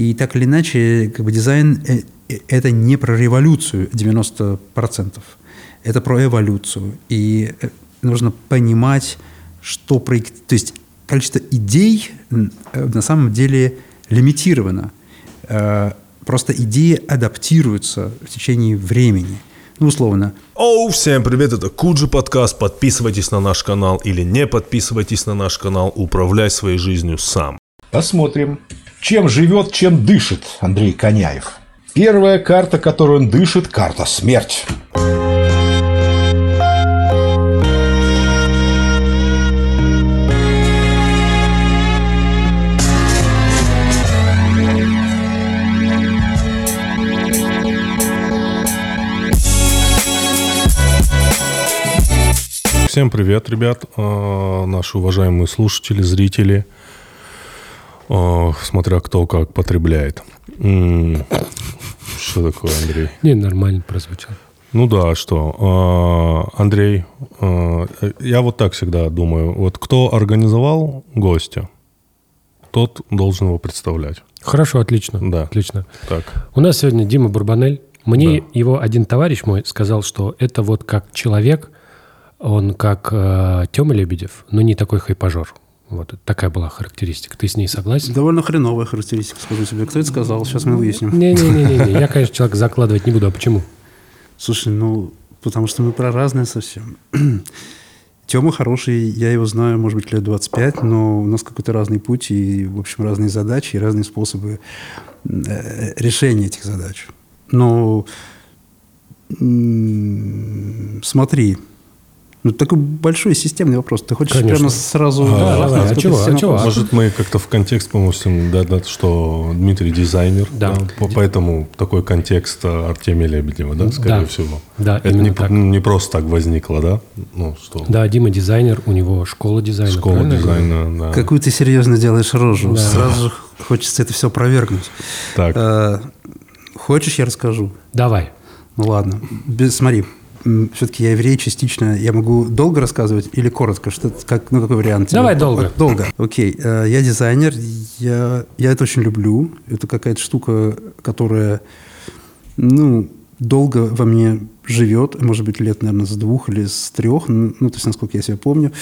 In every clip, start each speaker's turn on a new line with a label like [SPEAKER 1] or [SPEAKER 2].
[SPEAKER 1] И так или иначе, как бы дизайн – это не про революцию 90%. Это про эволюцию. И нужно понимать, что проект... То есть количество идей на самом деле лимитировано. Просто идеи адаптируются в течение времени. Ну, условно.
[SPEAKER 2] Всем привет, это Куджи подкаст. Подписывайтесь на наш канал или не подписывайтесь на наш канал. Управляй своей жизнью сам.
[SPEAKER 3] Посмотрим, чем живет, чем дышит Андрей Коняев. Первая карта, которую он дышит, карта «Смерть».
[SPEAKER 2] Всем привет, ребят, наши уважаемые слушатели, зрители, смотря кто как потребляет. Что такое, Андрей?
[SPEAKER 4] Не, нормально прозвучало.
[SPEAKER 2] Ну да, что? Андрей, я вот так всегда думаю, вот кто организовал гостя, тот должен его представлять.
[SPEAKER 4] Хорошо, отлично.
[SPEAKER 2] Да.
[SPEAKER 4] Отлично.
[SPEAKER 2] Так.
[SPEAKER 4] У нас сегодня Дима Барбанель. Мне
[SPEAKER 2] Да.
[SPEAKER 4] его один товарищ мой сказал, что это вот как человек, он как Тёма Лебедев, но не такой хайпажор. Вот такая была характеристика. Ты с ней согласен?
[SPEAKER 1] Довольно хреновая характеристика, скажу тебе. Кто это сказал? Сейчас мы выясним.
[SPEAKER 4] Не-не-не. Я, конечно, человека закладывать не буду. А почему?
[SPEAKER 1] Слушай, потому что мы про разное совсем. Тёма хороший, я его знаю, может быть, лет 25, но у нас какой-то разный путь и, в общем, разные задачи и разные способы решения этих задач. Но смотри, такой большой системный вопрос. Ты хочешь
[SPEAKER 4] Конечно.
[SPEAKER 1] прямо сразу...
[SPEAKER 4] давай. А чего?
[SPEAKER 2] Может, мы как-то в контекст поместим, да, что Дмитрий дизайнер,
[SPEAKER 4] Да.
[SPEAKER 2] Поэтому такой контекст Артемия Лебедева, да, скорее всего.
[SPEAKER 4] Да,
[SPEAKER 2] это
[SPEAKER 4] именно так.
[SPEAKER 2] не просто так возникло, да? Ну, что?
[SPEAKER 4] Да, Дима дизайнер, у него школа дизайна.
[SPEAKER 2] Школа
[SPEAKER 4] правильно я говорю?
[SPEAKER 2] дизайна, да.
[SPEAKER 1] Какую ты серьезно делаешь рожу.
[SPEAKER 4] Да.
[SPEAKER 1] Сразу же хочется это все опровергнуть.
[SPEAKER 2] Так.
[SPEAKER 1] Хочешь, я расскажу?
[SPEAKER 4] Давай.
[SPEAKER 1] Ну ладно. Смотри, все-таки я еврей частично. Я могу долго рассказывать или коротко? Какой вариант?
[SPEAKER 4] Давай долго.
[SPEAKER 1] Долго. Окей. Я дизайнер. Я это очень люблю. Это какая-то штука, которая, долго во мне живет. Может быть, лет, наверное, с 2 или с 3. То есть, насколько я себя помню.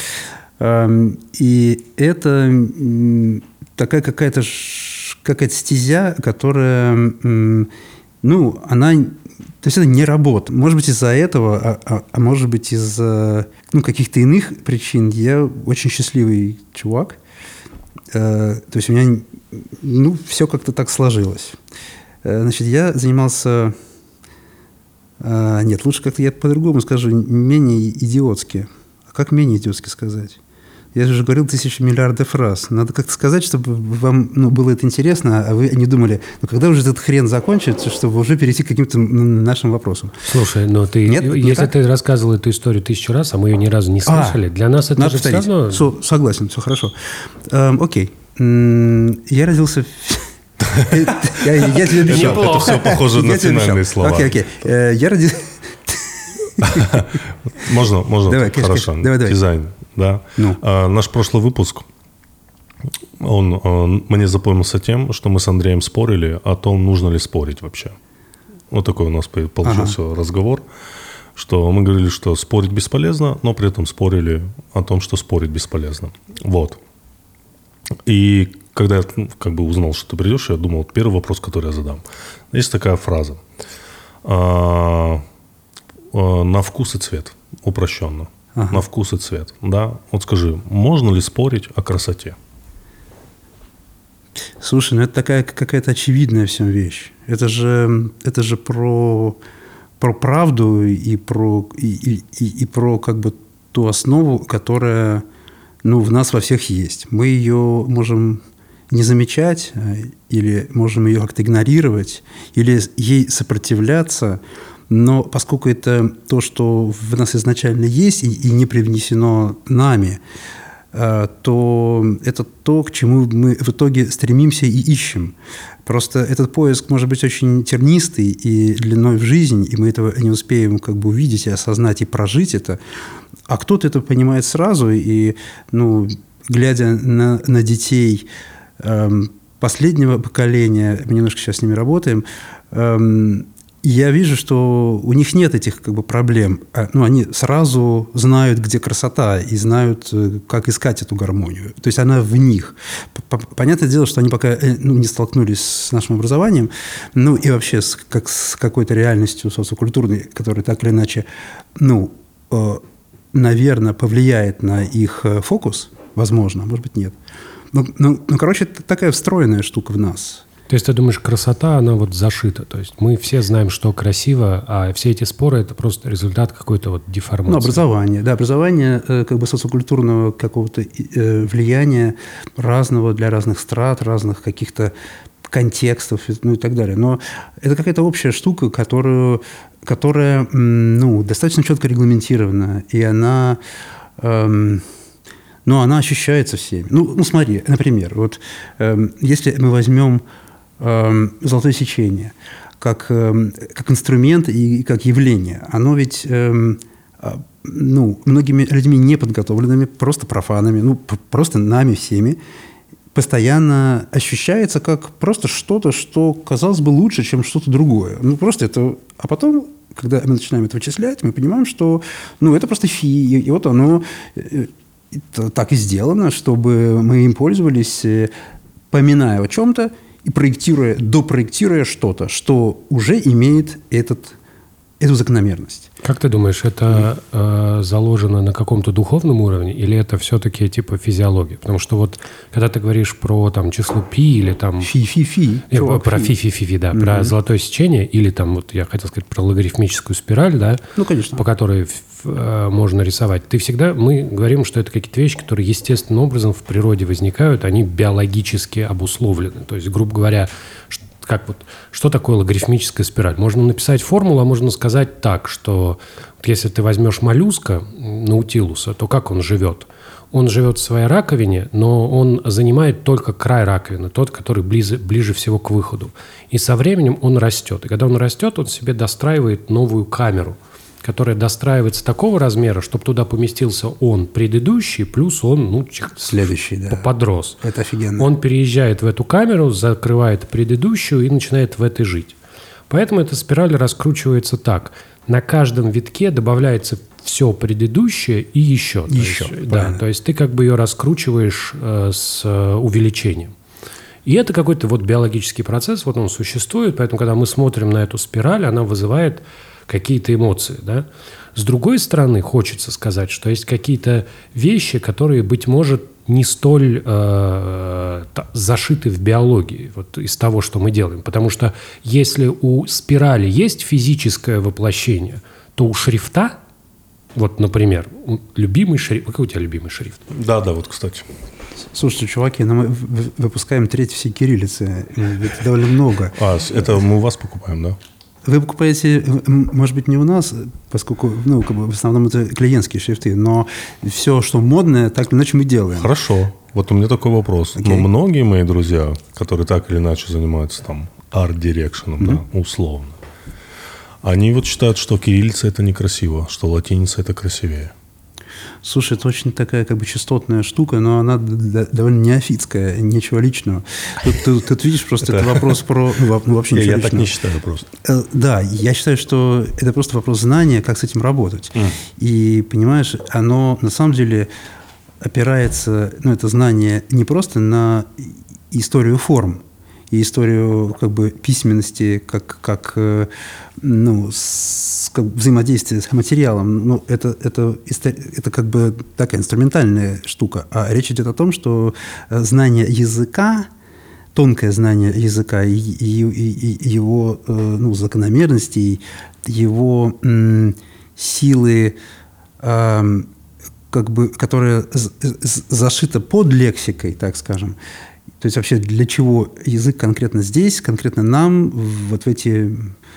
[SPEAKER 1] И это такая какая-то стезя, которая, она... То есть это не работа. Может быть, из-за этого, а может быть, из-за каких-то иных причин. Я очень счастливый чувак. То есть у меня все как-то так сложилось. Значит, я занимался... Нет, лучше как-то я по-другому скажу, менее идиотски. А как менее идиотски сказать? Я же говорил 1000 миллиардов раз. Надо как-то сказать, чтобы вам было это интересно, а вы не думали, когда уже этот хрен закончится, чтобы уже перейти к каким-то нашим вопросам.
[SPEAKER 4] Слушай, но ты, если ты рассказывал эту историю 1000 раз, а мы ее ни разу не слышали, для нас это же все равно...
[SPEAKER 1] Согласен, все хорошо. Окей. Я родился... Я тебе обещал.
[SPEAKER 2] Это все похоже на финальные слова.
[SPEAKER 1] Окей. Я родился...
[SPEAKER 2] Можно?
[SPEAKER 1] Давай,
[SPEAKER 2] хорошо.
[SPEAKER 1] давай.
[SPEAKER 2] Дизайн, да. Наш прошлый выпуск, он мне запомнился тем, что мы с Андреем спорили о том, нужно ли спорить вообще. Вот такой у нас получился разговор, что мы говорили, что спорить бесполезно, но при этом спорили о том, что спорить бесполезно. Вот. И когда я узнал, что ты придешь, я думал, первый вопрос, который я задам. Есть такая фраза. На вкус и цвет. Упрощенно.
[SPEAKER 1] Ага.
[SPEAKER 2] На вкус и цвет. Да? Вот скажи, можно ли спорить о красоте?
[SPEAKER 1] Слушай, это такая какая-то очевидная всем вещь. Это же про правду и про ту основу, которая в нас во всех есть. Мы ее можем не замечать, или можем ее как-то игнорировать, или ей сопротивляться. Но поскольку это то, что в нас изначально есть и не привнесено нами, то это то, к чему мы в итоге стремимся и ищем. Просто этот поиск может быть очень тернистый и длиной в жизнь, и мы этого не успеем увидеть и осознать, и прожить это. А кто-то это понимает сразу, и, глядя на детей, последнего поколения, мы немножко сейчас с ними работаем, я вижу, что у них нет этих как бы проблем. Ну, они сразу знают, где красота, и знают, как искать эту гармонию. То есть она в них. Понятное дело, что они пока не столкнулись с нашим образованием, ну и вообще с какой-то реальностью социокультурной, которая так или иначе, ну, наверное, повлияет на их фокус. Возможно, может быть, нет. Ну, короче, это такая встроенная штука в нас.
[SPEAKER 4] То есть ты думаешь, красота, она вот зашита. То есть мы все знаем, что красиво, а все эти споры – это просто результат какой-то вот деформации.
[SPEAKER 1] Ну, образование. Да, образование как бы социокультурного какого-то влияния разного для разных страт, разных каких-то контекстов, ну и так далее. Но это какая-то общая штука, которая ну, достаточно четко регламентирована, и она... но она ощущается всеми. Ну, смотри, например, вот если мы возьмем золотое сечение как инструмент и как явление, оно ведь ну, многими людьми неподготовленными, просто профанами, ну, просто нами всеми, постоянно ощущается как просто что-то, что казалось бы лучше, чем что-то другое. Ну, просто это... А потом, когда мы начинаем это вычислять, мы понимаем, что ну, это просто фи, и вот оно... так и сделано, чтобы мы им пользовались, поминая о чем-то и допроектируя что-то, что уже имеет эту закономерность.
[SPEAKER 4] Как ты думаешь, это заложено на каком-то духовном уровне или это все-таки типа физиология? Потому что вот когда ты говоришь про там число пи или там...
[SPEAKER 1] Фи-фи-фи.
[SPEAKER 4] Про фи-фи-фи, да, про золотое сечение или там, вот я хотел сказать про логарифмическую спираль, да,
[SPEAKER 1] ну, конечно.
[SPEAKER 4] по которой можно рисовать. Мы говорим, что это какие-то вещи, которые естественным образом в природе возникают, они биологически обусловлены. То есть, грубо говоря, что такое логарифмическая спираль? Можно написать формулу, а можно сказать так, что вот если ты возьмешь моллюска, наутилуса, то как он живет? Он живет в своей раковине, но он занимает только край раковины, тот, который ближе всего к выходу. И со временем он растет. И когда он растет, он себе достраивает новую камеру, которая достраивается такого размера, чтобы туда поместился он предыдущий, плюс он,
[SPEAKER 1] следующий, да.
[SPEAKER 4] Подрос.
[SPEAKER 1] Это офигенно.
[SPEAKER 4] Он переезжает в эту камеру, закрывает предыдущую и начинает в этой жить. Поэтому эта спираль раскручивается так. На каждом витке добавляется все предыдущее и еще. То есть ты как бы ее раскручиваешь с увеличением. И это какой-то вот биологический процесс, вот он существует, поэтому когда мы смотрим на эту спираль, она вызывает какие-то эмоции, да. С другой стороны, хочется сказать, что есть какие-то вещи, которые, быть может, не столь зашиты в биологии, вот из того, что мы делаем. Потому что если у спирали есть физическое воплощение, то у шрифта, вот, например, любимый шрифт... Какой у тебя любимый шрифт?
[SPEAKER 2] Да, вот, кстати.
[SPEAKER 1] Слушайте, чуваки, мы выпускаем треть всей кириллицы. Это довольно много.
[SPEAKER 2] Это мы у вас покупаем, да?
[SPEAKER 1] Вы покупаете, может быть, не у нас, поскольку в основном это клиентские шрифты, но все, что модное, так или иначе мы делаем.
[SPEAKER 2] Хорошо. Вот у меня такой вопрос.
[SPEAKER 1] Okay.
[SPEAKER 2] Но многие мои друзья, которые так или иначе занимаются там арт-дирекшеном, да, условно, они вот считают, что кириллица – это некрасиво, что латиница – это красивее.
[SPEAKER 1] Слушай, это очень такая как бы частотная штука, но она довольно неофитская, ничего личного. Тут видишь, просто это вопрос про... вообще ничего личного.
[SPEAKER 2] Я так не считаю просто.
[SPEAKER 1] Да, я считаю, что это просто вопрос знания, как с этим работать. И, понимаешь, оно на самом деле опирается, это знание не просто на историю форм, и историю как бы письменности, как взаимодействие с материалом. Это как бы такая инструментальная штука. А речь идет о том, что знание языка, тонкое знание языка и его закономерностей, его силы, как бы, которая зашита под лексикой, так скажем. То есть вообще для чего язык конкретно здесь, конкретно нам, вот в эти,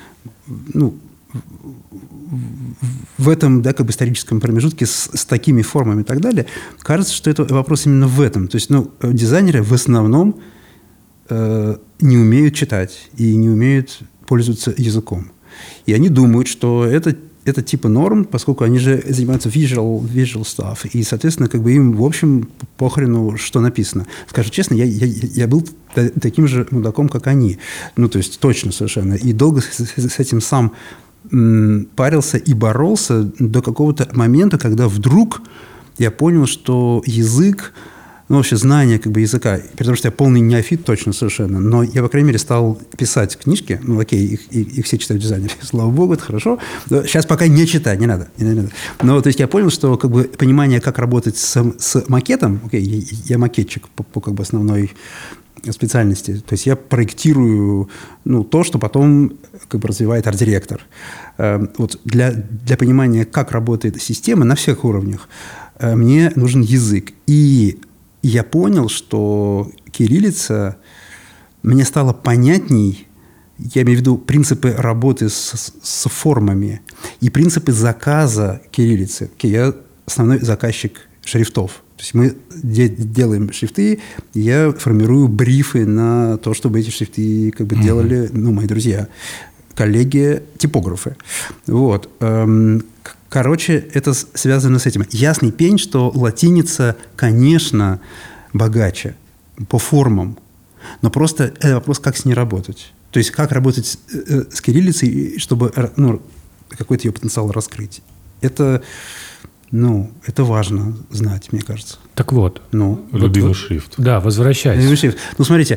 [SPEAKER 1] в этом, да, как бы историческом промежутке с такими формами и так далее, кажется, что это вопрос именно в этом. То есть, дизайнеры в основном не умеют читать и не умеют пользоваться языком. И они думают, что это это типа норм, поскольку они же занимаются visual stuff, и, соответственно, как бы им, в общем, похрену, что написано. Скажу честно, я был таким же мудаком, как они. Ну, то есть, точно совершенно. И долго с этим сам парился и боролся до какого-то момента, когда вдруг я понял, что язык, ну, вообще знание как бы языка, потому что я полный неофит точно совершенно, но я, по крайней мере, стал писать книжки, ну, окей, их все читают дизайнеры, слава богу, это хорошо, но сейчас пока не читаю, не надо. Но, то есть, я понял, что как бы понимание, как работать с макетом, окей, я макетчик по как бы основной специальности, то есть, я проектирую, ну, то, что потом как бы развивает арт-директор. Вот для понимания, как работает система на всех уровнях, мне нужен язык. И я понял, что кириллица мне стала понятней, я имею в виду принципы работы с формами и принципы заказа кириллицы. Я основной заказчик шрифтов. То есть мы делаем шрифты, я формирую брифы на то, чтобы эти шрифты как бы делали, ну, мои друзья, коллеги, типографы. Вот. Короче, это связано с этим. Ясный пень, что латиница, конечно, богаче по формам, но просто это вопрос, как с ней работать. То есть, как работать с кириллицей, чтобы, ну, какой-то ее потенциал раскрыть. Это, ну, это важно знать, мне кажется.
[SPEAKER 4] Так вот.
[SPEAKER 2] Ну, любимый шрифт.
[SPEAKER 4] Да, возвращайся.
[SPEAKER 1] Любимый шрифт. Ну, смотрите,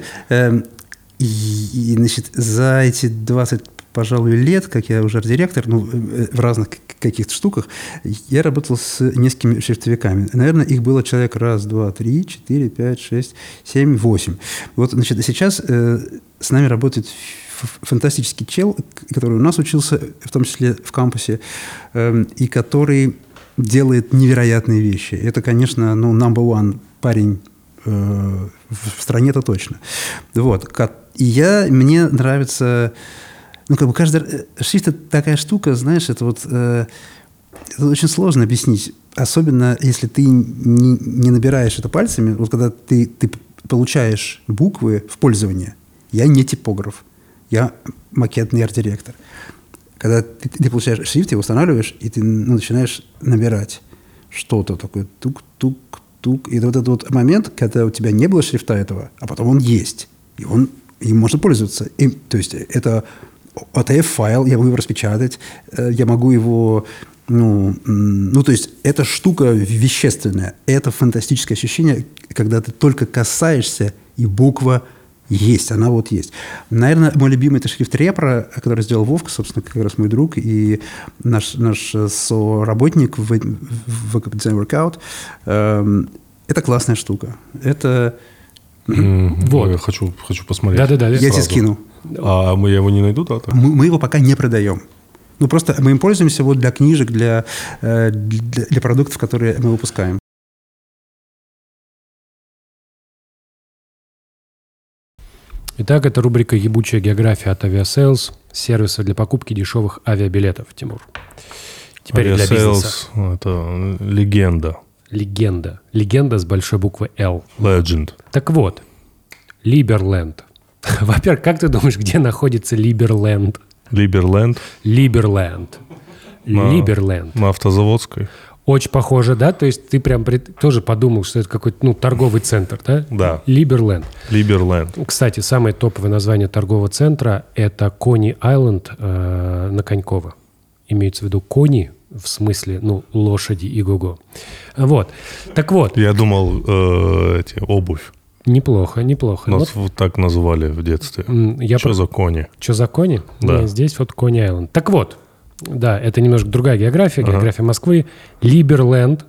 [SPEAKER 1] значит, за эти 20, пожалуй, лет, как я уже арт-директор, ну, в разных каких-то штуках, я работал с несколькими шрифтовиками. Наверное, их было человек 1, 2, 3, 4, 5, 6, 7, 8. Вот, значит, сейчас с нами работает фантастический чел, который у нас учился, в том числе в кампусе, и который делает невероятные вещи. Это, конечно, ну, number one парень в стране, это точно. Вот. И мне нравится... Ну, как бы каждый шрифт – это такая штука, знаешь, это вот это очень сложно объяснить. Особенно, если ты не набираешь это пальцами. Вот когда ты получаешь буквы в пользование. Я не типограф. Я макетный арт-директор. Когда ты получаешь шрифт, его устанавливаешь, и ты начинаешь набирать что-то такое. Тук-тук-тук. И вот этот вот момент, когда у тебя не было шрифта этого, а потом он есть. И им можно пользоваться. То есть это... OTF-файл, я могу его распечатать, я могу его... Ну, то есть, эта штука вещественная. Это фантастическое ощущение, когда ты только касаешься, и буква есть, она вот есть. Наверное, мой любимый – это шрифт Репро, который сделал Вовка, собственно, как раз мой друг, и наш соработник в Design Workout. Это классная штука. Это...
[SPEAKER 2] Вот. Я хочу посмотреть.
[SPEAKER 1] Да. Я тебе скину.
[SPEAKER 2] А я его не найду, да?
[SPEAKER 1] Мы его пока не продаем. Ну, просто мы им пользуемся вот для книжек, для продуктов, которые мы выпускаем.
[SPEAKER 4] Итак, это рубрика «Ебучая география» от Aviasales, сервиса для покупки дешевых авиабилетов, Тимур. Теперь для бизнеса.
[SPEAKER 2] Это легенда.
[SPEAKER 4] Легенда. Легенда с большой буквы «Л».
[SPEAKER 2] Legend.
[SPEAKER 4] Так вот, Либерленд. Во-первых, как ты думаешь, где находится Либерленд?
[SPEAKER 2] Либерленд?
[SPEAKER 4] Либерленд. Либерленд.
[SPEAKER 2] На Автозаводской.
[SPEAKER 4] Очень похоже, да? То есть ты прям тоже подумал, что это какой-то торговый центр, да?
[SPEAKER 2] Да.
[SPEAKER 4] Либерленд.
[SPEAKER 2] Либерленд.
[SPEAKER 4] Кстати, самое топовое название торгового центра – это Кони-Айленд на Коньково. Имеется в виду кони, в смысле, лошади и го-го. Вот. Так вот.
[SPEAKER 2] Я думал, обувь.
[SPEAKER 4] Неплохо.
[SPEAKER 2] Нас вот так называли в детстве. Что за кони?
[SPEAKER 4] Что за кони?
[SPEAKER 2] Да.
[SPEAKER 4] Нет, здесь вот Кони-Айленд. Так вот. Да, это немножко другая география, география Москвы. Либерленд.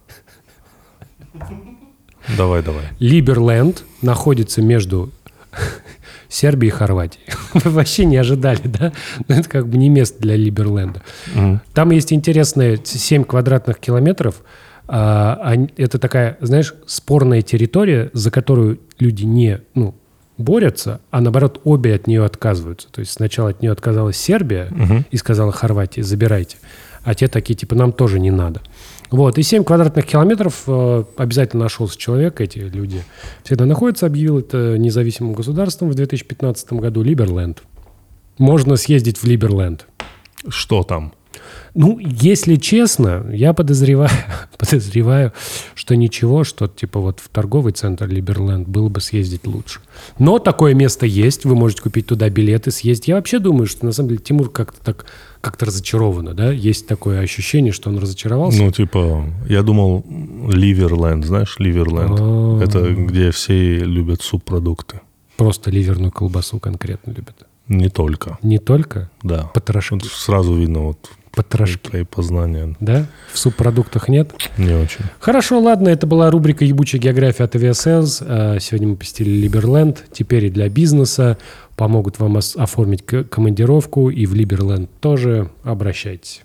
[SPEAKER 2] Давай.
[SPEAKER 4] Либерленд находится между Сербией и Хорватией. Вы вообще не ожидали, да? Но это как бы не место для Либерленда. Там есть интересные 7 квадратных километров. Это такая, знаешь, спорная территория, за которую люди не борются, а наоборот обе от нее отказываются. То есть сначала от нее отказалась Сербия и сказала Хорватии: забирайте. А те такие, типа, нам тоже не надо. Вот. И 7 квадратных километров обязательно нашелся человек. Эти люди всегда находятся. Объявил это независимым государством в 2015 году. Либерленд. Можно съездить в Либерленд.
[SPEAKER 2] Что там?
[SPEAKER 4] Ну, если честно, я подозреваю, что ничего, что типа вот в торговый центр Либерленд было бы съездить лучше. Но такое место есть, вы можете купить туда билеты, съездить. Я вообще думаю, что на самом деле Тимур как-то разочаровано, да? Есть такое ощущение, что он разочаровался.
[SPEAKER 2] Ну, типа, я думал, Ливерленд, знаешь, Ливерленд. Это где все любят субпродукты.
[SPEAKER 4] Просто ливерную колбасу конкретно любят.
[SPEAKER 2] Не только.
[SPEAKER 4] Не только?
[SPEAKER 2] Да.
[SPEAKER 4] Потрошки.
[SPEAKER 2] Вот сразу видно вот
[SPEAKER 4] Потрошки.
[SPEAKER 2] твои познания.
[SPEAKER 4] Да? В субпродуктах нет?
[SPEAKER 2] Не очень.
[SPEAKER 4] Хорошо, ладно, это была рубрика «Ебучая география» от Aviasales. Сегодня мы посетили Либерленд. Теперь и для бизнеса помогут вам оформить командировку. И в Либерленд тоже обращайтесь.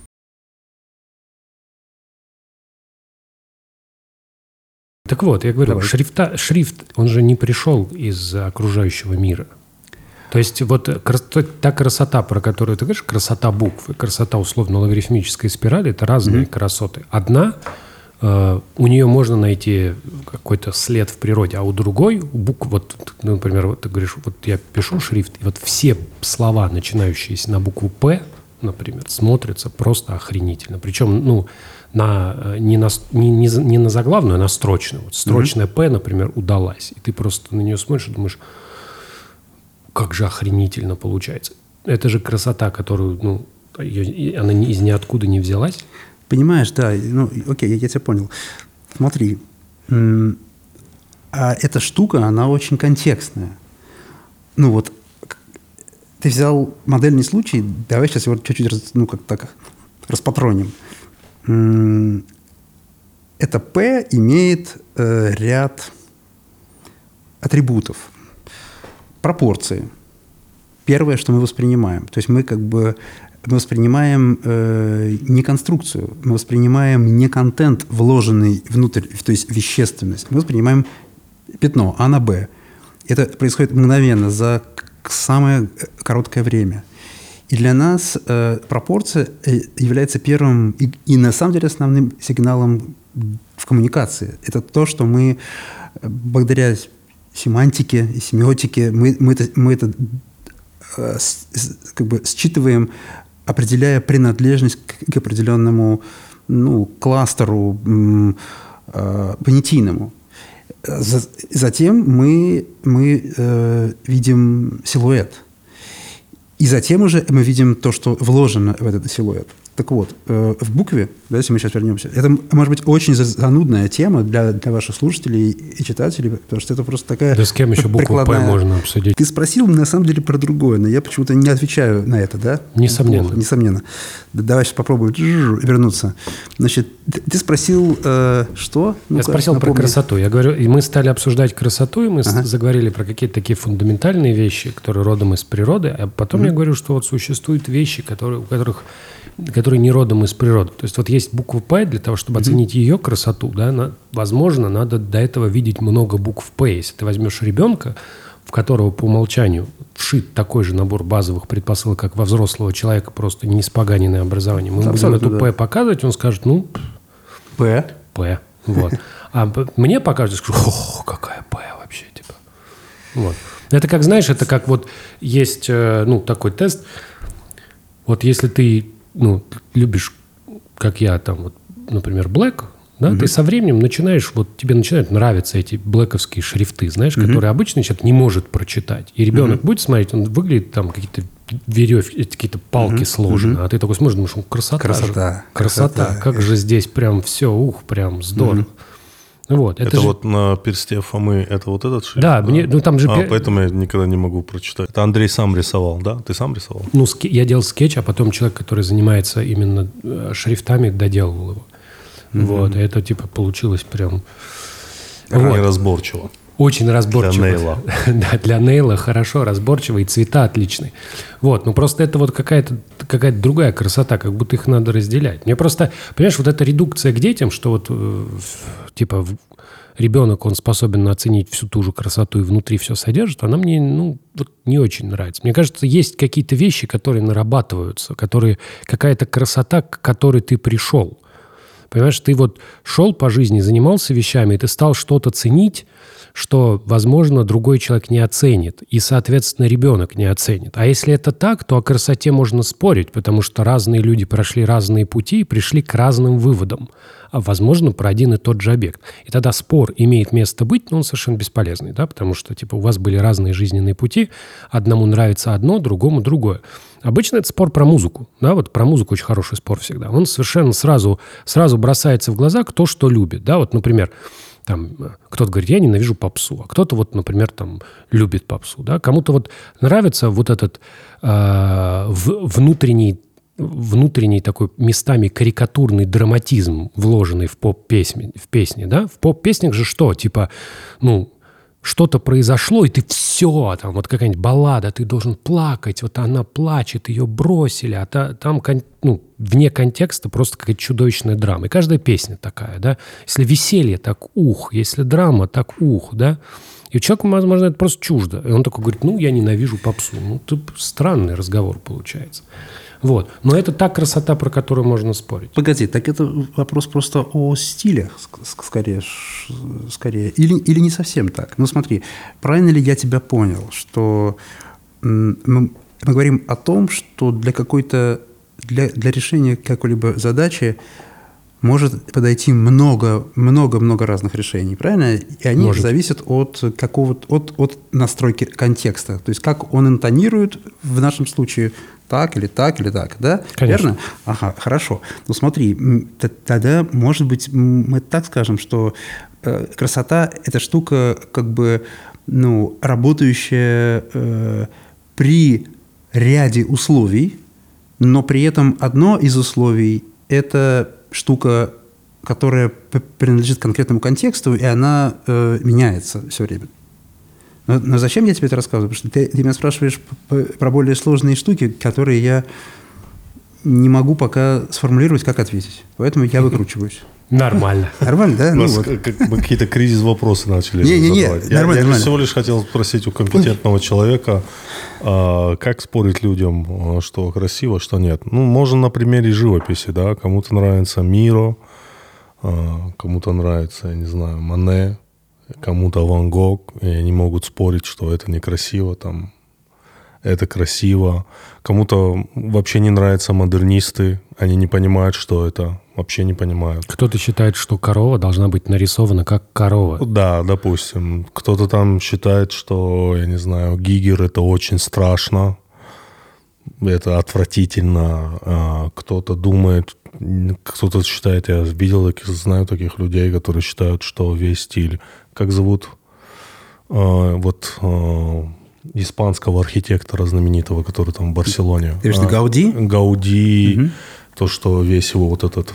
[SPEAKER 4] Так вот, я говорю, шрифт, он же не пришел из окружающего мира. То есть вот та красота, про которую ты говоришь, красота букв и красота условно-логарифмической спирали, это разные красоты. Одна, у нее можно найти какой-то след в природе, а у другой, у букв, вот, например, вот ты говоришь, вот я пишу шрифт, и вот все слова, начинающиеся на букву «П», например, смотрятся просто охренительно. Причем, ну, не на заглавную, а на строчную. Вот строчная «П», например, удалась. И ты просто на нее смотришь и думаешь, как же охренительно получается. Это же красота, которую, ну, она из ниоткуда не взялась.
[SPEAKER 1] Понимаешь, да. Ну, окей, я тебя понял. Смотри. А эта штука, она очень контекстная. Ну вот, ты взял модельный случай, давай сейчас его чуть-чуть, ну, как так, распатроним. Это P имеет ряд атрибутов. Пропорции. Первое, что мы воспринимаем. То есть мы как бы воспринимаем не конструкцию, мы воспринимаем не контент, вложенный внутрь, то есть вещественность. Мы воспринимаем пятно А на Б. Это происходит мгновенно, за самое короткое время. И для нас пропорция является первым и на самом деле основным сигналом в коммуникации. Это то, что мы благодаря семантике и семиотике мы это как бы считываем, определяя принадлежность к определенному, ну, кластеру понятийному. Затем мы видим силуэт. И затем уже мы видим то, что вложено в этот силуэт. Так вот, в букве, да, если мы сейчас вернемся, это может быть очень занудная тема для ваших слушателей и читателей, потому что это просто такая...
[SPEAKER 4] Да с кем еще букву «П» можно обсудить?
[SPEAKER 1] Ты спросил, на самом деле, про другое, но я почему-то не отвечаю на это, да?
[SPEAKER 4] Несомненно.
[SPEAKER 1] Плохо, несомненно. Давай сейчас попробуем вернуться. Значит, ты спросил, что?
[SPEAKER 4] Я спросил про красоту. Я говорю, и мы стали обсуждать красоту, и мы заговорили про какие-то такие фундаментальные вещи, которые родом из природы, а потом я говорю, что вот существуют вещи, которые не родом из природы. То есть вот есть буква «П», для того, чтобы оценить ее красоту, да, возможно, надо до этого видеть много букв «П». Если ты возьмешь ребенка, в которого по умолчанию вшит такой же набор базовых предпосылок, как во взрослого человека, просто неиспоганенное образование, мы будем эту «П» показывать, он скажет, ну...
[SPEAKER 1] «П».
[SPEAKER 4] «П». Вот. А мне покажут, скажу, ох, какая «П» вообще, типа. Вот. Это как, знаешь, это как вот есть, ну, такой тест. Вот если ты, ну, любишь, как я, там, вот, например, Black, да, ты со временем начинаешь, вот тебе начинают нравиться эти блэковские шрифты, знаешь, которые обычный человек не может прочитать. И ребенок будет смотреть, он выглядит там какие-то веревки, какие-то палки сложены, а ты такой смотришь, думаешь, красота. Как же здесь прям все, прям здорово. Вот,
[SPEAKER 2] это же... вот на персте Фомы, это вот этот шрифт?
[SPEAKER 4] Да, ну там же...
[SPEAKER 2] поэтому я никогда не могу прочитать. Это Андрей сам рисовал, да? Ты сам рисовал?
[SPEAKER 4] Ну, я делал скетч, а потом человек, который занимается именно шрифтами, доделывал его. Вот, и это типа получилось прям...
[SPEAKER 2] Вот. Неразборчиво.
[SPEAKER 4] Очень разборчиво.
[SPEAKER 2] Для Нейла.
[SPEAKER 4] Да, для Нейла хорошо, разборчиво, и цвета отличные. Вот, ну просто это вот какая-то другая красота, как будто их надо разделять. Мне просто, понимаешь, вот эта редукция к детям, что вот типа ребенок, он способен оценить всю ту же красоту и внутри все содержит, она мне, ну, вот не очень нравится. Мне кажется, есть какие-то вещи, которые нарабатываются, какая-то красота, к которой ты пришел. Понимаешь, ты вот шел по жизни, занимался вещами, и ты стал что-то ценить, что, возможно, другой человек не оценит, и, соответственно, ребенок не оценит. А если это так, то о красоте можно спорить, потому что разные люди прошли разные пути и пришли к разным выводам, а, возможно, про один и тот же объект. И тогда спор имеет место быть, но он совершенно бесполезный, да, потому что, типа, у вас были разные жизненные пути, одному нравится одно, другому другое. Обычно это спор про музыку, да, вот про музыку очень хороший спор всегда. Он совершенно сразу бросается в глаза, кто что любит, да, вот, например, там, кто-то говорит, я ненавижу попсу, а кто-то вот, например, там, любит попсу, да, кому-то вот нравится вот этот внутренний такой местами карикатурный драматизм, вложенный в песни, да, в поп-песнях же что, типа, ну, что-то произошло, и ты все, там вот какая-нибудь баллада, ты должен плакать, вот она плачет, ее бросили, а там вне контекста просто какая-то чудовищная драма. И каждая песня такая, да. Если веселье, так ух, если драма, так ух, да. И у человека, возможно, это просто чуждо. И он такой говорит, я ненавижу попсу. Ну, это странный разговор получается. Вот. Но это та красота, про которую можно спорить.
[SPEAKER 1] Погоди, так это вопрос просто о стилях, скорее. Или не совсем так? Ну, смотри, правильно ли я тебя понял, что мы говорим о том, что для решения какой-либо задачи может подойти много разных решений, правильно? И они зависят от настройки контекста. То есть, как он интонирует в нашем случае так или так, да?
[SPEAKER 4] Конечно.
[SPEAKER 1] Верно? Ага, хорошо. Ну, смотри, тогда, может быть, мы так скажем, что красота – это штука, как бы, работающая при ряде условий, но при этом одно из условий – это штука, которая принадлежит конкретному контексту, и она меняется все время. Но зачем я тебе это рассказываю? Потому что ты меня спрашиваешь про более сложные штуки, которые я не могу пока сформулировать, как ответить. Поэтому я выкручиваюсь.
[SPEAKER 4] Нормально.
[SPEAKER 1] Нормально, да?
[SPEAKER 2] У нас какие-то кризис-вопросы начали задавать. Я всего лишь хотел спросить у компетентного человека, как спорить людям, что красиво, что нет. Можно на примере живописи, да. Кому-то нравится Миро, кому-то нравится, я не знаю, Мане, кому-то Ван Гог, и они могут спорить, что это некрасиво, там, это красиво. Кому-то вообще не нравятся модернисты, они не понимают, что это, вообще не понимают.
[SPEAKER 4] Кто-то считает, что корова должна быть нарисована как корова.
[SPEAKER 2] Да, допустим. Кто-то там считает, что, я не знаю, Гигер – это очень страшно, это отвратительно. Кто-то думает, кто-то считает, я видел, знаю таких людей, которые считают, что весь стиль, как зовут испанского архитектора знаменитого, который там в Барселоне.
[SPEAKER 1] Гауди?
[SPEAKER 2] Гауди, то, что весь его вот этот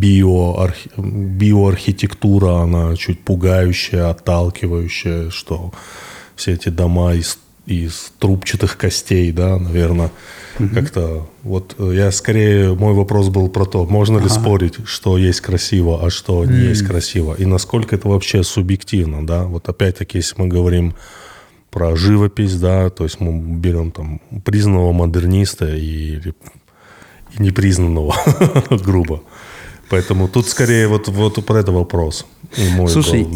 [SPEAKER 2] биоархитектура, она чуть пугающая, отталкивающая, что все эти дома из трубчатых костей, да, наверное, как-то вот я скорее, мой вопрос был про то, можно ли спорить, что есть красиво, а что не есть красиво, и насколько это вообще субъективно, да, вот опять-таки, если мы говорим про живопись, да, то есть мы берем там признанного модерниста и непризнанного, грубо. Поэтому тут скорее вот про это вопрос.
[SPEAKER 1] Слушай,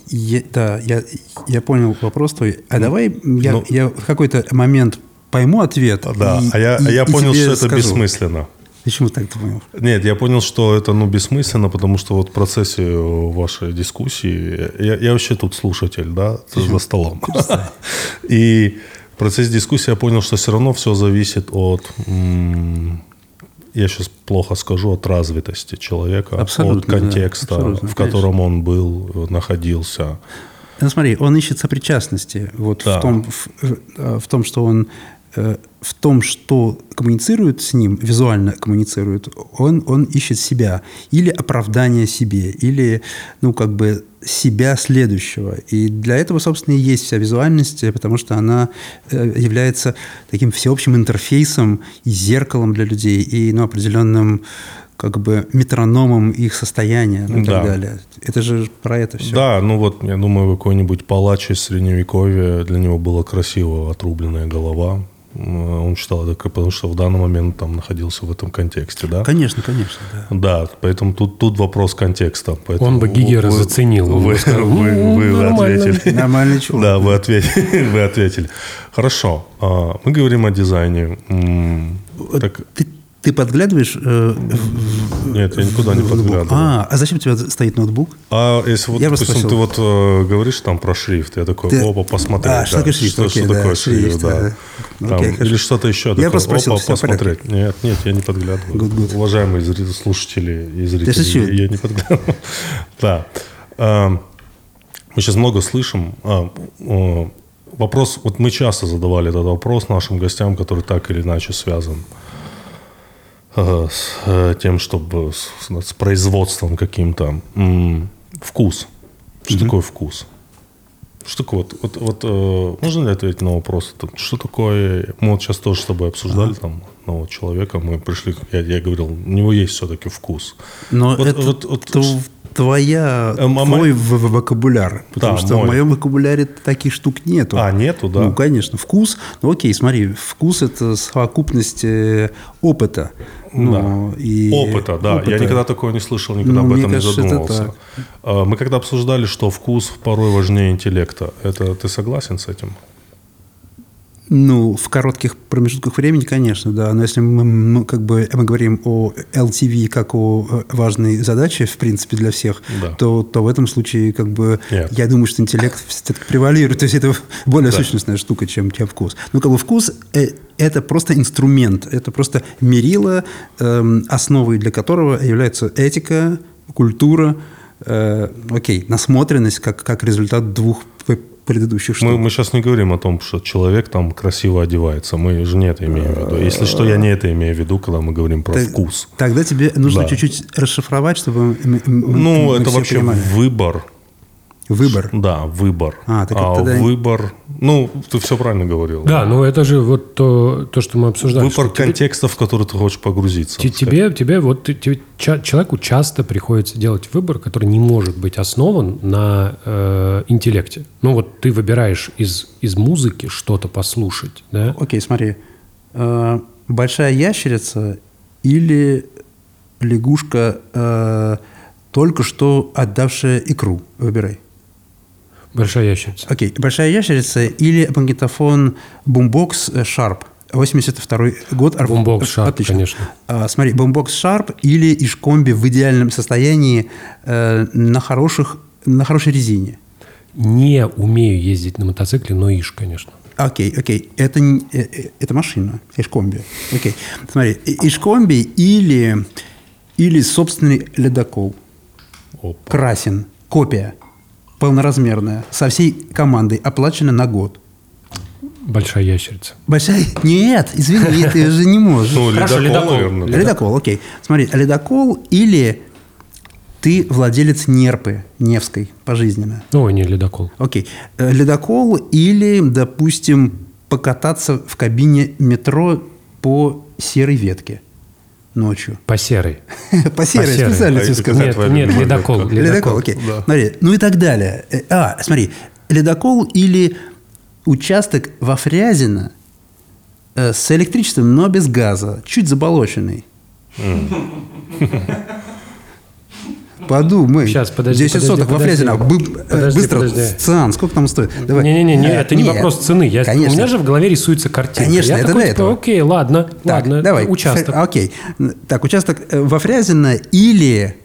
[SPEAKER 1] я понял вопрос твой. А давай я в какой-то момент пойму ответ.
[SPEAKER 2] Да, я понял, что это
[SPEAKER 1] скажу.
[SPEAKER 2] Бессмысленно.
[SPEAKER 1] Почему так ты понял?
[SPEAKER 2] Нет, я понял, что это бессмысленно, потому что вот в процессе вашей дискуссии я вообще тут слушатель, да, за столом. И в процессе дискуссии я понял, что все равно все зависит от, я сейчас плохо скажу, от развитости человека, от контекста, в котором он был, находился.
[SPEAKER 1] Ну, смотри, он ищет сопричастности в том, что он в том, что коммуницирует с ним, визуально коммуницирует, он ищет себя. Или оправдание себе, или, себя следующего. И для этого, собственно, и есть вся визуальность, потому что она является таким всеобщим интерфейсом и зеркалом для людей, и определенным метрономом их состояния и так далее. Это же про это все.
[SPEAKER 2] Да, я думаю, какой-нибудь палач из Средневековья, для него была красиво отрубленная голова. он читал это, потому что в данный момент там находился в этом контексте, да?
[SPEAKER 1] Конечно, да.
[SPEAKER 2] Да, поэтому тут вопрос контекста. Поэтому
[SPEAKER 4] Он бы Гигера заценил.
[SPEAKER 2] Вы ответили.
[SPEAKER 1] Нормальный чувак.
[SPEAKER 2] Да, вы ответили. Хорошо. Мы говорим о дизайне. Так,
[SPEAKER 1] Ты подглядываешь?
[SPEAKER 2] нет, я никуда не подглядываю.
[SPEAKER 1] А зачем у тебя стоит ноутбук?
[SPEAKER 2] А если вот,
[SPEAKER 1] Я
[SPEAKER 2] допустим,
[SPEAKER 1] спросил.
[SPEAKER 2] ты вот говоришь там про шрифт, я такой, опа, посмотреть.
[SPEAKER 1] Что такое шрифт?
[SPEAKER 2] Что
[SPEAKER 1] Окей,
[SPEAKER 2] такое
[SPEAKER 1] да,
[SPEAKER 2] шрифт, да.
[SPEAKER 1] да.
[SPEAKER 2] Там,
[SPEAKER 1] Окей,
[SPEAKER 2] или
[SPEAKER 1] хорошо.
[SPEAKER 2] что-то еще.
[SPEAKER 1] Я
[SPEAKER 2] такое,
[SPEAKER 1] просто спросил,
[SPEAKER 2] опа,
[SPEAKER 1] всё в порядке?
[SPEAKER 2] посмотреть. Нет, я не подглядываю.
[SPEAKER 1] Good.
[SPEAKER 2] Уважаемые слушатели и
[SPEAKER 1] шучу.
[SPEAKER 2] зрители, я не подглядываю. Да. Мы сейчас много слышим. Вопрос, вот мы часто задавали этот вопрос нашим гостям, который так или иначе связан с тем, чтобы с производством каким-то. Вкус. Что такое вкус? Что такое? Можно ли ответить на вопрос? Что такое? Мы вот сейчас тоже с тобой обсуждали там одного человека. Мы пришли, я говорил, у него есть все-таки вкус.
[SPEAKER 1] Но твой вокабуляр. Потому что в моем вокабуляре таких штук нету.
[SPEAKER 2] Нету, да?
[SPEAKER 1] Ну, конечно. Вкус. Ну, окей, смотри. Вкус – это совокупность опыта.
[SPEAKER 2] Опыта, да. Я никогда такого не слышал, никогда об этом не задумывался. Мы когда обсуждали, что вкус порой важнее интеллекта. Это ты согласен с этим?
[SPEAKER 1] Ну, в коротких промежутках времени, конечно, да. Но если мы говорим о LTV как о важной задаче, в принципе, для всех, то в этом случае, я думаю, что интеллект все-таки превалирует. То есть это более сущностная штука, чем вкус. Ну, вкус – это просто инструмент, это просто мерило, основой для которого является этика, культура, насмотренность как результат двух предыдущих штук.
[SPEAKER 2] Мы сейчас не говорим о том, что человек там красиво одевается. Мы же не это имеем в виду. Если что, я не это имею в виду, когда мы говорим про вкус.
[SPEAKER 1] Тогда тебе нужно чуть-чуть расшифровать, чтобы мы
[SPEAKER 2] это
[SPEAKER 1] все
[SPEAKER 2] вообще
[SPEAKER 1] понимали.
[SPEAKER 2] Выбор.
[SPEAKER 1] Выбор?
[SPEAKER 2] Да, выбор.
[SPEAKER 1] Тогда...
[SPEAKER 2] Выбор... ты все правильно говорил.
[SPEAKER 4] Да, это же вот то, что мы обсуждали.
[SPEAKER 2] Выбор контекста, в который ты хочешь погрузиться.
[SPEAKER 4] Человеку часто приходится делать выбор, который не может быть основан на интеллекте. Ты выбираешь из музыки что-то послушать, да?
[SPEAKER 1] Окей, смотри. Большая ящерица или лягушка, только что отдавшая икру? Выбирай.
[SPEAKER 4] Большая ящерица.
[SPEAKER 1] Окей. Большая ящерица или магнитофон Boombox Sharp. 82-й год.
[SPEAKER 4] Boombox Sharp,
[SPEAKER 1] отлично.
[SPEAKER 4] конечно.
[SPEAKER 1] Смотри, Boombox Sharp или Ишкомби в идеальном состоянии на хорошей резине.
[SPEAKER 4] Не умею ездить на мотоцикле, но Иш, конечно.
[SPEAKER 1] Окей. Это машина. Ишкомби. Окей. Смотри, Ишкомби или собственный ледокол. Красин. Копия. Полноразмерная. Со всей командой. Оплачена на год.
[SPEAKER 4] Большая ящерица.
[SPEAKER 1] Нет, извини, ты же не можешь.
[SPEAKER 4] Хорошо, ледокол.
[SPEAKER 1] Ледокол, окей. Смотри, ледокол или ты владелец Нерпы, Невской, пожизненно.
[SPEAKER 4] Не ледокол.
[SPEAKER 1] Окей. Ледокол или, допустим, покататься в кабине метро по серой ветке ночью.
[SPEAKER 4] По серой.
[SPEAKER 1] По серой, специально тебе сказал.
[SPEAKER 4] Нет, ледокол.
[SPEAKER 1] Ледокол, окей. Смотри, и так далее. Смотри, ледокол или участок во Фрязино с электричеством, но без газа, чуть заболоченный. Подумай.
[SPEAKER 4] Сейчас, подожди.
[SPEAKER 1] 10 соток во Фрязино. Быстро. Циан, сколько там стоит? Давай.
[SPEAKER 4] Не, это не вопрос цены. У меня же в голове рисуется картинка.
[SPEAKER 1] Конечно, это для этого.
[SPEAKER 4] Окей, ладно.
[SPEAKER 1] Давай.
[SPEAKER 4] Участок.
[SPEAKER 1] Окей. Так, участок во Фрязино или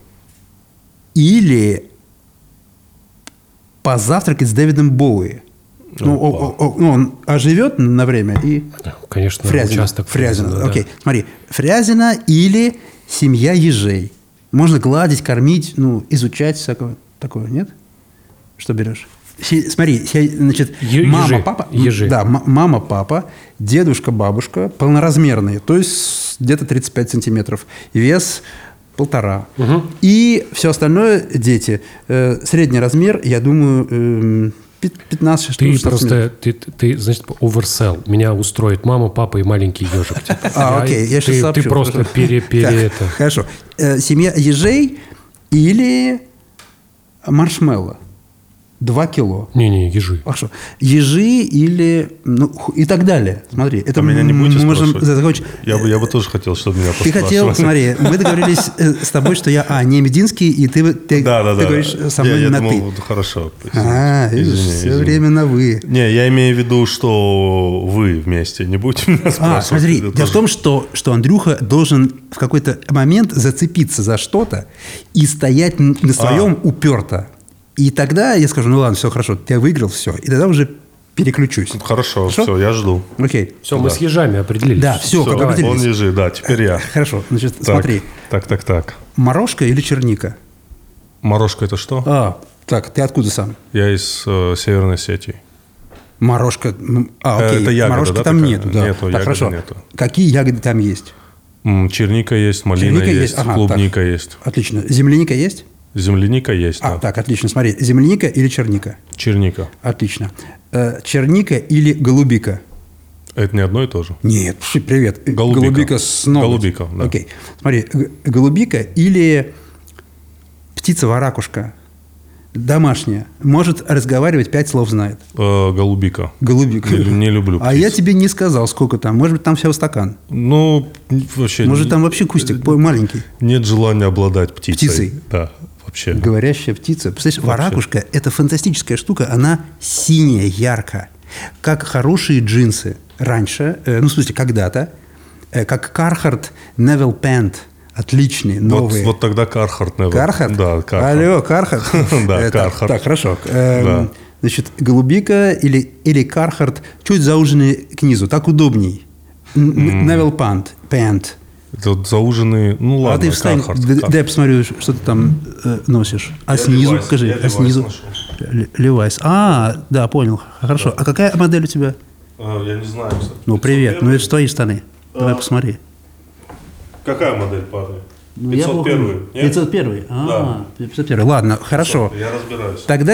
[SPEAKER 1] позавтракать с Дэвидом Боуи. Он оживет на время и...
[SPEAKER 4] Конечно,
[SPEAKER 1] Фрязино.
[SPEAKER 4] участок
[SPEAKER 1] Фрязино.
[SPEAKER 4] да.
[SPEAKER 1] Окей. Смотри, Фрязино или семья ежей. Можно гладить, кормить, изучать всякое такое, нет? Что берешь? Смотри, значит, мама, папа.
[SPEAKER 4] Ежи.
[SPEAKER 1] Да, мама, папа, дедушка, бабушка, полноразмерные, то есть где-то 35 сантиметров. Вес 1,5. Угу. И все остальное дети. Средний размер, я думаю, 15-16
[SPEAKER 4] Ты просто, ты, значит, оверсell. Меня устроит мама, папа и маленький ежик.
[SPEAKER 1] Окей, я сейчас сообщу.
[SPEAKER 4] Ты просто это.
[SPEAKER 1] Хорошо. Семья ежей или маршмелло? 2 кило.
[SPEAKER 4] Не, ежи.
[SPEAKER 1] Хорошо. Ежи или... Ну, и так далее. Смотри. Это
[SPEAKER 2] меня не будете
[SPEAKER 1] мы можем
[SPEAKER 2] спрашивать?
[SPEAKER 1] закончить.
[SPEAKER 2] Я бы тоже хотел, чтобы меня
[SPEAKER 1] Ты
[SPEAKER 2] поспрашивали.
[SPEAKER 1] хотел, смотри, мы договорились с тобой, что я, не Мединский, и ты говоришь со мной
[SPEAKER 2] я
[SPEAKER 1] на
[SPEAKER 2] думал,
[SPEAKER 1] «ты».
[SPEAKER 2] хорошо.
[SPEAKER 1] Видишь, все время на «вы».
[SPEAKER 2] Не, я имею в виду, что вы вместе. Не будете меня спрашивать.
[SPEAKER 1] Смотри,
[SPEAKER 2] Это
[SPEAKER 1] дело в том, что Андрюха должен в какой-то момент зацепиться за что-то и стоять на своем уперто. И тогда я скажу, ну ладно, все хорошо, ты выиграл, все. И тогда уже переключусь.
[SPEAKER 2] Хорошо, все, я жду.
[SPEAKER 1] Окей.
[SPEAKER 4] Все, мы с ежами определились.
[SPEAKER 1] Да, все, как
[SPEAKER 2] Всё,
[SPEAKER 1] определились.
[SPEAKER 2] он ежи, да, теперь я.
[SPEAKER 1] Хорошо, значит,
[SPEAKER 2] Так,
[SPEAKER 1] смотри.
[SPEAKER 2] Так.
[SPEAKER 1] Морожка или черника?
[SPEAKER 2] Морожка это что?
[SPEAKER 1] Так, ты откуда сам?
[SPEAKER 2] Я из Северной Осетии.
[SPEAKER 1] Морожка. Окей.
[SPEAKER 2] Это ягода,
[SPEAKER 1] морожки
[SPEAKER 2] да,
[SPEAKER 1] там
[SPEAKER 2] такая?
[SPEAKER 1] нету, да.
[SPEAKER 2] Нету,
[SPEAKER 1] Так,
[SPEAKER 2] ягоды
[SPEAKER 1] хорошо.
[SPEAKER 2] нету.
[SPEAKER 1] Какие ягоды там есть?
[SPEAKER 2] Черника есть, малина
[SPEAKER 1] Черника
[SPEAKER 2] есть,
[SPEAKER 1] Ага,
[SPEAKER 2] клубника
[SPEAKER 1] так.
[SPEAKER 2] есть.
[SPEAKER 1] Отлично. Земляника есть?
[SPEAKER 2] Земляника есть, да.
[SPEAKER 1] Так, отлично. Смотри, земляника или черника?
[SPEAKER 2] Черника.
[SPEAKER 1] Отлично. Черника или голубика?
[SPEAKER 2] Это не одно и то же.
[SPEAKER 1] Нет, привет.
[SPEAKER 2] Голубика.
[SPEAKER 1] Голубика снова.
[SPEAKER 2] Голубика, да.
[SPEAKER 1] Окей. Смотри, голубика или птица-воракушка домашняя, может разговаривать, 5 слов знает.
[SPEAKER 2] Голубика.
[SPEAKER 1] Голубика.
[SPEAKER 2] Не люблю
[SPEAKER 1] А
[SPEAKER 2] птиц.
[SPEAKER 1] я тебе не сказал, сколько там. Может быть, там всего стакан.
[SPEAKER 2] Ну, вообще...
[SPEAKER 1] Может, там вообще кустик маленький.
[SPEAKER 2] Нет желания обладать птицей.
[SPEAKER 1] Птицей.
[SPEAKER 2] Да, вообще.
[SPEAKER 1] Говорящая птица. Представляешь, воракушка – это фантастическая штука. Она синяя, яркая. Как хорошие джинсы раньше, в смысле, когда-то, как Carhartt Neville Pant. Отличные, новые.
[SPEAKER 2] Вот тогда Carhartt, наверное.
[SPEAKER 1] Carhartt?
[SPEAKER 2] Да, Carhartt.
[SPEAKER 1] Алло, Carhartt?
[SPEAKER 2] Да, Carhartt.
[SPEAKER 1] Так, хорошо.
[SPEAKER 2] Да.
[SPEAKER 1] Значит, голубика или Carhartt чуть зауженные к низу. Так удобней. Neville Pant.
[SPEAKER 2] Это вот зауженные... Ну ладно,
[SPEAKER 1] А ты встань,
[SPEAKER 2] Carhartt.
[SPEAKER 1] дай я посмотрю, что ты там носишь. А снизу,
[SPEAKER 2] Levi's,
[SPEAKER 1] покажи.
[SPEAKER 2] я
[SPEAKER 1] А снизу?
[SPEAKER 2] Levi's
[SPEAKER 1] Levi's. Да, понял. Хорошо. А какая модель у тебя?
[SPEAKER 2] Я не знаю, кстати.
[SPEAKER 1] Ну, привет.
[SPEAKER 2] 501?
[SPEAKER 1] Ну, это же твои штаны. Давай посмотри.
[SPEAKER 2] Какая модель, парни?
[SPEAKER 1] Ну, я
[SPEAKER 2] 501?
[SPEAKER 1] помню.
[SPEAKER 2] Нет?
[SPEAKER 1] 501.
[SPEAKER 2] Да.
[SPEAKER 1] 501. Ладно, хорошо.
[SPEAKER 2] Я разбираюсь.
[SPEAKER 1] Тогда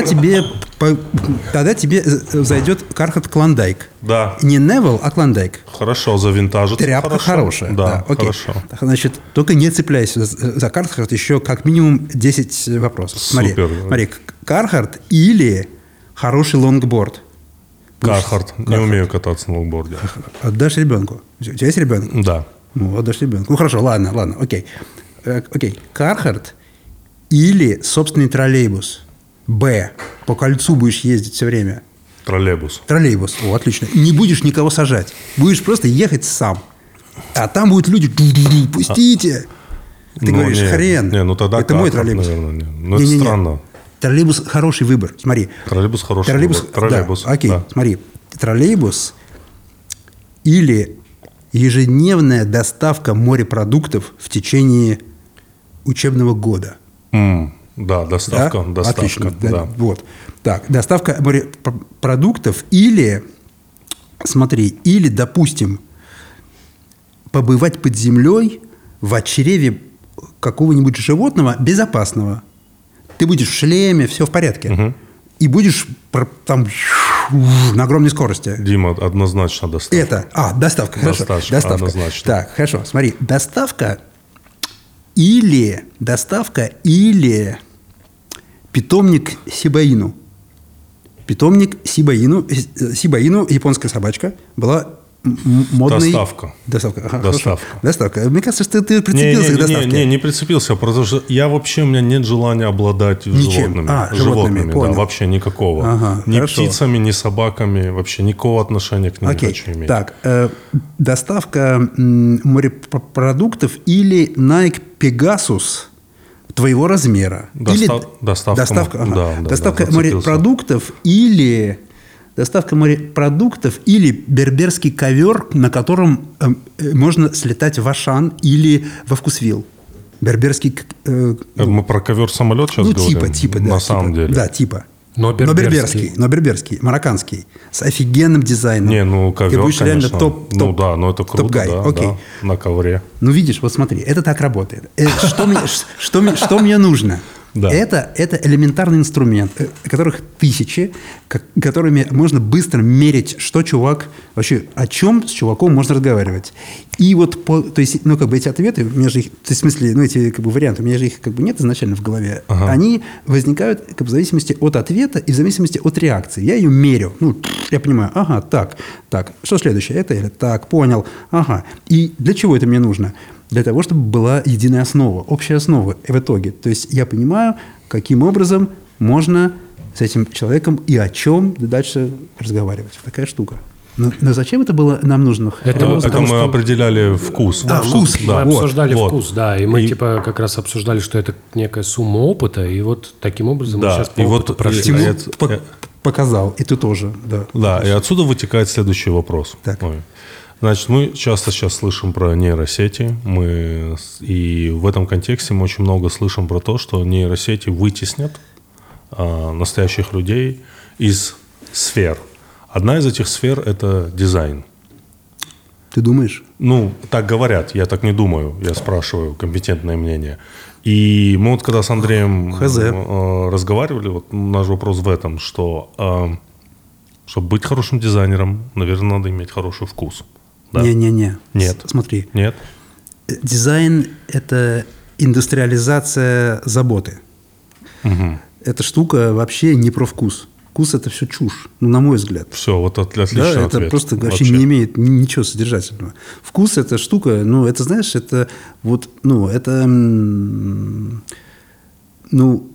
[SPEAKER 1] тебе зайдет Carhartt Klondike.
[SPEAKER 2] Да.
[SPEAKER 1] Не Neville, а Klondike.
[SPEAKER 2] Хорошо, за винтаж это
[SPEAKER 1] Тряпка
[SPEAKER 2] хорошо.
[SPEAKER 1] хорошая.
[SPEAKER 2] Да,
[SPEAKER 1] окей.
[SPEAKER 2] хорошо.
[SPEAKER 1] Значит, только не цепляйся за Carhartt, еще как минимум 10 вопросов.
[SPEAKER 2] Супер.
[SPEAKER 1] Смотри, Carhartt или хороший лонгборд.
[SPEAKER 2] Carhartt. Не умею кататься на лонгборде.
[SPEAKER 1] Отдашь ребенку. У тебя есть ребенок?
[SPEAKER 2] Да.
[SPEAKER 1] Ну, отдашь ребенку. Ну, хорошо, ладно, окей. Окей. Carhartt или собственный троллейбус. Б. По кольцу будешь ездить все время.
[SPEAKER 2] Троллейбус.
[SPEAKER 1] Троллейбус. Отлично. Не будешь никого сажать. Будешь просто ехать сам. А там будут люди, пустите. Ты говоришь, хрен.
[SPEAKER 2] Не, ну тогда
[SPEAKER 1] это мой
[SPEAKER 2] Carhartt,
[SPEAKER 1] троллейбус.
[SPEAKER 2] наверное, не. Ну, это странно.
[SPEAKER 1] Троллейбус хороший выбор. Смотри.
[SPEAKER 2] Троллейбус хороший
[SPEAKER 1] Троллейбус.
[SPEAKER 2] выбор. Троллейбус.
[SPEAKER 1] Да, окей.
[SPEAKER 2] Да.
[SPEAKER 1] Смотри. Троллейбус или ежедневная доставка морепродуктов в течение учебного года.
[SPEAKER 2] Да, доставка.
[SPEAKER 1] Да?
[SPEAKER 2] Доставка.
[SPEAKER 1] Отлично.
[SPEAKER 2] Да.
[SPEAKER 1] Вот. Так, доставка морепродуктов или, смотри, или, допустим, побывать под землей в чреве какого-нибудь животного безопасного. Ты будешь в шлеме, все в порядке. И будешь там на огромной скорости.
[SPEAKER 2] Дима, однозначно доставка.
[SPEAKER 1] Доставка, хорошо. Доставка.
[SPEAKER 2] Однозначно.
[SPEAKER 1] Так, хорошо, смотри, доставка или питомник Сибаину. Питомник Сибаину, японская собачка, была модной...
[SPEAKER 2] Доставка.
[SPEAKER 1] Ага,
[SPEAKER 2] Доставка.
[SPEAKER 1] хорошо. Доставка. Мне кажется, что ты прицепился к доставке.
[SPEAKER 2] Не прицепился, потому что у меня нет желания обладать животными.
[SPEAKER 1] Животными, понял.
[SPEAKER 2] Да, вообще никакого.
[SPEAKER 1] Ага,
[SPEAKER 2] ни
[SPEAKER 1] хорошо.
[SPEAKER 2] птицами, ни собаками, вообще никакого отношения к ним не хочу иметь.
[SPEAKER 1] Так, доставка морепродуктов или Nike Pegasus твоего размера.
[SPEAKER 2] Доставка.
[SPEAKER 1] Доставка морепродуктов или... Доставка морепродуктов или берберский ковер, на котором можно слетать в Ашан или во Вкусвилл. Берберский...
[SPEAKER 2] Мы про ковер-самолет сейчас говорим?
[SPEAKER 1] Типа,
[SPEAKER 2] На самом деле.
[SPEAKER 1] Да, типа.
[SPEAKER 4] Но
[SPEAKER 1] берберский, марокканский, с офигенным дизайном.
[SPEAKER 2] Ковер,
[SPEAKER 1] ты будешь
[SPEAKER 2] конечно.
[SPEAKER 1] реально топ.
[SPEAKER 2] Но это круто,
[SPEAKER 1] топ-гай. Окей.
[SPEAKER 2] На ковре.
[SPEAKER 1] Ну, видишь, вот смотри, это так работает. Что мне нужно?
[SPEAKER 2] Да.
[SPEAKER 1] Это элементарный инструмент, которых тысячи, которыми можно быстро мерить, что чувак... Вообще, о чем с чуваком можно разговаривать. И вот, то есть, ну, как бы эти ответы, у меня же их... То есть, в смысле, ну, эти как бы варианты, у меня же их как бы нет изначально в голове.
[SPEAKER 2] Ага.
[SPEAKER 1] Они возникают как бы в зависимости от ответа и в зависимости от реакции. Я ее мерю. Ну, я понимаю, ага, так. Что следующее? Это или так, понял. Ага. И для чего это мне нужно? Для того, чтобы была единая основа, общая основа в итоге. То есть я понимаю, каким образом можно с этим человеком и о чем дальше разговаривать. Такая штука. Но зачем это было нам нужно?
[SPEAKER 2] Это мы определяли вкус.
[SPEAKER 1] Да, вкус.
[SPEAKER 4] Мы обсуждали
[SPEAKER 2] вот.
[SPEAKER 4] вкус, да. И мы типа как раз обсуждали, что это некая сумма опыта. И вот таким образом мы сейчас по опыту прошли.
[SPEAKER 1] Тимур показал, и ты тоже.
[SPEAKER 2] Да, и отсюда вытекает следующий вопрос.
[SPEAKER 1] Так.
[SPEAKER 2] Значит, мы часто сейчас слышим про нейросети, и в этом контексте мы очень много слышим про то, что нейросети вытеснят настоящих людей из сфер. Одна из этих сфер – это дизайн.
[SPEAKER 1] Ты думаешь?
[SPEAKER 2] Ну, так говорят, я так не думаю, я спрашиваю компетентное мнение. И мы вот когда с Андреем разговаривали, вот наш вопрос в этом, что чтобы быть хорошим дизайнером, наверное, надо иметь хороший вкус. Да?
[SPEAKER 1] Не-не-не.
[SPEAKER 2] Нет.
[SPEAKER 1] Смотри.
[SPEAKER 2] Нет?
[SPEAKER 1] Дизайн – это индустриализация заботы.
[SPEAKER 2] Угу.
[SPEAKER 1] Эта штука вообще не про вкус. Вкус – это все чушь, ну, на мой взгляд.
[SPEAKER 2] Все, вот отличный
[SPEAKER 1] да,
[SPEAKER 2] ответ.
[SPEAKER 1] Это просто вообще не имеет ничего содержательного. Вкус – это штука, ну, это, знаешь, это вот, ну, это, ну,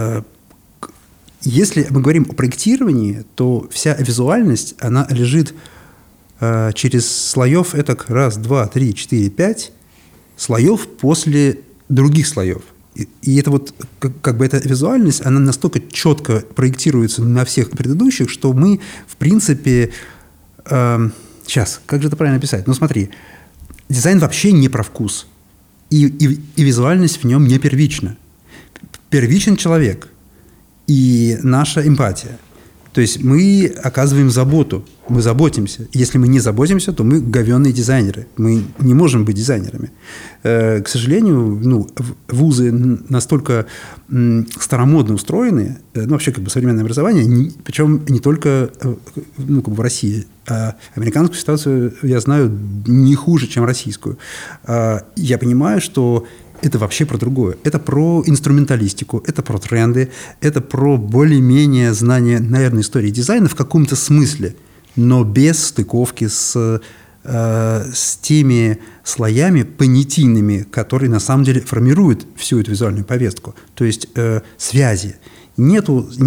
[SPEAKER 1] если мы говорим о проектировании, то вся визуальность, она лежит через слоев, это 1, 2, 3, 4, 5 слоев после других слоев. И это вот, как бы эта визуальность, она настолько четко проектируется на всех предыдущих, что мы, в принципе, сейчас, как же это правильно писать? Ну, смотри, дизайн вообще не про вкус. И визуальность в нем не первична. Первичен человек и наша эмпатия. То есть мы оказываем заботу, мы заботимся. Если мы не заботимся, то мы говенные дизайнеры. Мы не можем быть дизайнерами. К сожалению, ну, вузы настолько старомодно устроены, ну, вообще как бы современное образование, причем не только ну, как бы в России. А американскую ситуацию я знаю не хуже, чем российскую. Я понимаю, что это вообще про другое. Это про инструменталистику, это про тренды, это про более-менее знание, наверное, истории дизайна в каком-то смысле, но без стыковки с теми слоями понятийными, которые на самом деле формируют всю эту визуальную повестку. То есть связи. Нет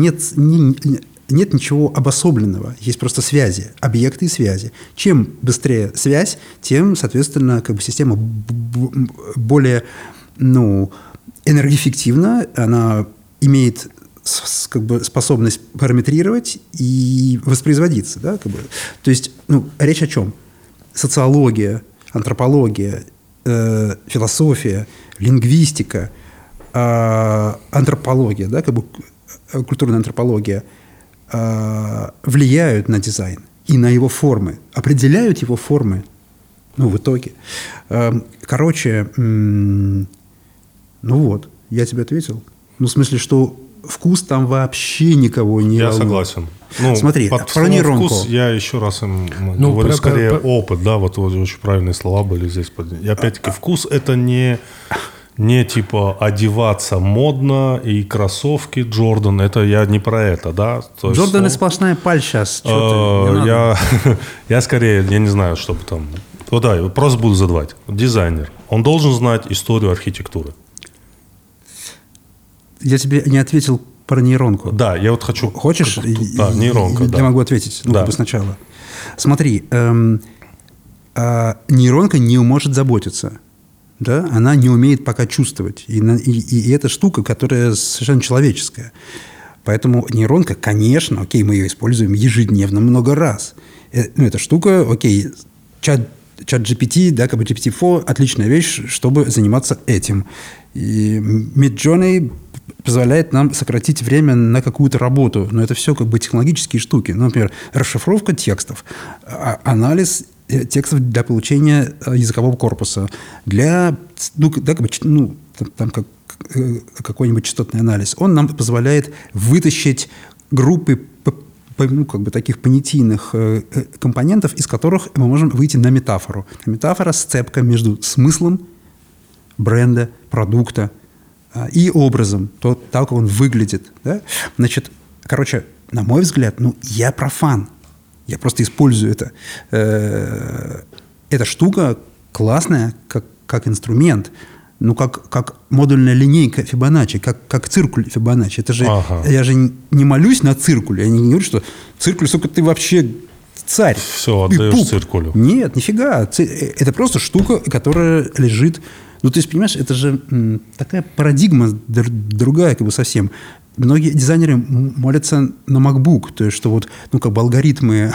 [SPEAKER 1] ничего обособленного, есть просто связи, объекты и связи. Чем быстрее связь, тем, соответственно, как бы система более энергоэффективна, она имеет как бы способность параметрировать и воспроизводиться. Да, как бы. То есть речь о чем? Социология, антропология, философия, лингвистика, антропология, да, как бы культурная антропология влияют на дизайн и на его формы, определяют его формы, в итоге. Короче, вот, я тебе ответил. В смысле, что вкус там вообще никого не волнует.
[SPEAKER 2] Я согласен.
[SPEAKER 1] Смотри, про нейронку.
[SPEAKER 2] Вкус я еще раз им говорю, скорее опыт, да, вот очень правильные слова были здесь. И опять-таки, вкус – это не типа одеваться модно и кроссовки Джордан. Это я не про это, да.
[SPEAKER 1] Джордан – сплошная паль сейчас.
[SPEAKER 2] Я скорее, я не знаю, что бы там. Вот да, вопрос буду задавать. Дизайнер. Он должен знать историю архитектуры.
[SPEAKER 1] Я тебе не ответил про нейронку.
[SPEAKER 2] Да, я вот хочу...
[SPEAKER 1] Хочешь?
[SPEAKER 2] Да, нейронка, да.
[SPEAKER 1] Я могу ответить, как бы сначала. Смотри, нейронка не может заботиться. Да? Она не умеет пока чувствовать. И это штука, которая совершенно человеческая. Поэтому нейронка, конечно, окей, мы ее используем ежедневно много раз. Эта штука, окей, чат GPT, да, как бы GPT-4 – отличная вещь, чтобы заниматься этим. И Midjourney позволяет нам сократить время на какую-то работу. Но это все как бы технологические штуки. Например, расшифровка текстов, анализ текстов для получения языкового корпуса, для какой-нибудь частотный анализ. Он нам позволяет вытащить группы таких понятийных компонентов, из которых мы можем выйти на метафору. Метафора – сцепка между смыслом бренда, продукта и образом, так как он выглядит. Да? Значит, на мой взгляд, я профан. Я просто использую это. Эта штука классная, как инструмент. Как модульная линейка Фибоначчи, как циркуль Фибоначчи. Это же, я же не молюсь на циркуле. Я не говорю, что циркуль, сука, ты вообще царь.
[SPEAKER 2] Все, отдаешь циркулю.
[SPEAKER 1] Нет, нифига. Это просто штука, которая лежит... то есть, понимаешь, это же такая парадигма другая совсем. Многие дизайнеры молятся на MacBook. То есть, что алгоритмы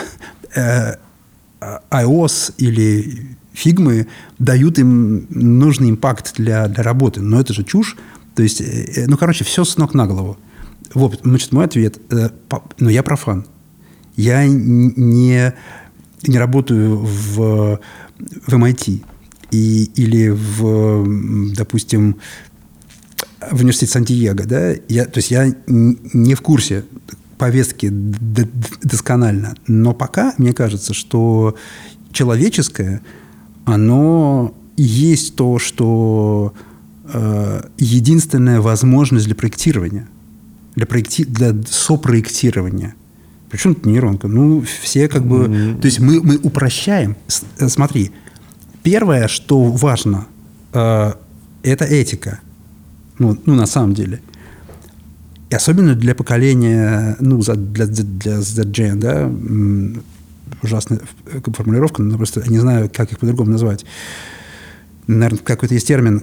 [SPEAKER 1] iOS или Фигмы дают им нужный импакт для работы. Но это же чушь. То есть, все с ног на голову. Значит, мой ответ. Я профан. Я не работаю в MIT или допустим, в университете Сан-Диего. Да? Я не в курсе повестки досконально. Но пока мне кажется, что человеческое, оно есть то, что единственная возможность для проектирования, для сопроектирования. Причем тут нейронка? Все То есть мы упрощаем. Смотри, первое, что важно, это этика. На самом деле. И особенно для поколения, для Z-Gen, да, ужасная формулировка, но просто я не знаю, как их по-другому назвать. Наверное, какой-то есть термин.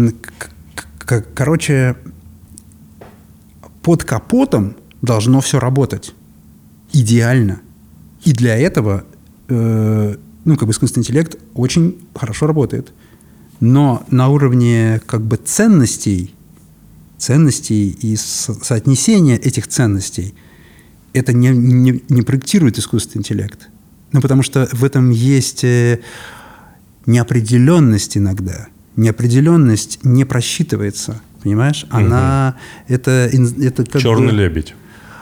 [SPEAKER 1] Под капотом должно все работать идеально. И для этого искусственный интеллект очень хорошо работает. Но на уровне ценностей и соотнесения этих ценностей это не проектирует искусственный интеллект. Потому что в этом есть неопределенность иногда. Неопределенность не просчитывается. Понимаешь? Она... Это
[SPEAKER 2] «Черный лебедь».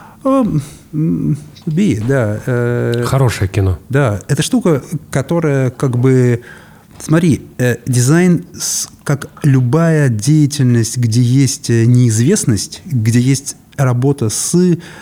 [SPEAKER 1] Да.
[SPEAKER 4] Хорошее кино.
[SPEAKER 1] Да. Это штука, которая Смотри, дизайн, как любая деятельность, где есть неизвестность, где есть работа с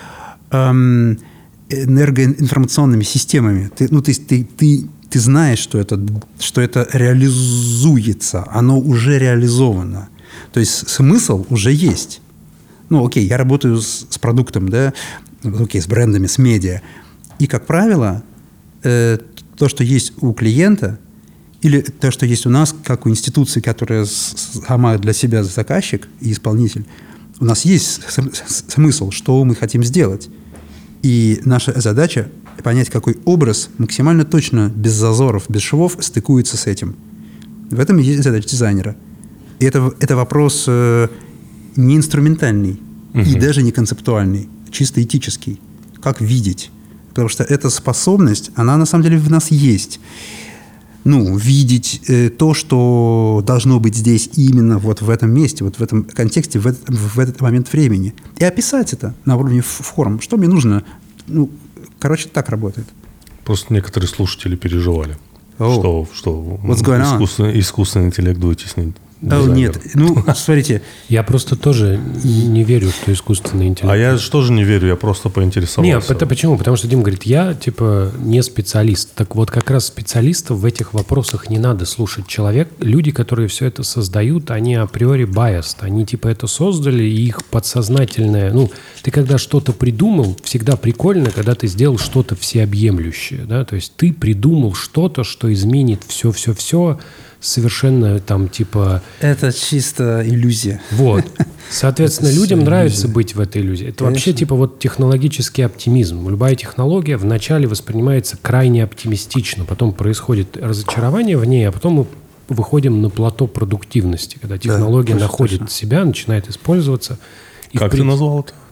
[SPEAKER 1] энергоинформационными системами. Ты знаешь, что это реализуется, оно уже реализовано. То есть смысл уже есть. Я работаю с продуктом, да, с брендами, с медиа. И, как правило, то, что есть у клиента, или то, что есть у нас, как у институции, которая сама для себя заказчик и исполнитель, у нас есть смысл, что мы хотим сделать. И наша задача понять, какой образ максимально точно, без зазоров, без швов, стыкуется с этим. В этом и есть задача дизайнера. И это вопрос не инструментальный и даже не концептуальный, чисто этический. Как видеть? Потому что эта способность, она на самом деле в нас есть. Видеть то, что должно быть здесь именно в этом месте, в этом контексте, в этот момент времени. И описать это на уровне форм. Что мне нужно? Так работает.
[SPEAKER 2] Просто некоторые слушатели переживали, что искусственный интеллект вытеснит дизайнера.
[SPEAKER 1] Нет. Смотрите.
[SPEAKER 4] Я просто тоже не верю, что искусственный интеллект...
[SPEAKER 2] А я тоже не верю, я просто поинтересовался.
[SPEAKER 4] Нет, это почему? Потому что Дима говорит, я, не специалист. Так вот, как раз специалистов в этих вопросах не надо слушать. Люди, которые все это создают, они априори biased. Они, это создали, и их подсознательное... ты когда что-то придумал, всегда прикольно, когда ты сделал что-то всеобъемлющее, да? То есть ты придумал что-то, что изменит все-все-все, совершенно
[SPEAKER 1] Это чисто иллюзия.
[SPEAKER 4] Вот. Соответственно, людям нравится быть в этой иллюзии. Это вообще технологический оптимизм. Любая технология вначале воспринимается крайне оптимистично, потом происходит разочарование в ней, а потом мы выходим на плато продуктивности, когда технология находит себя, начинает использоваться.
[SPEAKER 2] Как ты назвал это?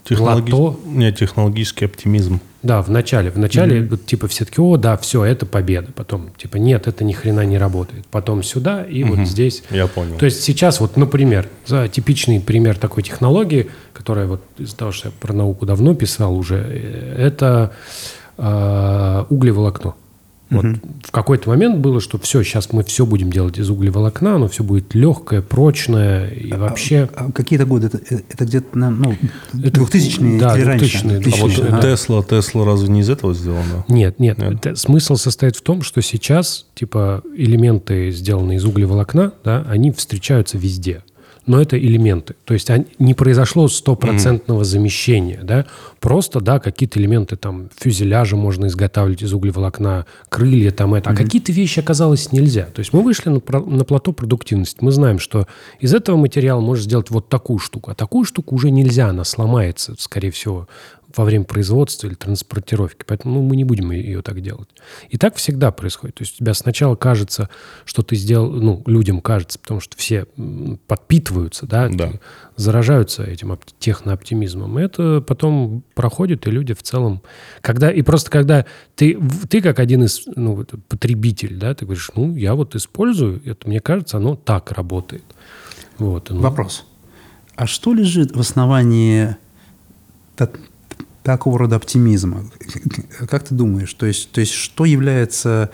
[SPEAKER 4] плато.
[SPEAKER 2] Нет, технологический оптимизм.
[SPEAKER 4] Да, в начале вот, типа все таки, о, да, все, это победа. Потом, типа, нет, это ни хрена не работает. Потом сюда и вот здесь.
[SPEAKER 2] Я понял.
[SPEAKER 4] То есть сейчас вот, например, типичный пример такой технологии, которая вот из-за того, что я про науку давно писал уже, это углеволокно. Вот в какой-то момент было, что все, сейчас мы все будем делать из углеволокна, оно все будет легкое, прочное и вообще...
[SPEAKER 1] Какие-то годы? Это где-то на 2000-е
[SPEAKER 4] да,
[SPEAKER 1] или раньше?
[SPEAKER 4] 2000-е.
[SPEAKER 2] А вот Тесла разве не из этого сделана?
[SPEAKER 4] Нет. Смысл состоит в том, что сейчас типа элементы, сделанные из углеволокна, да, они встречаются везде. Но это элементы. То есть не произошло стопроцентного замещения. Да? Просто, да, какие-то элементы там фюзеляжа можно изготавливать из углеволокна, крылья там это. А какие-то вещи оказалось нельзя. То есть мы вышли на плато продуктивности. Мы знаем, что из этого материала можно сделать вот такую штуку. А такую штуку уже нельзя, она сломается, скорее всего, во время производства или транспортировки. Поэтому мы не будем ее так делать. И так всегда происходит. То есть у тебя сначала кажется, что ты сделал, людям кажется, потому что все подпитываются, да. Заражаются этим технооптимизмом. И это потом проходит, и люди в целом... Когда ты как один из потребитель, да, ты говоришь, я вот использую, это, мне кажется, оно так работает. Вот.
[SPEAKER 1] Вопрос. А что лежит в основании такого рода оптимизма? Как ты думаешь? То есть что является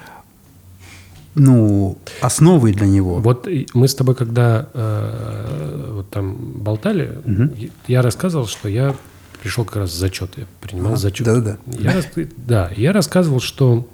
[SPEAKER 1] основой для него?
[SPEAKER 4] Вот мы с тобой, когда вот там болтали, я рассказывал, что я пришел как раз с зачета. Я принимал зачет.
[SPEAKER 1] Да.
[SPEAKER 4] Я рассказывал, что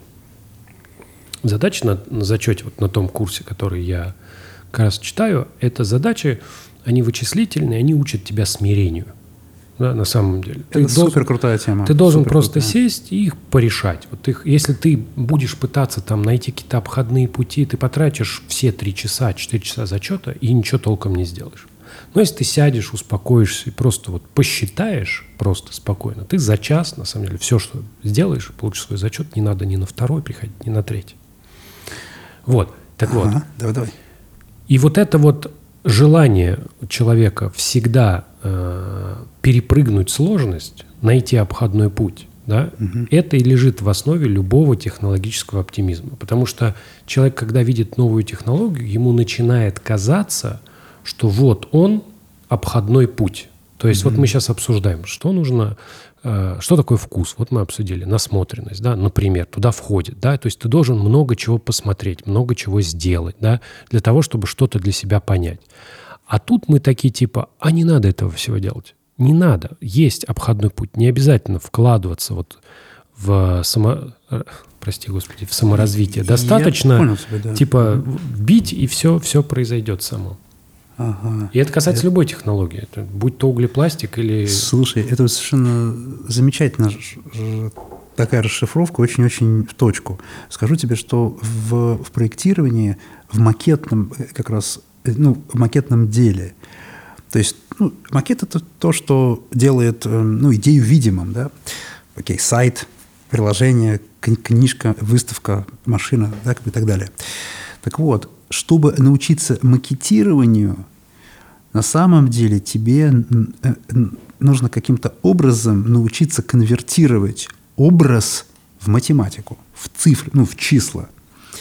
[SPEAKER 4] задача на зачете, вот на том курсе, который я как раз читаю, это задачи, они вычислительные, они учат тебя смирению. Да, на самом деле.
[SPEAKER 1] Это супер крутая тема.
[SPEAKER 4] Ты должен просто сесть и их порешать. Вот если ты будешь пытаться там найти какие-то обходные пути, ты потратишь все 3 часа, 4 часа зачета и ничего толком не сделаешь. Но если ты сядешь, успокоишься и просто вот посчитаешь просто спокойно, ты за час, на самом деле, все, что сделаешь, получишь свой зачет, не надо ни на 2-й приходить, ни на 3-й. Вот. Так вот.
[SPEAKER 1] Давай.
[SPEAKER 4] И вот это вот желание человека всегда перепрыгнуть сложность, найти обходной путь, да, это и лежит в основе любого технологического оптимизма. Потому что человек, когда видит новую технологию, ему начинает казаться, что вот он обходной путь. То есть вот мы сейчас обсуждаем, что нужно, что такое вкус. Вот мы обсудили насмотренность, да, например, туда входит, да, то есть ты должен много чего посмотреть, много чего сделать, да, для того, чтобы что-то для себя понять. А тут мы такие типа, не надо этого всего делать. Не надо. Есть обходной путь. Не обязательно вкладываться вот в саморазвитие. Достаточно типа бить, и все произойдет само.
[SPEAKER 1] Ага.
[SPEAKER 4] И это касается любой технологии. Это, будь то углепластик или...
[SPEAKER 1] Слушай, это совершенно замечательно. Такая расшифровка очень-очень в точку. Скажу тебе, что в проектировании, в макетном как раз... в макетном деле. То есть, макет – это то, что делает, идею видимым, да? Окей, сайт, приложение, книжка, выставка, машина, да, и так далее. Так вот, чтобы научиться макетированию, на самом деле тебе нужно каким-то образом научиться конвертировать образ в математику, в цифры, в числа.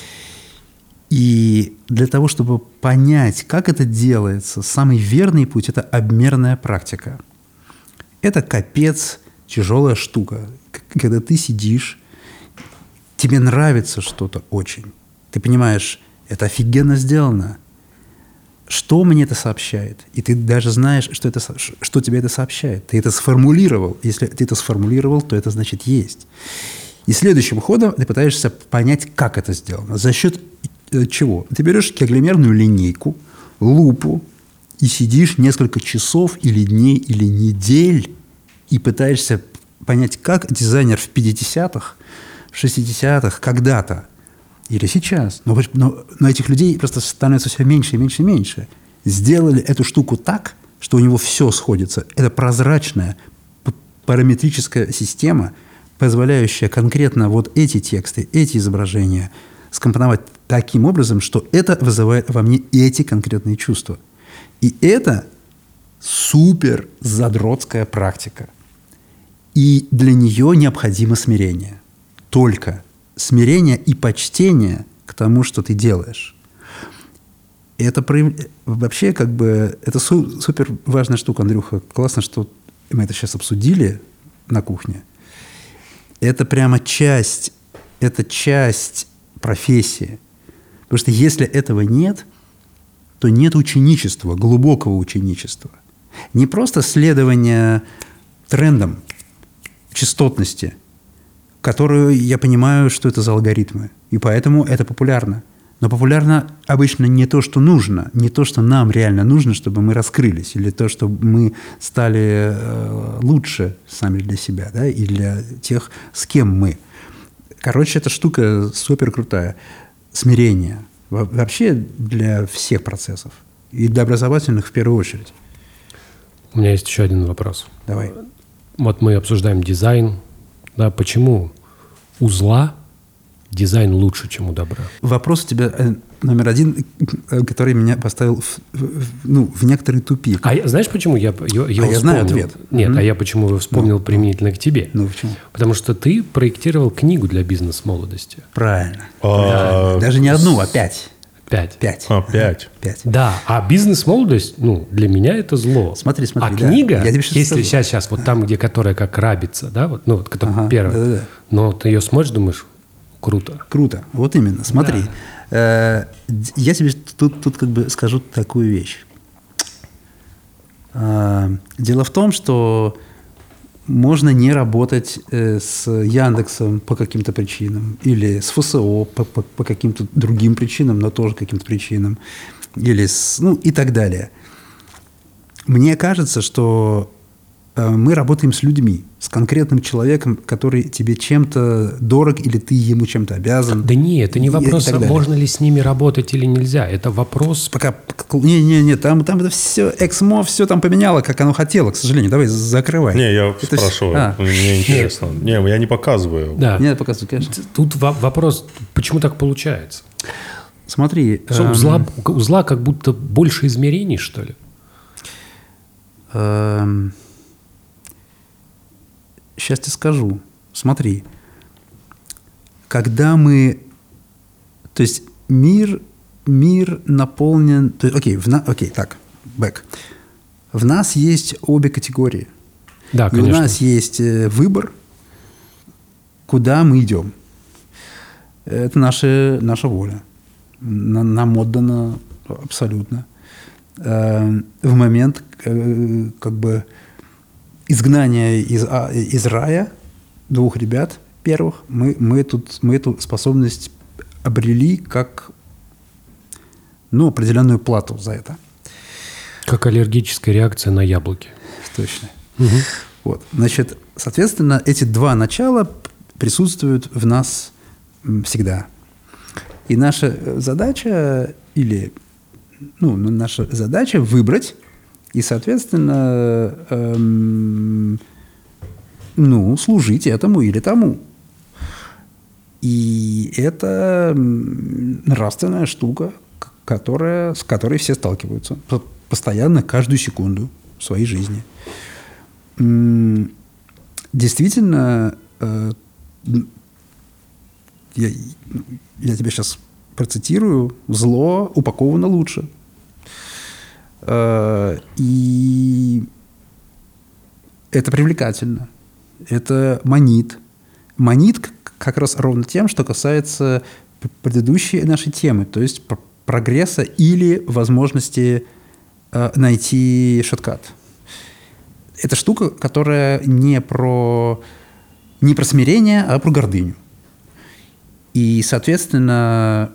[SPEAKER 1] И для того, чтобы понять, как это делается, самый верный путь – это обмерная практика. Это капец тяжелая штука. Когда ты сидишь, тебе нравится что-то очень. Ты понимаешь, это офигенно сделано. Что мне это сообщает? И ты даже знаешь, что тебе это сообщает. Ты это сформулировал. Если ты это сформулировал, то это значит есть. И следующим ходом ты пытаешься понять, как это сделано. За счет чего? Ты берешь кеглемерную линейку, лупу и сидишь несколько часов или дней, или недель и пытаешься понять, как дизайнер в 50-х, в 60-х, когда-то или сейчас, но этих людей просто становится все меньше и меньше и меньше, сделали эту штуку так, что у него все сходится. Это прозрачная параметрическая система, позволяющая конкретно вот эти тексты, эти изображения скомпоновать таким образом, что это вызывает во мне эти конкретные чувства. И это супер задротская практика. И для нее необходимо смирение. Только смирение и почтение к тому, что ты делаешь. Это вообще как бы это супер важная штука, Андрюха. Классно, что мы это сейчас обсудили на кухне. Это прямо часть профессии. Потому что если этого нет, то нет ученичества, глубокого ученичества. Не просто следование трендам, частотности, которую я понимаю, что это за алгоритмы. И поэтому это популярно. Но популярно обычно не то, что нужно, не то, что нам реально нужно, чтобы мы раскрылись, или то, чтобы мы стали лучше сами для себя, да, и для тех, с кем мы. Короче, эта штука супер крутая. Смирение. Вообще для всех процессов. И для образовательных в первую очередь.
[SPEAKER 4] У меня есть еще один вопрос.
[SPEAKER 1] Давай.
[SPEAKER 4] Вот мы обсуждаем дизайн. Да, почему у зла дизайн лучше, чем у добра?
[SPEAKER 1] Вопрос у тебя номер один, который меня поставил в некоторый тупик.
[SPEAKER 4] Знаешь, почему я его
[SPEAKER 1] я знаю ответ.
[SPEAKER 4] Нет, а я почему его вспомнил применительно к тебе?
[SPEAKER 1] Ну, почему?
[SPEAKER 4] Потому что ты проектировал книгу для бизнес-молодости.
[SPEAKER 1] Правильно. Даже не одну, а 5.
[SPEAKER 4] 5.
[SPEAKER 1] 5.
[SPEAKER 2] 5.
[SPEAKER 1] Да.
[SPEAKER 4] А бизнес-молодость, для меня это зло.
[SPEAKER 1] Смотри.
[SPEAKER 4] А
[SPEAKER 1] да.
[SPEAKER 4] книга,
[SPEAKER 1] я тебе
[SPEAKER 4] если сейчас, вот там, где которая как рабица, да, вот которая первая,
[SPEAKER 1] да.
[SPEAKER 4] но ты ее смотришь, думаешь, круто.
[SPEAKER 1] Круто. Вот именно. Смотри. Я тебе тут как бы скажу такую вещь. Дело в том, что можно не работать с Яндексом по каким-то причинам, или с ФСО по каким-то другим причинам, но тоже каким-то причинам, или и так далее. Мне кажется, что мы работаем с людьми, с конкретным человеком, который тебе чем-то дорог, или ты ему чем-то обязан.
[SPEAKER 4] Да нет, это не вопрос, можно ли с ними работать или нельзя. Это вопрос...
[SPEAKER 1] Там это все, Эксмо все там поменяло, как оно хотело, к сожалению. Давай, закрывай.
[SPEAKER 2] Не, я спрашиваю. Мне интересно. Не, я не показываю.
[SPEAKER 4] Да.
[SPEAKER 1] Нет, показываю, конечно.
[SPEAKER 4] Тут вопрос, почему так получается?
[SPEAKER 1] Смотри.
[SPEAKER 4] У зла как будто больше измерений, что ли?
[SPEAKER 1] Сейчас тебе скажу. Смотри. Когда мы... То есть мир наполнен... Так, бэк. В нас есть обе категории.
[SPEAKER 4] Да, конечно.
[SPEAKER 1] И у нас есть выбор, куда мы идем. Это наша воля. Нам отдано абсолютно. В момент как бы изгнания из рая двух ребят первых мы эту способность обрели как определенную плату за это.
[SPEAKER 4] Как аллергическая реакция на яблоки.
[SPEAKER 1] Точно. Вот. Значит, соответственно, эти два начала присутствуют в нас всегда. И наша задача наша задача выбрать и, соответственно, служить этому или тому. И это нравственная штука, с которой все сталкиваются постоянно, каждую секунду в своей жизни. Действительно, я тебе сейчас процитирую: зло упаковано лучше. И это привлекательно. Это манит. Манит как раз ровно тем, что касается предыдущей нашей темы, то есть прогресса или возможности найти шорткат. Это штука, которая не про смирение, а про гордыню. И, соответственно,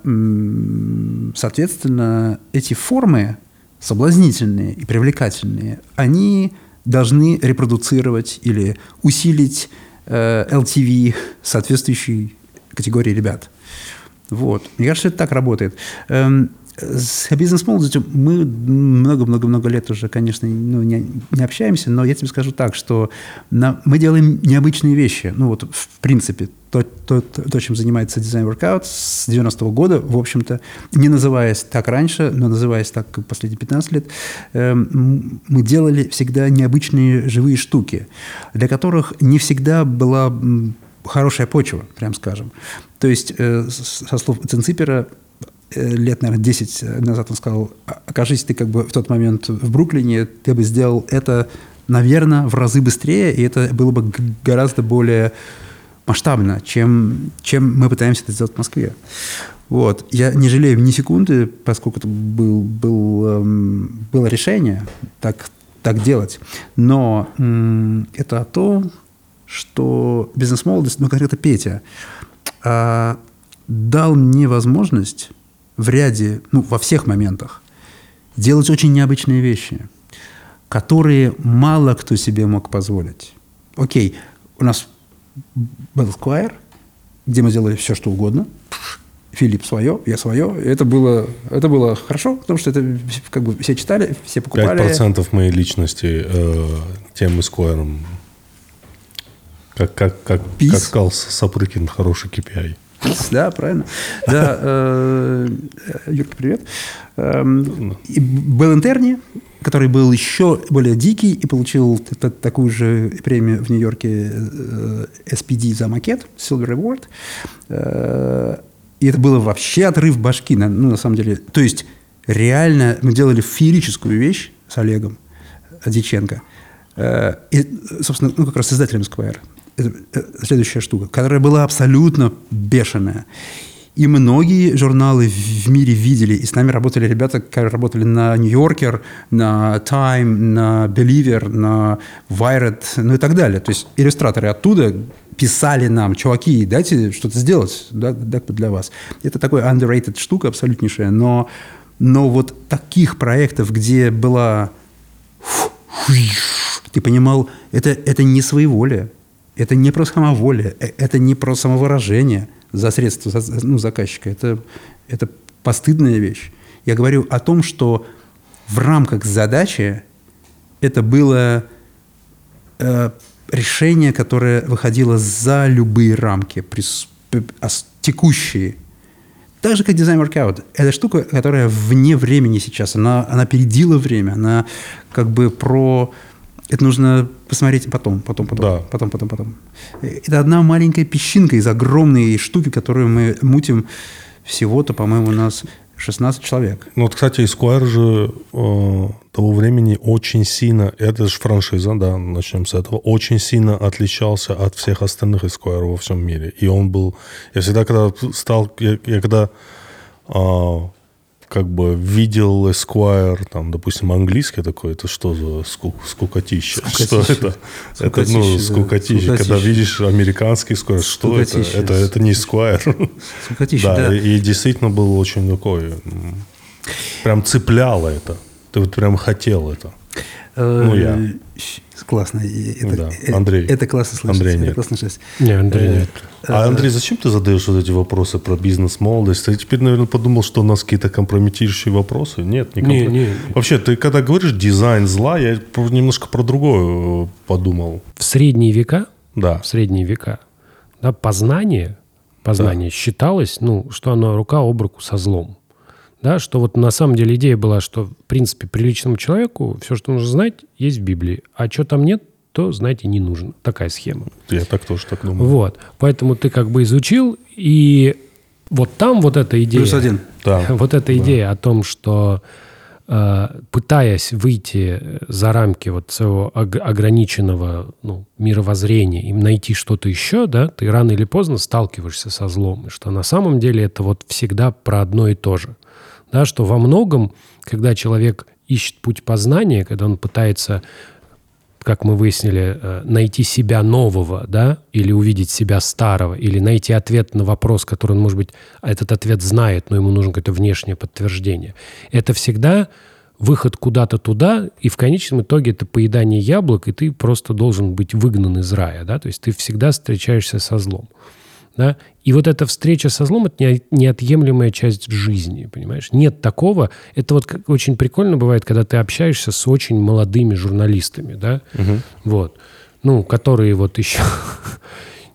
[SPEAKER 1] эти формы соблазнительные и привлекательные, они должны репродуцировать или усилить LTV соответствующей категории ребят. Вот. Мне кажется, это так работает. С бизнес-молодостью мы много-много-много лет уже, конечно, не общаемся, но я тебе скажу так, что мы делаем необычные вещи. В принципе, то, чем занимается Design Workout с 90-го года, в общем-то, не называясь так раньше, но называясь так последние 15 лет, мы делали всегда необычные живые штуки, для которых не всегда была хорошая почва, прям скажем. То есть, со слов Цинципера, лет, наверное, 10 назад он сказал: окажись ты как бы в тот момент в Бруклине, ты бы сделал это, наверное, в разы быстрее, и это было бы гораздо более масштабно, чем мы пытаемся это сделать в Москве. Вот. Я не жалею ни секунды, поскольку это было решение так делать. Но это то, что бизнес-молодость, конкретно Петя, дал мне возможность в ряде, во всех моментах делать очень необычные вещи, которые мало кто себе мог позволить. Окей, у нас был Esquire, где мы делали все, что угодно. Филипп свое, я свое. Это было хорошо, потому что это как бы все читали, все покупали.
[SPEAKER 2] 5% моей личности тем Esquire. Как сказал Сапрыкин, хороший KPI.
[SPEAKER 1] Да, правильно. Да, Юрка, привет. И был Интерни, который был еще более дикий и получил такую же премию в Нью-Йорке SPD за макет, Silver Award. И это было вообще отрыв башки, на самом деле. То есть, реально мы делали феерическую вещь с Олегом Дьяченко. И, собственно, как раз с издателем Esquire. Это следующая штука, которая была абсолютно бешеная. И многие журналы в мире видели, и с нами работали ребята, которые работали на Нью-Йоркер, на Time, на Believer, на Wired, и так далее. То есть иллюстраторы оттуда писали нам: чуваки, дайте что-то сделать для вас. Это такая underrated штука абсолютнейшая, но вот таких проектов, где была... Ты понимал, это не своеволие. Это не про самоволие, это не про самовыражение за средства заказчика. Это постыдная вещь. Я говорю о том, что в рамках задачи это было решение, которое выходило за любые рамки, текущие. Так же, как Design Workout. Это штука, которая вне времени сейчас. Она опередила время. Она как бы про... Это нужно посмотреть потом.
[SPEAKER 2] Да.
[SPEAKER 1] Потом. Это одна маленькая песчинка из огромной штуки, которую мы мутим всего-то, по-моему, у нас 16 человек.
[SPEAKER 2] Кстати, Esquire же того времени очень сильно, это же франшиза, да, начнем с этого, очень сильно отличался от всех остальных Esquire во всем мире. И он был... Я всегда, когда как бы видел Esquire, там, допустим, английский такой, это что за скукотища? Что это? Это, скукотища. Когда видишь американский Esquire, что это? Это не Esquire.
[SPEAKER 1] Скукотища,
[SPEAKER 2] да. И действительно был очень такой... Прям цепляло это. Ты вот прям хотел это. Я.
[SPEAKER 1] Классно.
[SPEAKER 2] Андрей.
[SPEAKER 1] Это классно слышать.
[SPEAKER 2] Андрей нет.
[SPEAKER 1] Это классно слышать.
[SPEAKER 4] Не, Андрей нет.
[SPEAKER 2] Андрей, зачем ты задаешь вот эти вопросы про бизнес-молодость? Ты теперь, наверное, подумал, что у нас какие-то компрометирующие вопросы? Нет, не. Вообще, ты когда говоришь дизайн зла, я немножко про другое подумал.
[SPEAKER 4] В средние века,
[SPEAKER 2] да,
[SPEAKER 4] познание считалось, что оно рука об руку со злом. Да, что вот на самом деле идея была, что, в принципе, приличному человеку все, что нужно знать, есть в Библии. А что там нет, то знать и не нужно. Такая схема.
[SPEAKER 2] Я тоже так думаю.
[SPEAKER 4] Вот. Поэтому ты как бы изучил, и вот там вот эта идея...
[SPEAKER 1] +1.
[SPEAKER 2] Да.
[SPEAKER 4] Вот эта идея о том, что пытаясь выйти за рамки вот своего ограниченного мировоззрения и найти что-то еще, да, ты рано или поздно сталкиваешься со злом. И что на самом деле это вот всегда про одно и то же. Да, что во многом, когда человек ищет путь познания, когда он пытается, как мы выяснили, найти себя нового, да, или увидеть себя старого, или найти ответ на вопрос, который он, может быть, этот ответ знает, но ему нужно какое-то внешнее подтверждение. Это всегда выход куда-то туда, и в конечном итоге это поедание яблок, и ты просто должен быть выгнан из рая, да, то есть ты всегда встречаешься со злом. Да? И вот эта встреча со злом – это неотъемлемая часть жизни, понимаешь? Нет такого. Это вот очень прикольно бывает, когда ты общаешься с очень молодыми журналистами, да? Вот. Которые вот еще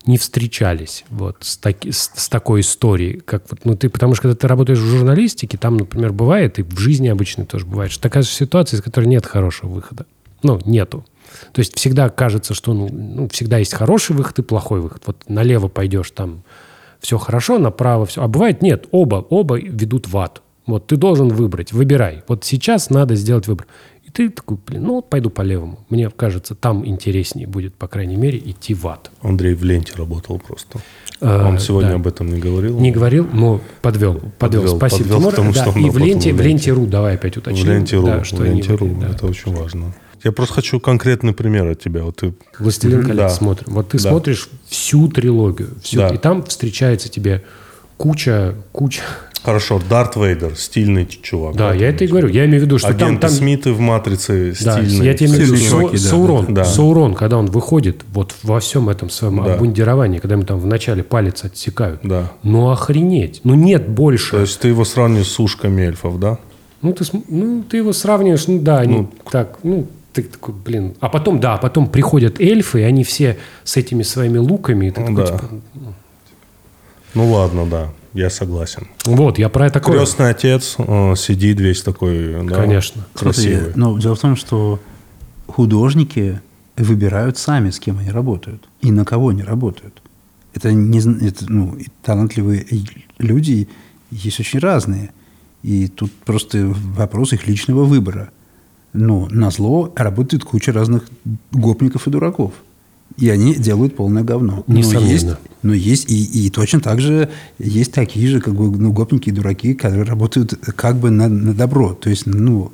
[SPEAKER 4] не встречались вот с такой историей. Как вот, ну, потому что когда ты работаешь в журналистике, там, например, бывает, и в жизни обычно тоже бывает, что такая ситуация, из которой нет хорошего выхода. Ну, нету. То есть всегда кажется, что всегда есть хороший выход и плохой выход. Вот налево пойдешь, там все хорошо, направо все. А бывает нет, оба ведут в ад. Вот ты должен выбрать, выбирай. Вот сейчас надо сделать выбор. И ты такой, пойду по левому. Мне кажется, там интереснее будет, по крайней мере, идти в ад.
[SPEAKER 2] Андрей в ленте работал просто. Он сегодня об этом не говорил.
[SPEAKER 4] Не говорил, но подвел. Спасибо, Тимур.
[SPEAKER 2] Потому что
[SPEAKER 4] и в ленте.ру, давай опять уточним.
[SPEAKER 2] В ленте.ру,
[SPEAKER 4] да.
[SPEAKER 2] Это очень важно. Я просто хочу конкретный пример от тебя. Вот ты...
[SPEAKER 4] «Властелин колец» смотрим. Вот ты смотришь всю трилогию,
[SPEAKER 2] Да.
[SPEAKER 4] и там встречается тебе куча...
[SPEAKER 2] Хорошо, Дарт Вейдер, стильный чувак.
[SPEAKER 4] Да, я это и говорю. Я имею в виду, что
[SPEAKER 2] агенты Смиты в «Матрице» стильные.
[SPEAKER 4] Я тебе имею в виду Саурон.
[SPEAKER 2] Да.
[SPEAKER 4] Саурон, когда он выходит вот во всем этом своем обмундировании, когда ему там вначале палец отсекают.
[SPEAKER 2] Да.
[SPEAKER 4] Ну, охренеть. Ну, нет больше.
[SPEAKER 2] То есть ты его сравниваешь с ушками эльфов, да?
[SPEAKER 4] Ты его сравниваешь, ты такой, блин. А потом приходят эльфы, и они все с этими своими луками. И ты такой,
[SPEAKER 2] да. Ну, ладно, да. Я согласен.
[SPEAKER 4] Вот, я про это такое.
[SPEAKER 2] Крестный отец сидит весь такой,
[SPEAKER 4] конечно.
[SPEAKER 2] Красивый.
[SPEAKER 1] Смотри, но дело в том, что художники выбирают сами, с кем они работают и на кого они работают. Талантливые люди есть очень разные. И тут просто вопрос их личного выбора. Но назло работает куча разных гопников и дураков. И они делают полное говно.
[SPEAKER 4] Несомненно.
[SPEAKER 1] Но есть и точно так же есть такие же гопники и дураки, которые работают как бы на добро. То есть,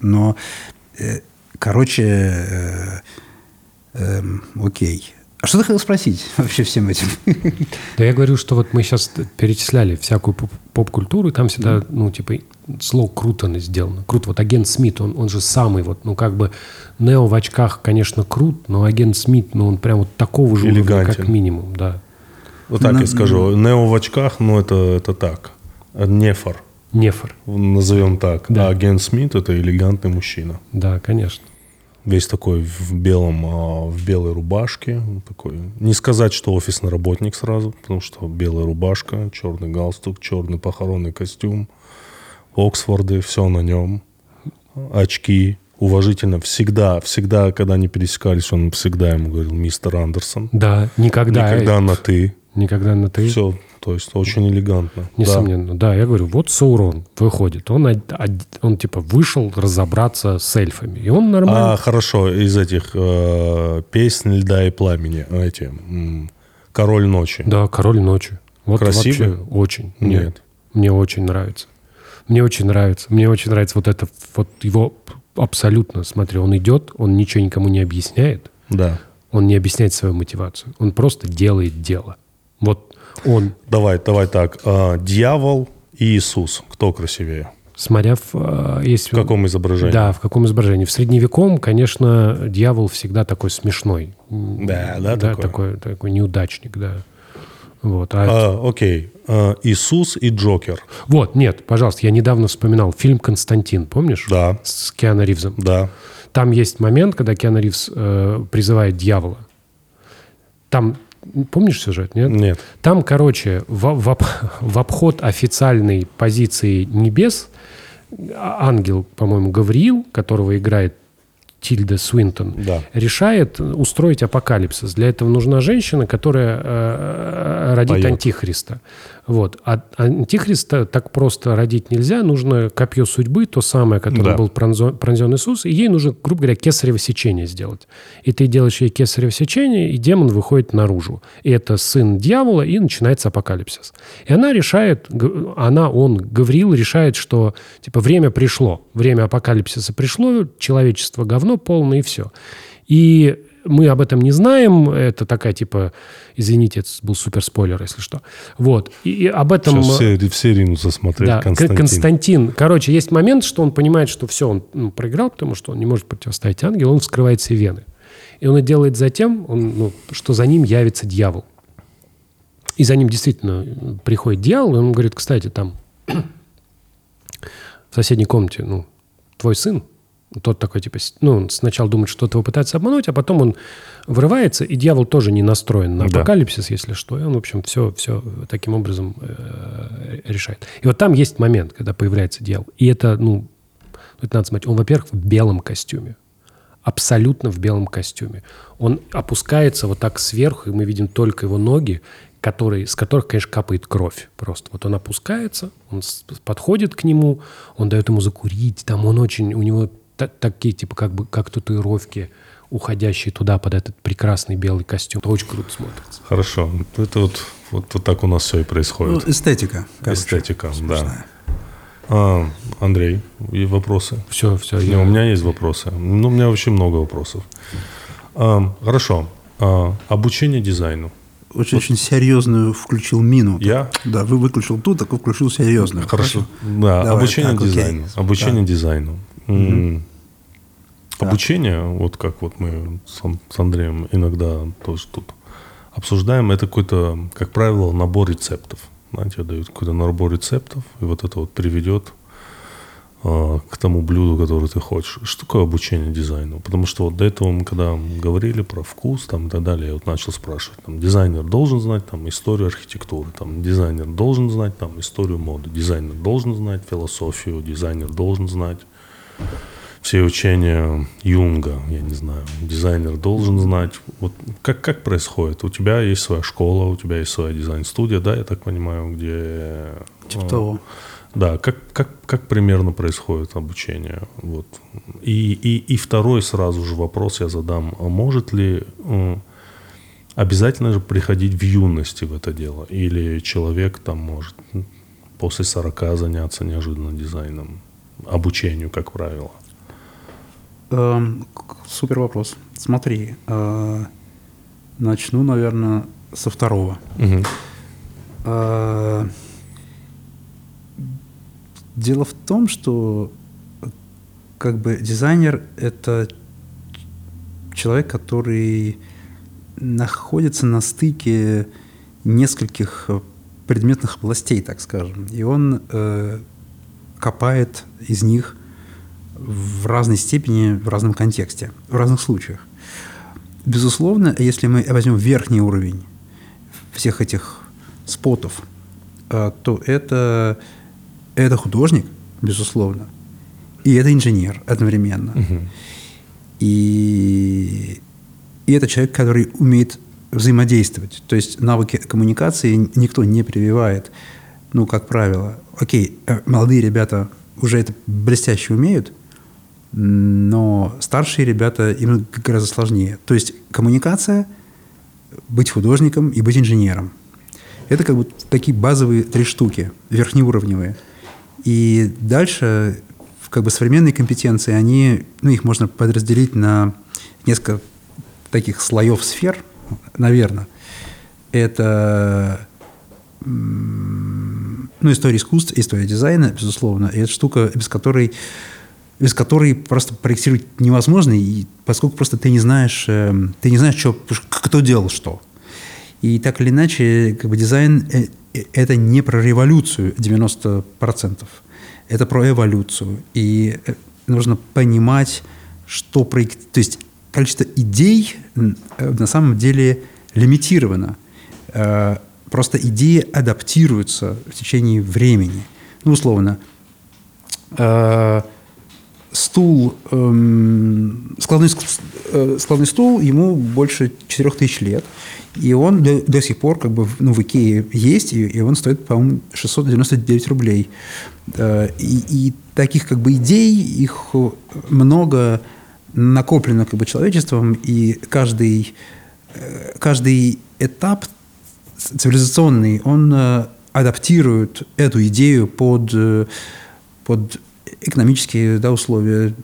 [SPEAKER 1] окей. А что ты хотел спросить вообще всем этим?
[SPEAKER 4] Да я говорю, что вот мы сейчас перечисляли всякую поп-культуру, и там всегда, слово круто сделано. Круто. Вот агент Смит, он же самый, Нео в очках, конечно, крут, но агент Смит, он прям вот такого же уровня, как минимум, да.
[SPEAKER 2] Вот так я скажу. Нео в очках, это так. Нефор. Назовем так.
[SPEAKER 4] Да.
[SPEAKER 2] А агент Смит – это элегантный мужчина.
[SPEAKER 4] Да, конечно.
[SPEAKER 2] Весь такой в белой рубашке. Такой. Не сказать, что офисный работник сразу, потому что белая рубашка, черный галстук, черный похоронный костюм, Оксфорды, все на нем, очки. Уважительно. Всегда, когда они пересекались, он всегда ему говорил «Мистер Андерсон».
[SPEAKER 4] Да, никогда
[SPEAKER 2] на «ты».
[SPEAKER 4] Никогда на «ты».
[SPEAKER 2] Все, то есть очень элегантно.
[SPEAKER 4] Несомненно. Да, я говорю, вот Саурон выходит. Он вышел разобраться с эльфами. И он нормально.
[SPEAKER 2] Хорошо, из этих «Песнь льда и пламени». «Король ночи».
[SPEAKER 4] Да, «Король ночи». Вот
[SPEAKER 2] красивый?
[SPEAKER 4] Вообще очень.
[SPEAKER 2] Нет.
[SPEAKER 4] Мне очень нравится. Мне очень нравится вот это, вот его абсолютно, смотри, он идет, он ничего никому не объясняет.
[SPEAKER 2] Да.
[SPEAKER 4] Он не объясняет свою мотивацию. Он просто делает дело. Вот он...
[SPEAKER 2] Давай так. Дьявол и Иисус. Кто красивее?
[SPEAKER 4] Смотря в
[SPEAKER 2] каком изображении?
[SPEAKER 4] Да, в каком изображении. В средневековом, конечно, дьявол всегда такой смешной.
[SPEAKER 2] Да,
[SPEAKER 4] такой неудачник, да. Вот.
[SPEAKER 2] Окей. Иисус и Джокер.
[SPEAKER 4] Вот, нет, пожалуйста, я недавно вспоминал фильм «Константин», помнишь?
[SPEAKER 2] Да.
[SPEAKER 4] С Киану Ривзом.
[SPEAKER 2] Да.
[SPEAKER 4] Там есть момент, когда Киану Ривз призывает дьявола. Там, помнишь сюжет, нет?
[SPEAKER 2] Нет.
[SPEAKER 4] Там, в обход официальной позиции небес ангел, по-моему, Гавриил, которого играет Тильда Суинтон, решает устроить апокалипсис. Для этого нужна женщина, которая родит Антихриста. Вот. А Антихриста так просто родить нельзя. Нужно копье судьбы, то самое, которое был пронзен Иисус, и ей нужно, грубо говоря, кесарево сечение сделать. И ты делаешь ей кесарево сечение, и демон выходит наружу. И это сын дьявола, и начинается апокалипсис. И она решает, Гавриил решает, что время пришло, время апокалипсиса пришло, человечество говно полное, и все. И мы об этом не знаем. Это такая, извините, это был суперспойлер, если что. Вот. И об этом...
[SPEAKER 2] Сейчас все ринутся смотреть.
[SPEAKER 4] Да, Константин. Короче, есть момент, что он понимает, что все, он проиграл, потому что он не может противостоять ангелу, он вскрывает все вены. И он это делает затем, что за ним явится дьявол. И за ним действительно приходит дьявол, и он говорит, кстати, там в соседней комнате, твой сын, Тот такой, типа, ну, сначала думает, что его пытается обмануть, а потом он врывается, и дьявол тоже не настроен на апокалипсис, если что. И он, в общем, все таким образом решает. И вот там есть момент, когда появляется дьявол. И это, ну, это надо смотреть. Он, во-первых, в белом костюме. Абсолютно в белом костюме. Он опускается вот так сверху, и мы видим только его ноги, с которых, конечно, капает кровь просто. Вот он опускается, он подходит к нему, он дает ему закурить, там он очень, у него такие, типа, как татуировки, уходящие туда под этот прекрасный белый костюм. Это очень круто смотрится.
[SPEAKER 2] Хорошо. Это вот так у нас все и происходит.
[SPEAKER 1] Ну, эстетика.
[SPEAKER 2] Эстетика, да. Андрей, и вопросы?
[SPEAKER 4] Все.
[SPEAKER 2] У меня есть вопросы. Ну, у меня вообще много вопросов. Хорошо. Обучение дизайну.
[SPEAKER 1] Очень серьезную включил мину.
[SPEAKER 2] Я?
[SPEAKER 1] Да, вы выключил ту, так включил серьезную.
[SPEAKER 2] Хорошо. Да, давай, обучение дизайну. Обучение дизайну. Обучение, вот как вот мы с Андреем иногда тоже тут обсуждаем, это какой-то, как правило, набор рецептов. Знаете, дают какой-то набор рецептов, и вот это вот приведет к тому блюду, которое ты хочешь. Что такое обучение дизайну? Потому что вот до этого мы, когда говорили про вкус там, и так далее, я вот начал спрашивать, там, дизайнер должен знать там, историю архитектуры, там, дизайнер должен знать там, историю моды, дизайнер должен знать философию, дизайнер должен знать все учения Юнга, я не знаю, дизайнер должен знать. Вот как происходит? У тебя есть своя школа, у тебя есть своя дизайн-студия, да, я так понимаю, где...
[SPEAKER 1] Типа того.
[SPEAKER 2] Да, как примерно происходит обучение? Вот. И второй сразу же вопрос я задам. Может ли обязательно же приходить в юности в это дело? Или человек там может после 40 заняться неожиданно дизайном? Обучению, как правило.
[SPEAKER 1] Супер вопрос. Смотри, начну, наверное, со второго. Дело в том, что как бы дизайнер – это человек, который находится на стыке нескольких предметных областей, так скажем. И он копает из них в разной степени, в разном контексте, в разных случаях. Безусловно, если мы возьмем верхний уровень всех этих спотов, то это художник, безусловно, и это инженер одновременно. И это человек, который умеет взаимодействовать. То есть навыки коммуникации никто не прививает, ну, как правило. Окей, молодые ребята уже это блестяще умеют, но старшие ребята, им гораздо сложнее. То есть коммуникация, быть художником и быть инженером. Это как бы такие базовые 3 штуки, верхнеуровневые. И дальше как бы современные компетенции, они, ну, их можно подразделить на несколько таких слоев сфер, наверное. Это история искусства, история дизайна, безусловно. И это штука, без которой просто проектировать невозможно, и поскольку просто ты не знаешь, кто делал что. И так или иначе, как бы дизайн это не про революцию 90%, это про эволюцию. И нужно понимать, что то есть количество идей на самом деле лимитировано. Просто идеи адаптируются в течение времени. Ну, условно, складной стул, ему больше 4000 лет, и он до сих пор как бы в Икее есть, и он стоит, по-моему, 699 рублей. И таких как бы идей, их много накоплено как бы человечеством, и каждый этап цивилизационный, он адаптирует эту идею под экономические, да, условия,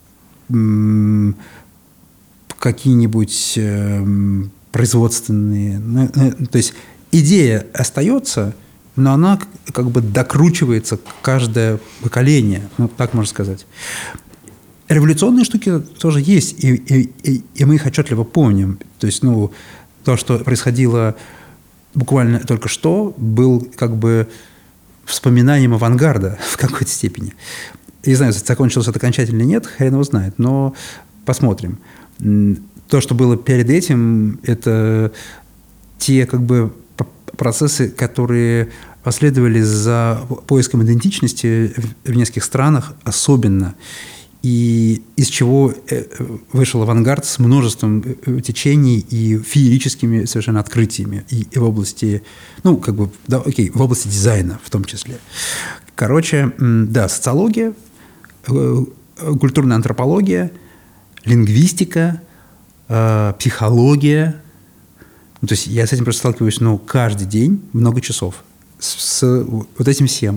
[SPEAKER 1] какие-нибудь производственные. То есть идея остается, но она как бы докручивается каждое поколение, ну, так можно сказать. Революционные штуки тоже есть, и мы их отчетливо помним. То есть, ну, то, что происходило буквально только что, был как бы вспоминанием авангарда в какой-то степени. не знаю, закончилось это окончательно или нет, хрен его знает, но посмотрим. То, что было перед этим, это те как бы процессы, которые последовали за поиском идентичности в нескольких странах особенно, и из чего вышел авангард с множеством течений и феерическими совершенно открытиями и в области, ну, как бы, да, окей, в области дизайна в том числе. Короче, да, социология, культурная антропология, лингвистика, психология. Ну, то есть я с этим просто сталкиваюсь, ну, каждый день, много часов с вот этим всем.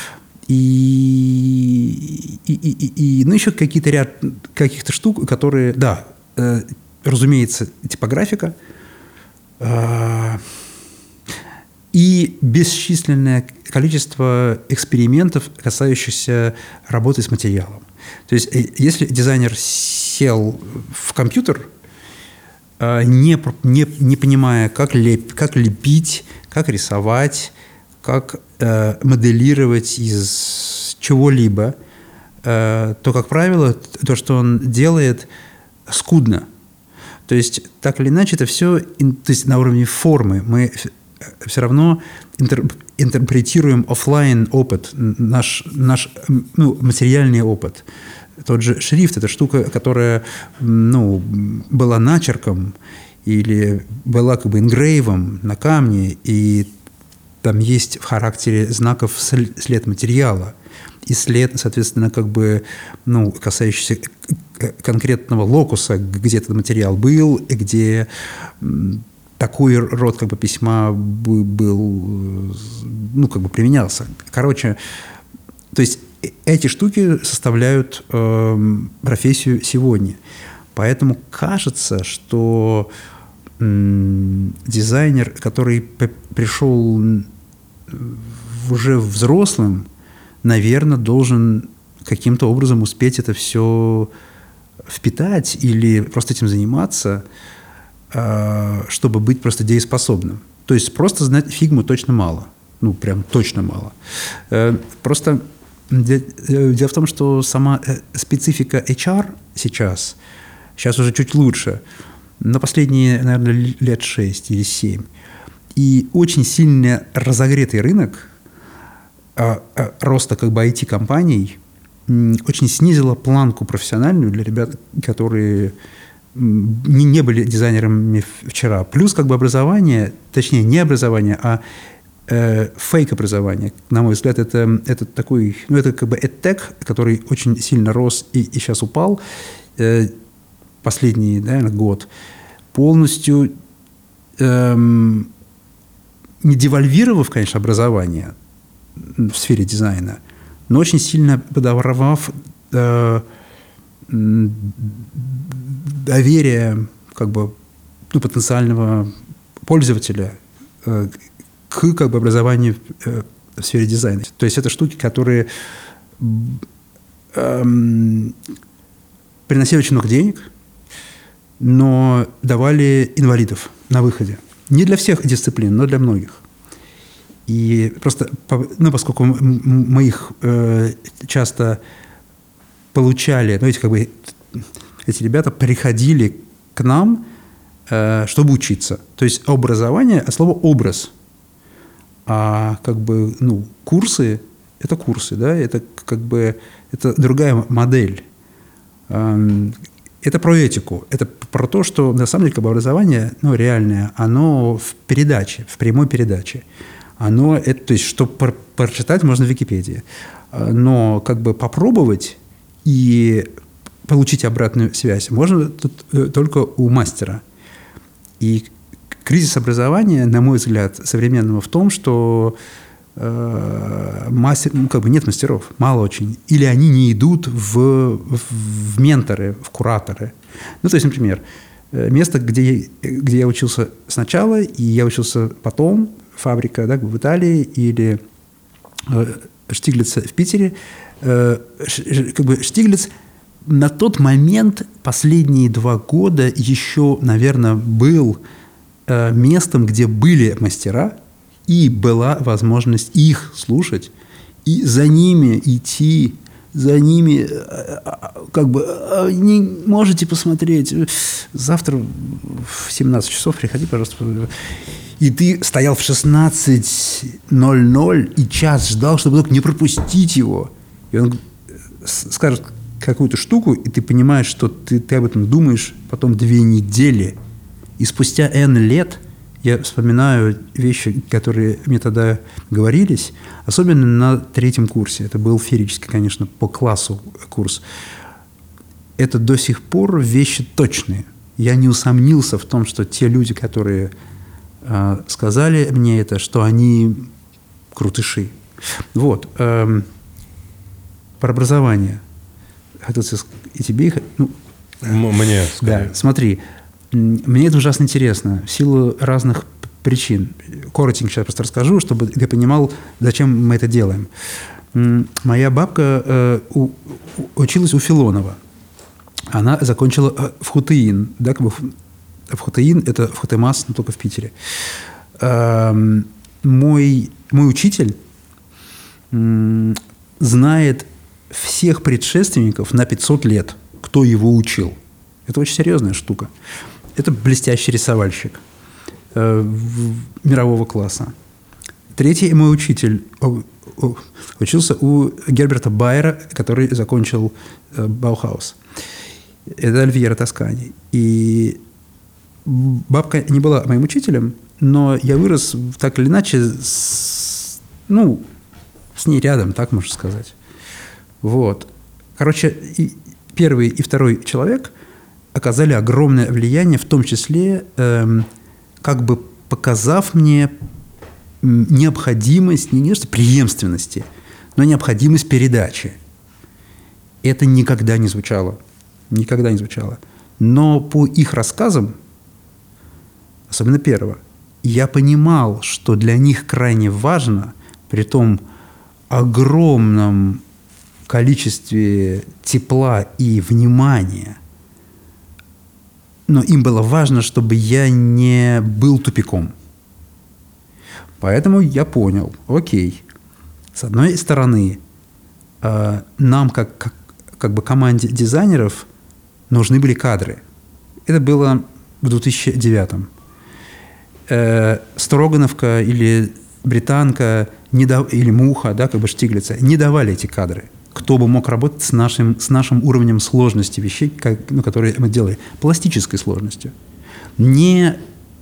[SPEAKER 1] И ну, еще какие-то ряд каких-то штук, которые, да, разумеется, типографика и бесчисленное количество экспериментов, касающихся работы с материалом. То есть если дизайнер сел в компьютер, не понимая, как лепить, как рисовать, как моделировать из чего-либо, то, как правило, то, что он делает, скудно. То есть, так или иначе, это все то есть, на уровне формы. Мы все равно интерпретируем офлайн опыт, наш ну, материальный опыт. Тот же шрифт – это штука, которая ну, была начерком или была как бы ингрейвом на камне, и там есть в характере знаков след материала и след, соответственно, как бы, ну, касающийся конкретного локуса, где этот материал был, и где такой род как бы письма был, ну, как бы применялся. Короче, то есть эти штуки составляют профессию сегодня. Поэтому кажется, что дизайнер, который пришел уже взрослым, наверное, должен каким-то образом успеть это все впитать или просто этим заниматься, чтобы быть просто дееспособным. То есть просто знать фигму точно мало. Ну, прям точно мало. Просто дело в том, что сама специфика HR сейчас уже чуть лучше, на последние, наверное, лет 6 или 7. И очень сильно разогретый рынок роста как бы IT-компаний очень снизила планку профессиональную для ребят, которые не были дизайнерами вчера. Плюс как бы образование, точнее не образование, а фейк-образование. На мой взгляд, это такой, ну это как бы EdTech, который очень сильно рос и сейчас упал последний, наверное, год, полностью не девальвировав, конечно, образование в сфере дизайна, но очень сильно подорвав доверие как бы, ну, потенциального пользователя к как бы, образованию в сфере дизайна. То есть это штуки, которые приносили очень много денег, но давали инвалидов на выходе. Не для всех дисциплин, но для многих. И просто, ну, поскольку мы их часто получали, ну, эти ребята приходили к нам, чтобы учиться. То есть образование от слова «образ». А как бы, ну, курсы – это курсы, да, это как бы это другая модель. Это про этику, это про то, что на самом деле как бы образование, ну, реальное, оно в передаче, в прямой передаче. Оно, это, то есть, что прочитать можно в Википедии, но как бы попробовать и получить обратную связь можно только у мастера. И кризис образования, на мой взгляд, современного в том, что ну, как бы нет мастеров, мало очень. Или они не идут в менторы, в кураторы. Ну, то есть, например, место, где я учился сначала, и я учился потом, фабрика, да, в Италии, или Штиглица в Питере, как бы Штиглиц на тот момент, последние 2 года, еще, наверное, был местом, где были мастера, и была возможность их слушать, и за ними идти за ними, как бы, не можете посмотреть. Завтра в 17 часов приходи, пожалуйста. И ты стоял в 16:00 и час ждал, чтобы только не пропустить его. И он скажет какую-то штуку, и ты понимаешь, что ты об этом думаешь потом 2 недели. И спустя N лет я вспоминаю вещи, которые мне тогда говорились, особенно на 3-м курсе. Это был феерический, конечно, по классу курс. Это до сих пор вещи точные. Я не усомнился в том, что те люди, которые сказали мне это, что они крутыши. Вот. Про образование. Хотел и тебе,
[SPEAKER 2] мне скорее.
[SPEAKER 1] Да, смотри. Мне это ужасно интересно в силу разных причин. Коротенько сейчас просто расскажу, чтобы ты понимал, зачем мы это делаем. Моя бабка училась у Филонова. Она закончила ФХУТИИН. Да, как бы ФХУТИИН – это ФХТМАС, но только в Питере. Мой учитель знает всех предшественников на 500 лет, кто его учил. Это очень серьезная штука. Это блестящий рисовальщик мирового класса. 3-й мой учитель учился у Герберта Байера, который закончил Баухаус. Это Альвьеро Тоскани. И бабка не была моим учителем, но я вырос так или иначе с ней рядом, так можно сказать. Вот. Короче, и 1-й и 2-й человек оказали огромное влияние, в том числе как бы показав мне необходимость, не что преемственности, но необходимость передачи. Это никогда не звучало. Никогда не звучало. Но по их рассказам, особенно 1-го, я понимал, что для них крайне важно, при том огромном количестве тепла и внимания, но им было важно, чтобы я не был тупиком. Поэтому я понял, окей, с одной стороны, нам, как бы команде дизайнеров, нужны были кадры. Это было в 2009-м. Строгановка или Британка или Муха, да, как бы Штиглица, не давали эти кадры. Кто бы мог работать с нашим уровнем сложности вещей, которые мы делали, пластической сложностью. И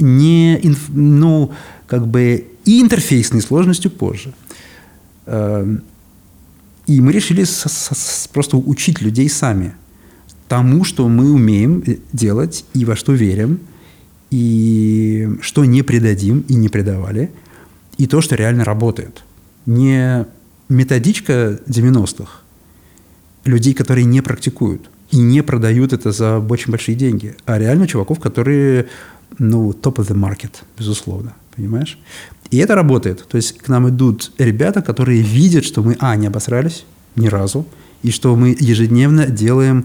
[SPEAKER 1] интерфейсной сложностью позже. И мы решили просто учить людей сами тому, что мы умеем делать и во что верим, и что не предадим и не предавали, и то, что реально работает. Не методичка 90-х людей, которые не практикуют и не продают это за очень большие деньги, а реально чуваков, которые, top of the market, безусловно, понимаешь? И это работает. То есть к нам идут ребята, которые видят, что мы, не обосрались ни разу, и что мы ежедневно делаем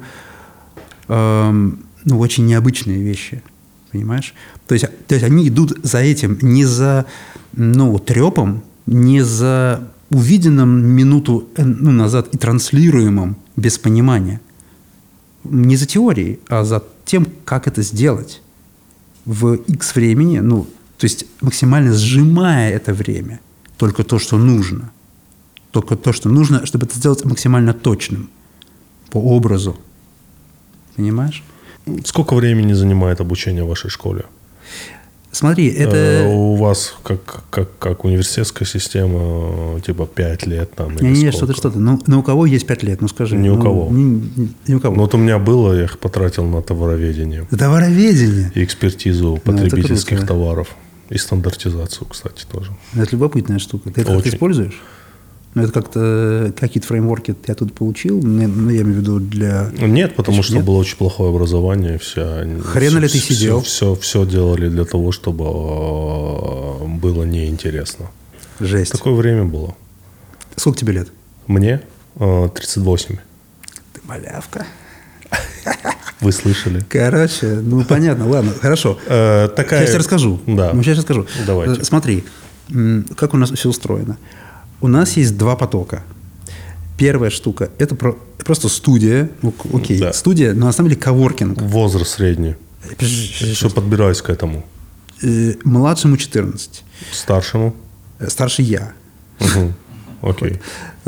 [SPEAKER 1] очень необычные вещи, понимаешь? То есть они идут за этим не за трепом, не за увиденным минуту назад и транслируемым без понимания. Не за теорией, а за тем, как это сделать в X времени, то есть максимально сжимая это время. Только то, что нужно. Только то, что нужно, чтобы это сделать максимально точным. По образу. Понимаешь?
[SPEAKER 2] Сколько времени занимает обучение в вашей школе?
[SPEAKER 1] Смотри, это...
[SPEAKER 2] У вас как университетская система, 5 лет там?
[SPEAKER 1] Не, что-то. У кого есть 5 лет? Скажи.
[SPEAKER 2] Ни у кого.
[SPEAKER 1] Ни у кого.
[SPEAKER 2] Вот у меня было, я их потратил на товароведение.
[SPEAKER 1] Товароведение?
[SPEAKER 2] И экспертизу потребительских товаров. И стандартизацию, кстати, тоже.
[SPEAKER 1] Это любопытная штука. Ты это как-то используешь? Это как-то какие-то фреймворки я тут получил, я имею в виду для...
[SPEAKER 2] Нет, потому что было очень плохое образование.
[SPEAKER 1] Хрена ли ты сидел?
[SPEAKER 2] Все делали для того, чтобы было неинтересно.
[SPEAKER 1] Жесть.
[SPEAKER 2] Такое время было.
[SPEAKER 1] Сколько тебе лет?
[SPEAKER 2] Мне 38.
[SPEAKER 1] Ты малявка.
[SPEAKER 2] Вы слышали?
[SPEAKER 1] Короче, понятно, ладно, хорошо. Сейчас я тебе расскажу.
[SPEAKER 2] Да.
[SPEAKER 1] Сейчас расскажу.
[SPEAKER 2] Давайте.
[SPEAKER 1] Смотри, как у нас все устроено. У нас есть 2 потока. Первая штука – это просто студия. Окей, да. Студия, но на самом деле коворкинг.
[SPEAKER 2] Возраст средний. Что подбираюсь к этому?
[SPEAKER 1] Младшему 14.
[SPEAKER 2] Старшему?
[SPEAKER 1] Старше я.
[SPEAKER 2] Угу. Окей.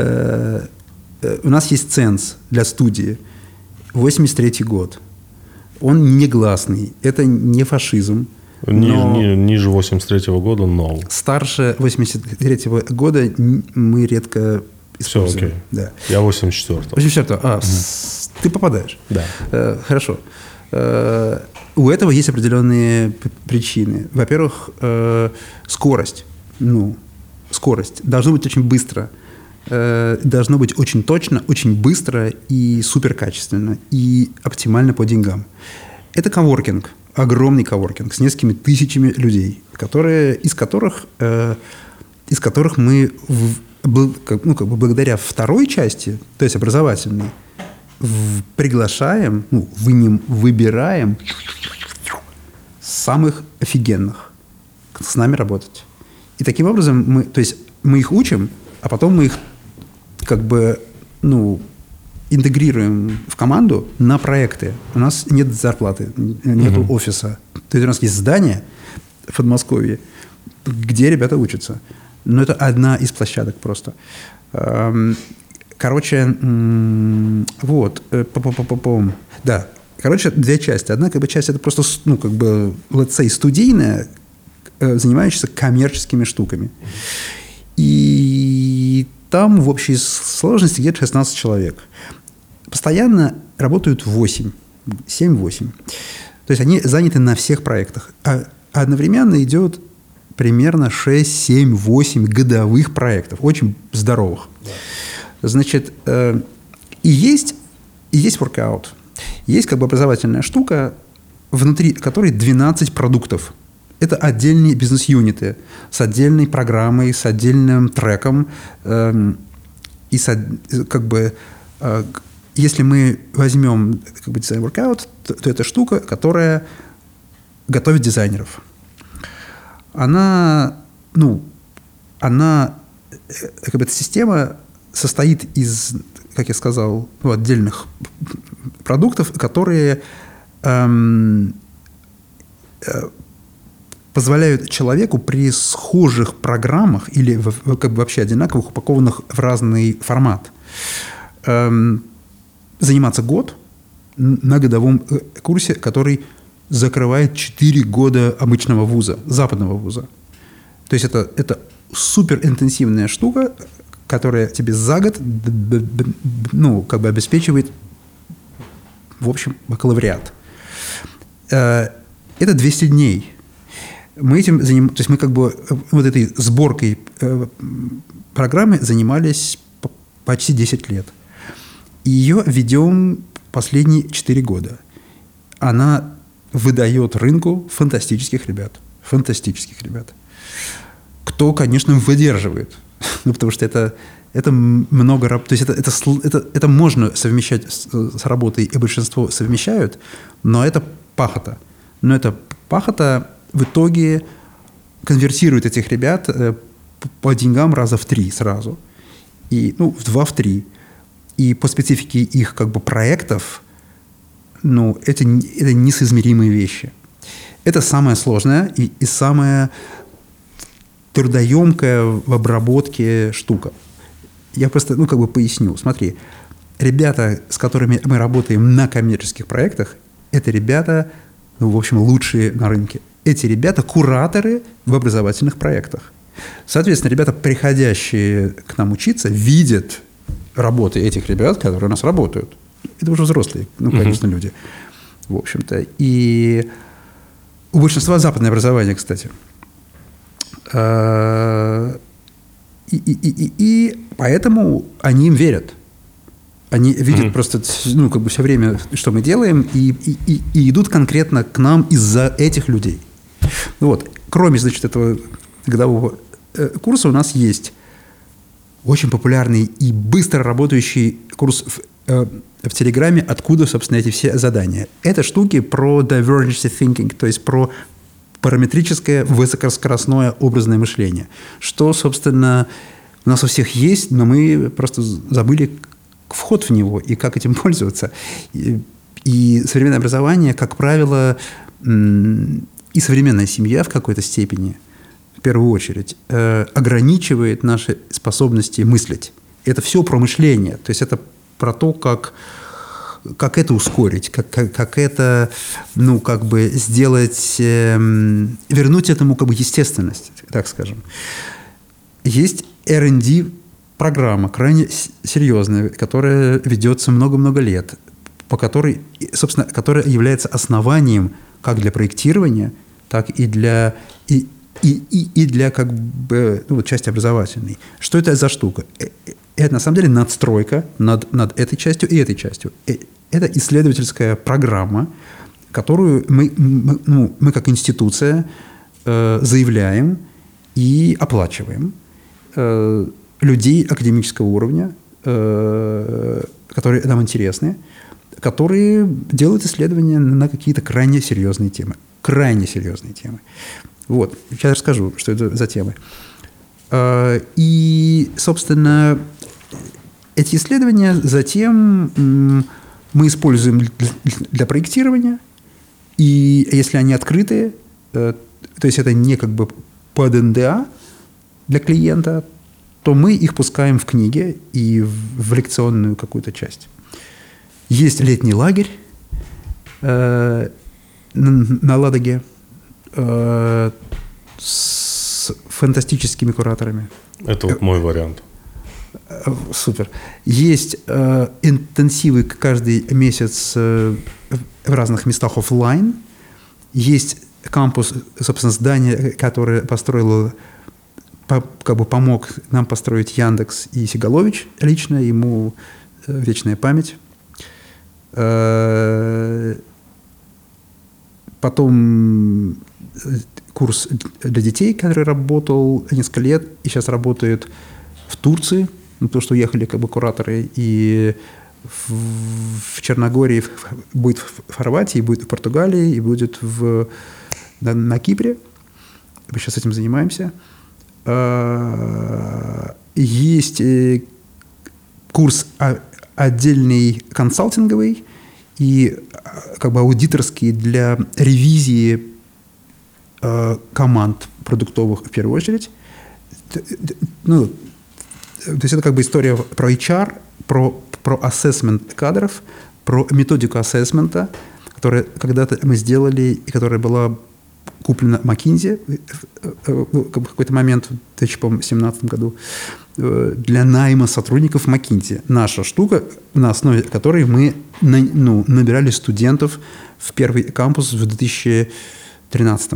[SPEAKER 1] У нас есть ценз для студии. 83-й год. Он негласный. Это не фашизм.
[SPEAKER 2] Ниже 83-го года no.
[SPEAKER 1] Старше 83-го года мы редко используем.
[SPEAKER 2] Все, окей.
[SPEAKER 1] Да.
[SPEAKER 2] Я 84-го.
[SPEAKER 1] 84-го. Ты попадаешь.
[SPEAKER 2] Да.
[SPEAKER 1] Хорошо. У этого есть определенные причины. Во-первых, скорость. Скорость. Должно быть очень быстро. Должно быть очень точно, очень быстро и суперкачественно. И оптимально по деньгам. Это коворкинг. Огромный коворкинг с несколькими тысячами людей, из которых мы благодаря второй части, то есть образовательной, приглашаем, выбираем самых офигенных с нами работать. И таким образом мы их учим, а потом мы их интегрируем в команду на проекты. У нас нет зарплаты, нет офиса. То есть у нас есть здание в Подмосковье, где ребята учатся. Но это одна из площадок просто. Короче, Да. Короче, две части. Одна часть это просто, let's say, студийная, занимающаяся коммерческими штуками. И там в общей сложности где-то 16 человек. Постоянно работают 7-8. То есть они заняты на всех проектах. А одновременно идет примерно 6, 7, 8 годовых проектов. Очень здоровых. Да. Значит, и есть workout. Есть образовательная штука, внутри которой 12 продуктов. Это отдельные бизнес-юниты с отдельной программой, с отдельным треком. И если мы возьмем дизайн workout, то это штука, которая готовит дизайнеров. Эта система состоит из, как я сказал, отдельных продуктов, которые позволяют человеку при схожих программах или вообще одинаковых, упакованных в разный формат, заниматься год на годовом курсе, который закрывает 4 года обычного вуза, западного вуза. То есть это суперинтенсивная штука, которая тебе за год обеспечивает, в общем, бакалавриат. Это 200 дней. Мы этим то есть мы этой сборкой программы занимались почти 10 лет. И ее ведем последние 4 года. Она выдает рынку фантастических ребят. Кто, конечно, выдерживает. Потому что это много работы. То есть это можно совмещать с работой, и большинство совмещают, но это пахота. Но эта пахота в итоге конвертирует этих ребят по деньгам раза в 3 сразу. В 2-3. И по специфике их проектов, это несоизмеримые вещи. Это самое сложное и самое трудоемкая в обработке штука. Я просто, поясню. Смотри, ребята, с которыми мы работаем на коммерческих проектах, это ребята, в общем, лучшие на рынке. Эти ребята кураторы в образовательных проектах. Соответственно, ребята, приходящие к нам учиться, видят работы этих ребят, которые у нас работают. Это уже взрослые, конечно, люди. В общем-то. И у большинства западное образование, кстати. И поэтому они им верят. Они видят просто, все время, что мы делаем, и идут конкретно к нам из-за этих людей. Кроме, этого годового курса у нас есть очень популярный и быстро работающий курс в Телеграме, откуда, собственно, эти все задания. Это штуки про diversity thinking, то есть про параметрическое высокоскоростное образное мышление. Что, собственно, у нас у всех есть, но мы просто забыли вход в него и как этим пользоваться. И современное образование, как правило, и современная семья в какой-то степени, в первую очередь, ограничивает наши способности мыслить. Это все про мышление. То есть это про то, как это ускорить, как это, ну, как бы сделать, вернуть этому как бы естественность, так скажем. Есть R&D-программа, крайне серьезная, которая ведется много-много лет, по которой, собственно, которая является основанием как для проектирования, так и для как бы, ну, вот части образовательной. Что это за штука? Это на самом деле надстройка над этой частью и этой частью. Это исследовательская программа, которую мы как институция заявляем и оплачиваем. Людей академического уровня, которые нам интересны, которые делают исследования на какие-то крайне серьезные темы. Крайне серьезные темы. Вот. Сейчас расскажу, что это за темы. И, собственно, эти исследования затем мы используем для проектирования. И если они открытые, то есть это не как бы под НДА для клиента, то мы их пускаем в книги и в лекционную какую-то часть. Есть летний лагерь на Ладоге с фантастическими кураторами.
[SPEAKER 2] Это вот мой вариант.
[SPEAKER 1] Супер. Есть интенсивы каждый месяц в разных местах офлайн. Есть кампус, собственно, здание, которое построило, как бы помог нам построить Яндекс и Сигалович лично, ему вечная память. Потом курс для детей, который работал несколько лет и сейчас работает в Турции, потому что уехали как бы кураторы, и в Черногории, будет в Хорватии, будет в Португалии, и будет на Кипре. Мы сейчас этим занимаемся. Есть курс отдельный консалтинговый и как бы аудиторский для ревизии команд продуктовых в первую очередь. Ну, то есть это как бы история про HR, про ассессмент кадров, про методику ассессмента, которую когда-то мы сделали и которая была куплена McKinsey в какой-то момент в 2017 году для найма сотрудников McKinsey. Наша штука, на основе которой мы набирали студентов в первый кампус в 2013.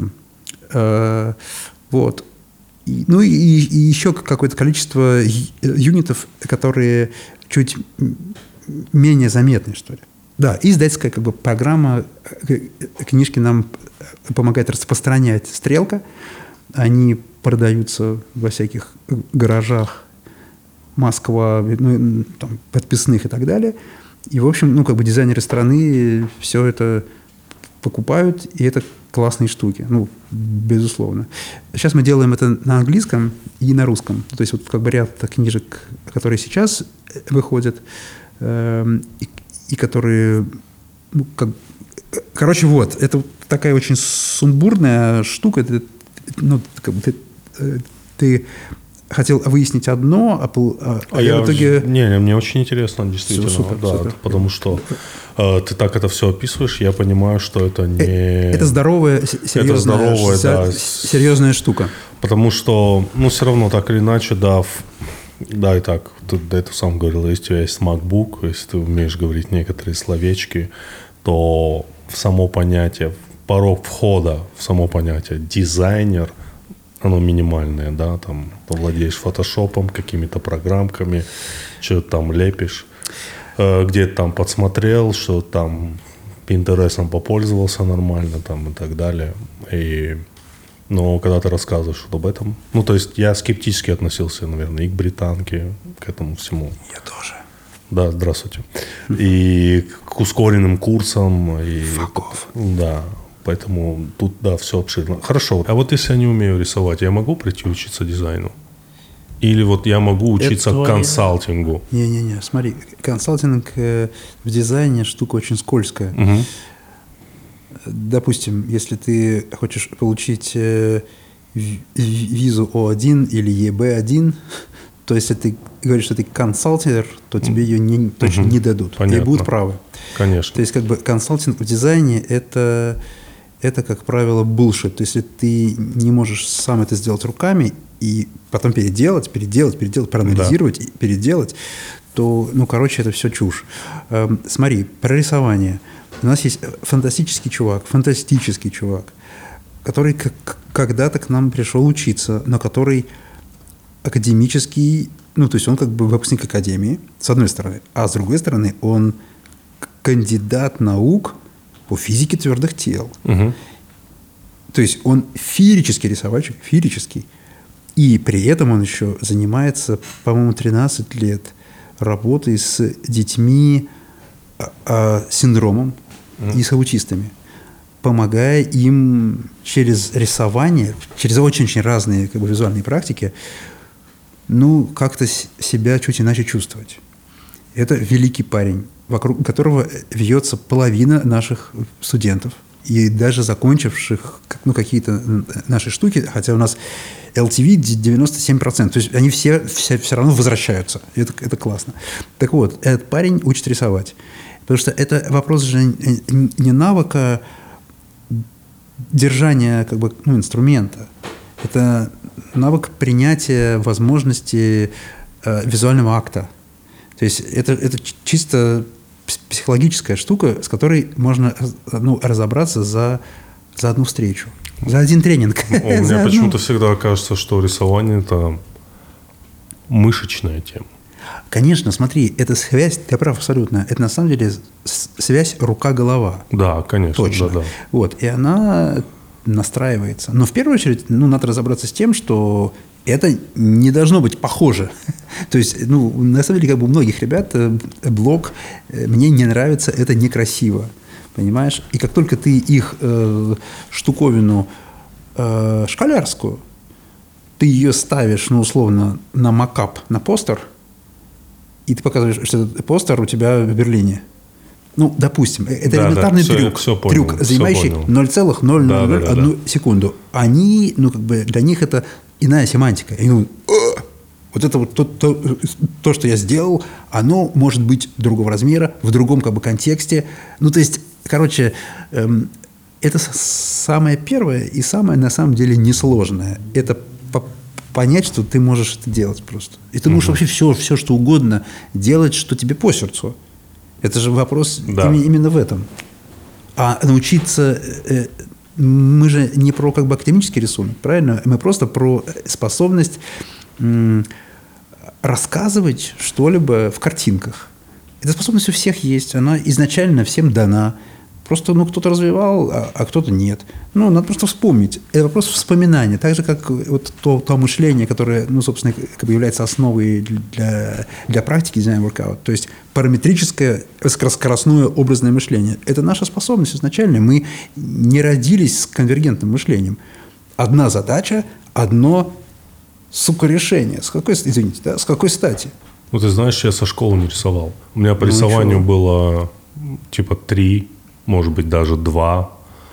[SPEAKER 1] Вот. И еще какое-то количество юнитов, которые чуть менее заметны, что ли. Да, и издательская как бы программа, книжки нам помогает распространять «Стрелка». Они продаются во всяких гаражах Москва, там, подписных и так далее. И, в общем, как бы дизайнеры страны все это покупают, и это классные штуки, безусловно. Сейчас мы делаем это на английском и на русском. То есть вот как бы ряд книжек, которые сейчас выходят, и которые... Короче, вот, это такая очень сумбурная штука. Ты хотел выяснить одно, а я в итоге...
[SPEAKER 2] мне очень интересно, действительно.
[SPEAKER 1] Супер.
[SPEAKER 2] Потому что ты так это все описываешь, я понимаю, что это не...
[SPEAKER 1] Это здоровая, серьезная штука.
[SPEAKER 2] Потому что, все равно, так или иначе, да, и так, ты до этого сам говорил, если у тебя есть MacBook, если ты умеешь говорить некоторые словечки, то в само понятие, порог входа в само понятие дизайнер, оно минимальное, да, там ты владеешь фотошопом, какими-то программками, что-то там лепишь, где-то там подсмотрел, что там Pinterest'ом попользовался нормально там и так далее. Но когда ты рассказываешь об этом... то есть я скептически относился, наверное, и к британке, к этому всему.
[SPEAKER 1] Я тоже.
[SPEAKER 2] Да, здравствуйте. И к ускоренным курсам.
[SPEAKER 1] Факов.
[SPEAKER 2] Да, поэтому тут, да, все обширно. Хорошо, а вот если я не умею рисовать, я могу прийти учиться дизайну? Или вот я могу учиться консалтингу?
[SPEAKER 1] Не-не-не, смотри, консалтинг в дизайне штука очень скользкая.
[SPEAKER 2] Угу.
[SPEAKER 1] Допустим, если ты хочешь получить визу О1 или ЕБ1, то если ты говоришь, что ты консалтер, то тебе ее точно не дадут.
[SPEAKER 2] Понятно.
[SPEAKER 1] И будут правы.
[SPEAKER 2] Конечно.
[SPEAKER 1] То есть как бы консалтинг в дизайне это, как правило, bullshit. То есть если ты не можешь сам это сделать руками и потом переделать, проанализировать, и переделать, то, это все чушь. Смотри, про рисование. У нас есть фантастический чувак, который когда-то к нам пришел учиться, но который академический, то есть он как бы выпускник академии, с одной стороны, а с другой стороны он кандидат наук по физике твердых тел.
[SPEAKER 2] Угу.
[SPEAKER 1] То есть он феерический рисовальщик, и при этом он еще занимается, по-моему, 13 лет работой с детьми с синдромом и с аутистами, помогая им через рисование, через очень-очень разные как бы, визуальные практики, как-то себя чуть иначе чувствовать. Это великий парень, вокруг которого вьется половина наших студентов и даже закончивших какие-то наши штуки, хотя у нас LTV 97%, то есть они все равно возвращаются. Это классно. Так вот, этот парень учит рисовать. Потому что это вопрос же не навыка держания как бы, инструмента. Это навык принятия возможности визуального акта. То есть это чисто психологическая штука, с которой можно разобраться за одну встречу, за один тренинг.
[SPEAKER 2] У меня почему-то всегда кажется, что рисование – это мышечная тема.
[SPEAKER 1] Конечно, смотри, это связь, ты прав абсолютно, это на самом деле связь рука-голова.
[SPEAKER 2] Да, конечно.
[SPEAKER 1] Точно.
[SPEAKER 2] Да.
[SPEAKER 1] Вот, и она настраивается. Но в первую очередь надо разобраться с тем, что это не должно быть похоже. То есть, на самом деле, как бы у многих ребят блог «мне не нравится, это некрасиво». Понимаешь? И как только ты их штуковину школярскую, ты ее ставишь, условно, на макап, на постер, и ты показываешь, что этот постер у тебя в Берлине. Допустим, это элементарный трюк.
[SPEAKER 2] Все понял,
[SPEAKER 1] трюк, занимающий 0,001 секунду. Они, для них это иная семантика. И вот это вот то, что я сделал, оно может быть другого размера, в другом как бы контексте. То есть, это самое первое и самое, на самом деле, несложное. Это понять, что ты можешь это делать просто. И ты можешь вообще все, что угодно делать, что тебе по сердцу. Это же вопрос именно в этом. А научиться... мы же не про как бы академический рисунок, правильно? Мы просто про способность рассказывать что-либо в картинках. Эта способность у всех есть. Она изначально всем дана. Просто кто-то развивал, а кто-то нет. Надо просто вспомнить. Это вопрос вспоминания. Так же, как вот то мышление, которое, собственно, как бы является основой для практики дизайн-воркаут. То есть параметрическое скоростное образное мышление. Это наша способность изначально. Мы не родились с конвергентным мышлением. Одна задача, одно, решение. С какой стати?
[SPEAKER 2] Ты знаешь, я со школы не рисовал. У меня по рисованию было 3, может быть, даже 2.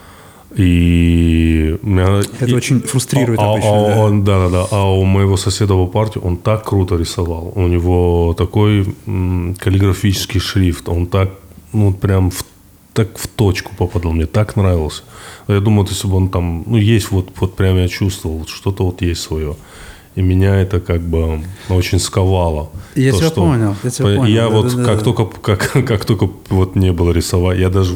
[SPEAKER 2] И меня...
[SPEAKER 1] Это очень фрустрирует обычно.
[SPEAKER 2] Да. А у моего соседа по парте он так круто рисовал. У него такой каллиграфический шрифт. Он так, прям так в точку попадал. Мне так нравился. Я думал, если бы он там... есть вот прям я чувствовал, что-то вот есть свое. И меня это как бы очень сковало.
[SPEAKER 1] Я тебя понял.
[SPEAKER 2] Как только вот не было рисовать, я даже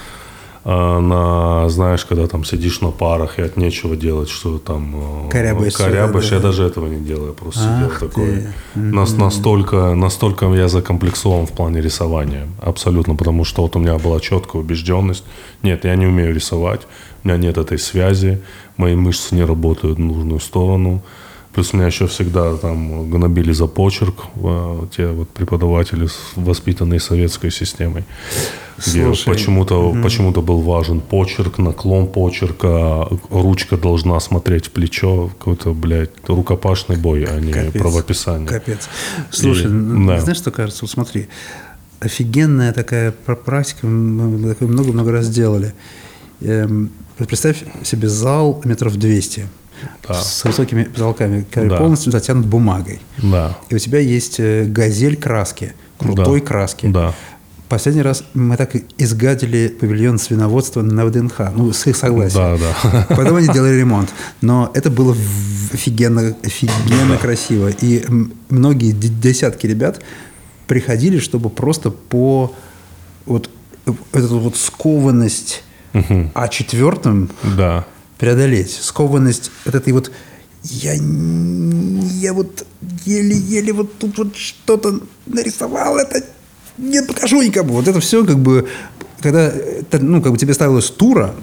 [SPEAKER 2] знаешь, когда там сидишь на парах и от нечего делать, что там корябаешь, я даже этого не делаю, я просто сидел такой. Настолько я закомплексован в плане рисования, абсолютно, потому что вот у меня была четкая убежденность, нет, я не умею рисовать, у меня нет этой связи, мои мышцы не работают в нужную сторону, Плюс меня еще всегда там гнобили за почерк те вот преподаватели, воспитанные советской системой. Слушай, где почему-то был важен почерк, наклон почерка, ручка должна смотреть в плечо. Какой-то, блядь, рукопашный бой, а не правописание.
[SPEAKER 1] Капец. Слушай, знаешь, что кажется? Вот смотри, офигенная такая практика, мы много-много раз делали. Представь себе зал метров 200. Да. С высокими потолками, который полностью затянут бумагой.
[SPEAKER 2] Да.
[SPEAKER 1] И у тебя есть газель краски, крутой краски.
[SPEAKER 2] Да.
[SPEAKER 1] Последний раз мы так изгадили павильон свиноводства на ВДНХ, ну, с их согласия.
[SPEAKER 2] Да.
[SPEAKER 1] Потом они делали ремонт. Но это было офигенно красиво. И многие десятки ребят приходили, чтобы просто по вот эту вот скованность А4 преодолеть. Скованность от этой вот я вот еле-еле вот тут вот что-то нарисовал, это не покажу никому. Вот это все как бы, когда ну, как бы тебе ставилась тура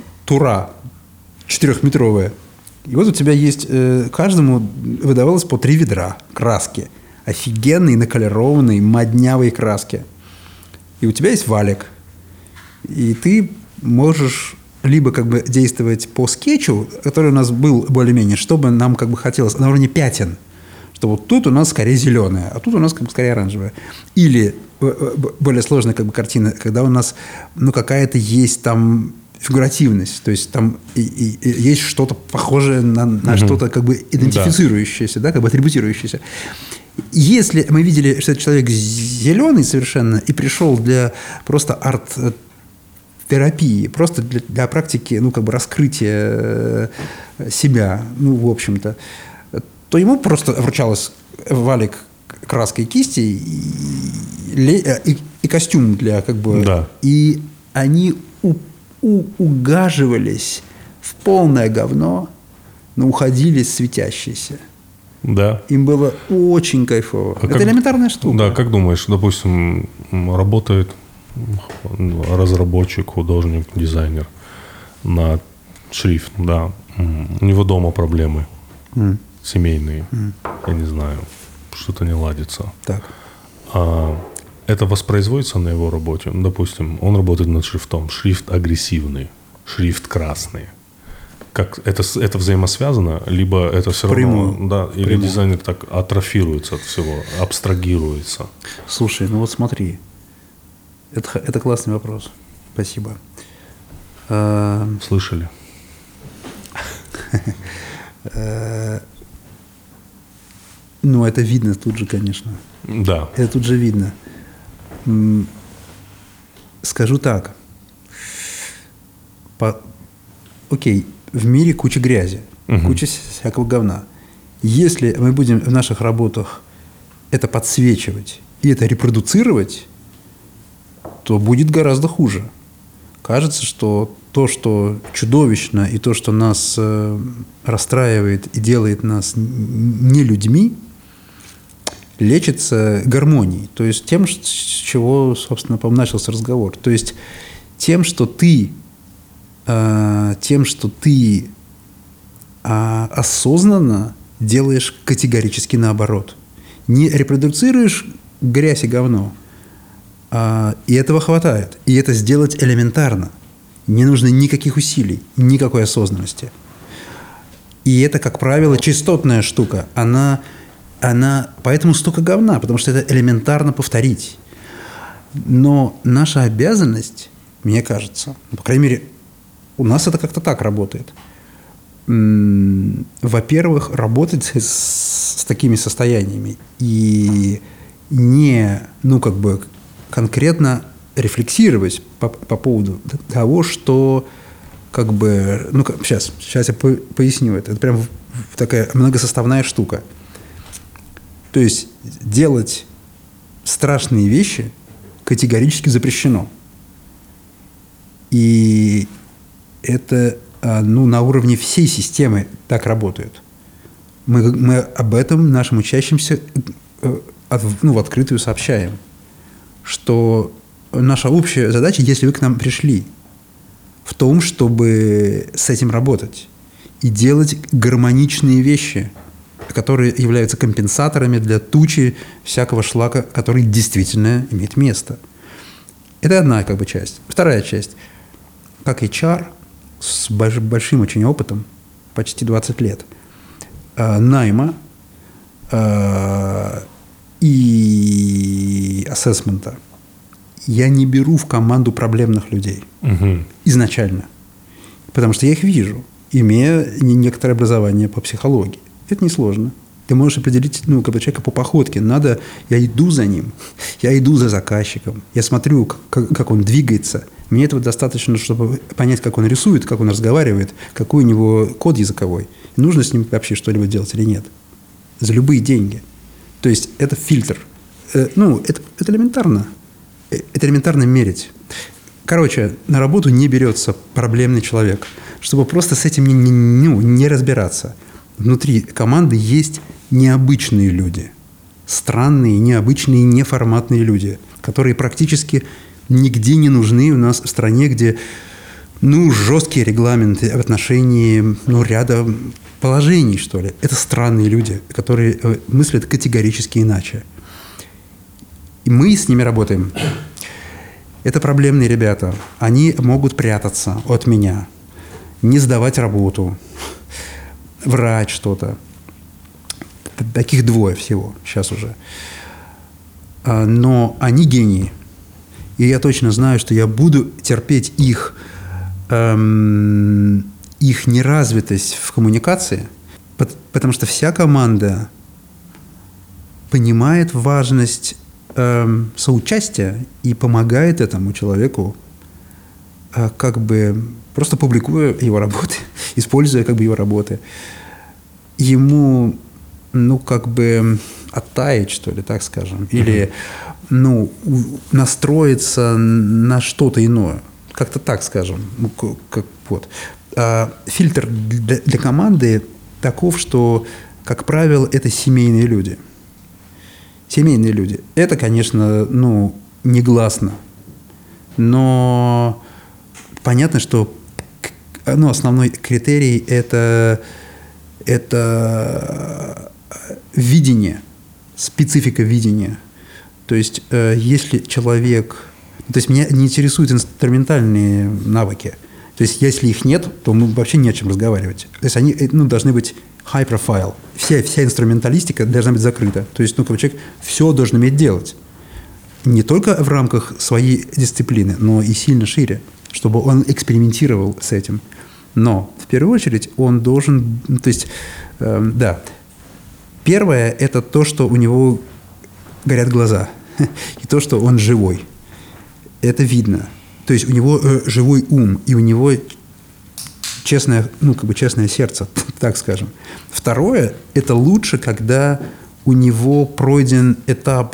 [SPEAKER 1] 4-метровая, и вот у тебя есть, каждому выдавалось по 3 ведра краски. Офигенные, наколерованные, моднявые краски. И у тебя есть валик. И ты можешь либо как бы действовать по скетчу, который у нас был более-менее, чтобы нам как бы хотелось, на уровне пятен. Что вот тут у нас скорее зеленая, а тут у нас как бы скорее оранжевая. Или более сложная как бы картина, когда у нас ну, какая-то есть там фигуративность, то есть там и есть что-то похожее на что-то как бы идентифицирующееся, да, как бы атрибутирующееся. Если мы видели, что этот человек зеленый совершенно и пришел для просто арт-терапии, просто для практики, ну, как бы раскрытия себя, ну, в общем-то, то ему просто вручалось валик, краской, кисти и костюм для как бы...
[SPEAKER 2] Да.
[SPEAKER 1] И они угаживались в полное говно, но уходили светящиеся.
[SPEAKER 2] Да.
[SPEAKER 1] Им было очень кайфово. Это элементарная штука.
[SPEAKER 2] Да, как думаешь, допустим, работает разработчик, художник, дизайнер на шрифт, да. У него дома проблемы семейные. Я не знаю, что-то не ладится.
[SPEAKER 1] Так.
[SPEAKER 2] Это воспроизводится на его работе? Ну, допустим, он работает над шрифтом. Шрифт агрессивный, шрифт красный. Как это взаимосвязано, либо это все равно, да, или дизайнер так атрофируется от всего, абстрагируется?
[SPEAKER 1] Слушай, ну вот смотри, это классный вопрос. Спасибо.
[SPEAKER 2] Слышали?
[SPEAKER 1] Ну, это видно тут же, конечно.
[SPEAKER 2] Да.
[SPEAKER 1] Это тут же видно. Скажу так. Окей, в мире куча грязи, куча всякого говна. Если мы будем в наших работах это подсвечивать и это репродуцировать, то будет гораздо хуже. Кажется, что то, что чудовищно, и то, что нас расстраивает и делает нас не людьми, лечится гармонией. То есть тем, с чего, собственно, начался разговор. То есть тем, что ты осознанно делаешь категорически наоборот. Не репродуцируешь грязь и говно, и этого хватает. И это сделать элементарно. Не нужно никаких усилий, никакой осознанности. И это, как правило, частотная штука. Она поэтому столько говна, потому что это элементарно повторить. Но наша обязанность, мне кажется, по крайней мере, у нас это как-то так работает. Во-первых, работать с такими состояниями и не, конкретно рефлексировать по поводу того, что сейчас я поясню это. Это прям такая многосоставная штука. То есть делать страшные вещи категорически запрещено. И это на уровне всей системы так работает. Мы об этом нашим учащимся в открытую сообщаем, что наша общая задача, если вы к нам пришли, в том, чтобы с этим работать и делать гармоничные вещи, которые являются компенсаторами для тучи всякого шлака, который действительно имеет место. Это одна как бы часть. Вторая часть. Как HR с большим очень опытом, почти 20 лет, найма и ассессмента, я не беру в команду проблемных людей изначально, потому что я их вижу, имея некоторое образование по психологии. Это несложно. Ты можешь определить как бы человека по походке. Я иду за ним, я иду за заказчиком, я смотрю, как он двигается. Мне этого достаточно, чтобы понять, как он рисует, как он разговаривает, какой у него код языковой. И нужно с ним вообще что-либо делать или нет. За любые деньги. То есть это фильтр. Это элементарно. Это элементарно мерить. Короче, на работу не берется проблемный человек, чтобы просто с этим не разбираться. Внутри команды есть необычные люди. Странные, необычные, неформатные люди, которые практически нигде не нужны у нас в стране, где жесткие регламенты в отношении ряда положений, что ли. Это странные люди, которые мыслят категорически иначе. И мы с ними работаем. Это проблемные ребята. Они могут прятаться от меня, не сдавать работу, врать что-то. Таких двое всего сейчас уже. Но они гении. И я точно знаю, что я буду терпеть их неразвитость в коммуникации, потому что вся команда понимает важность соучастия и помогает этому человеку, как бы просто публикуя его работы, используя как бы его работы, ему как бы оттаять, что ли, так скажем, или настроиться на что-то иное. Как-то так скажем. Фильтр для команды таков, что, как правило, это семейные люди. Семейные люди. Это, конечно, негласно. Но понятно, что основной критерий – это видение, специфика видения. То есть, если человек... То есть, меня не интересуют инструментальные навыки. То есть, если их нет, то вообще не о чем разговаривать. То есть, они должны быть high profile. Вся инструменталистика должна быть закрыта. То есть, человек все должен уметь делать. Не только в рамках своей дисциплины, но и сильно шире, чтобы он экспериментировал с этим. Но, в первую очередь, он должен... То есть, первое – это то, что у него горят глаза. И то, что он живой. Это видно. То есть, у него живой ум, и у него честное, честное сердце, так скажем. Второе – это лучше, когда у него пройден этап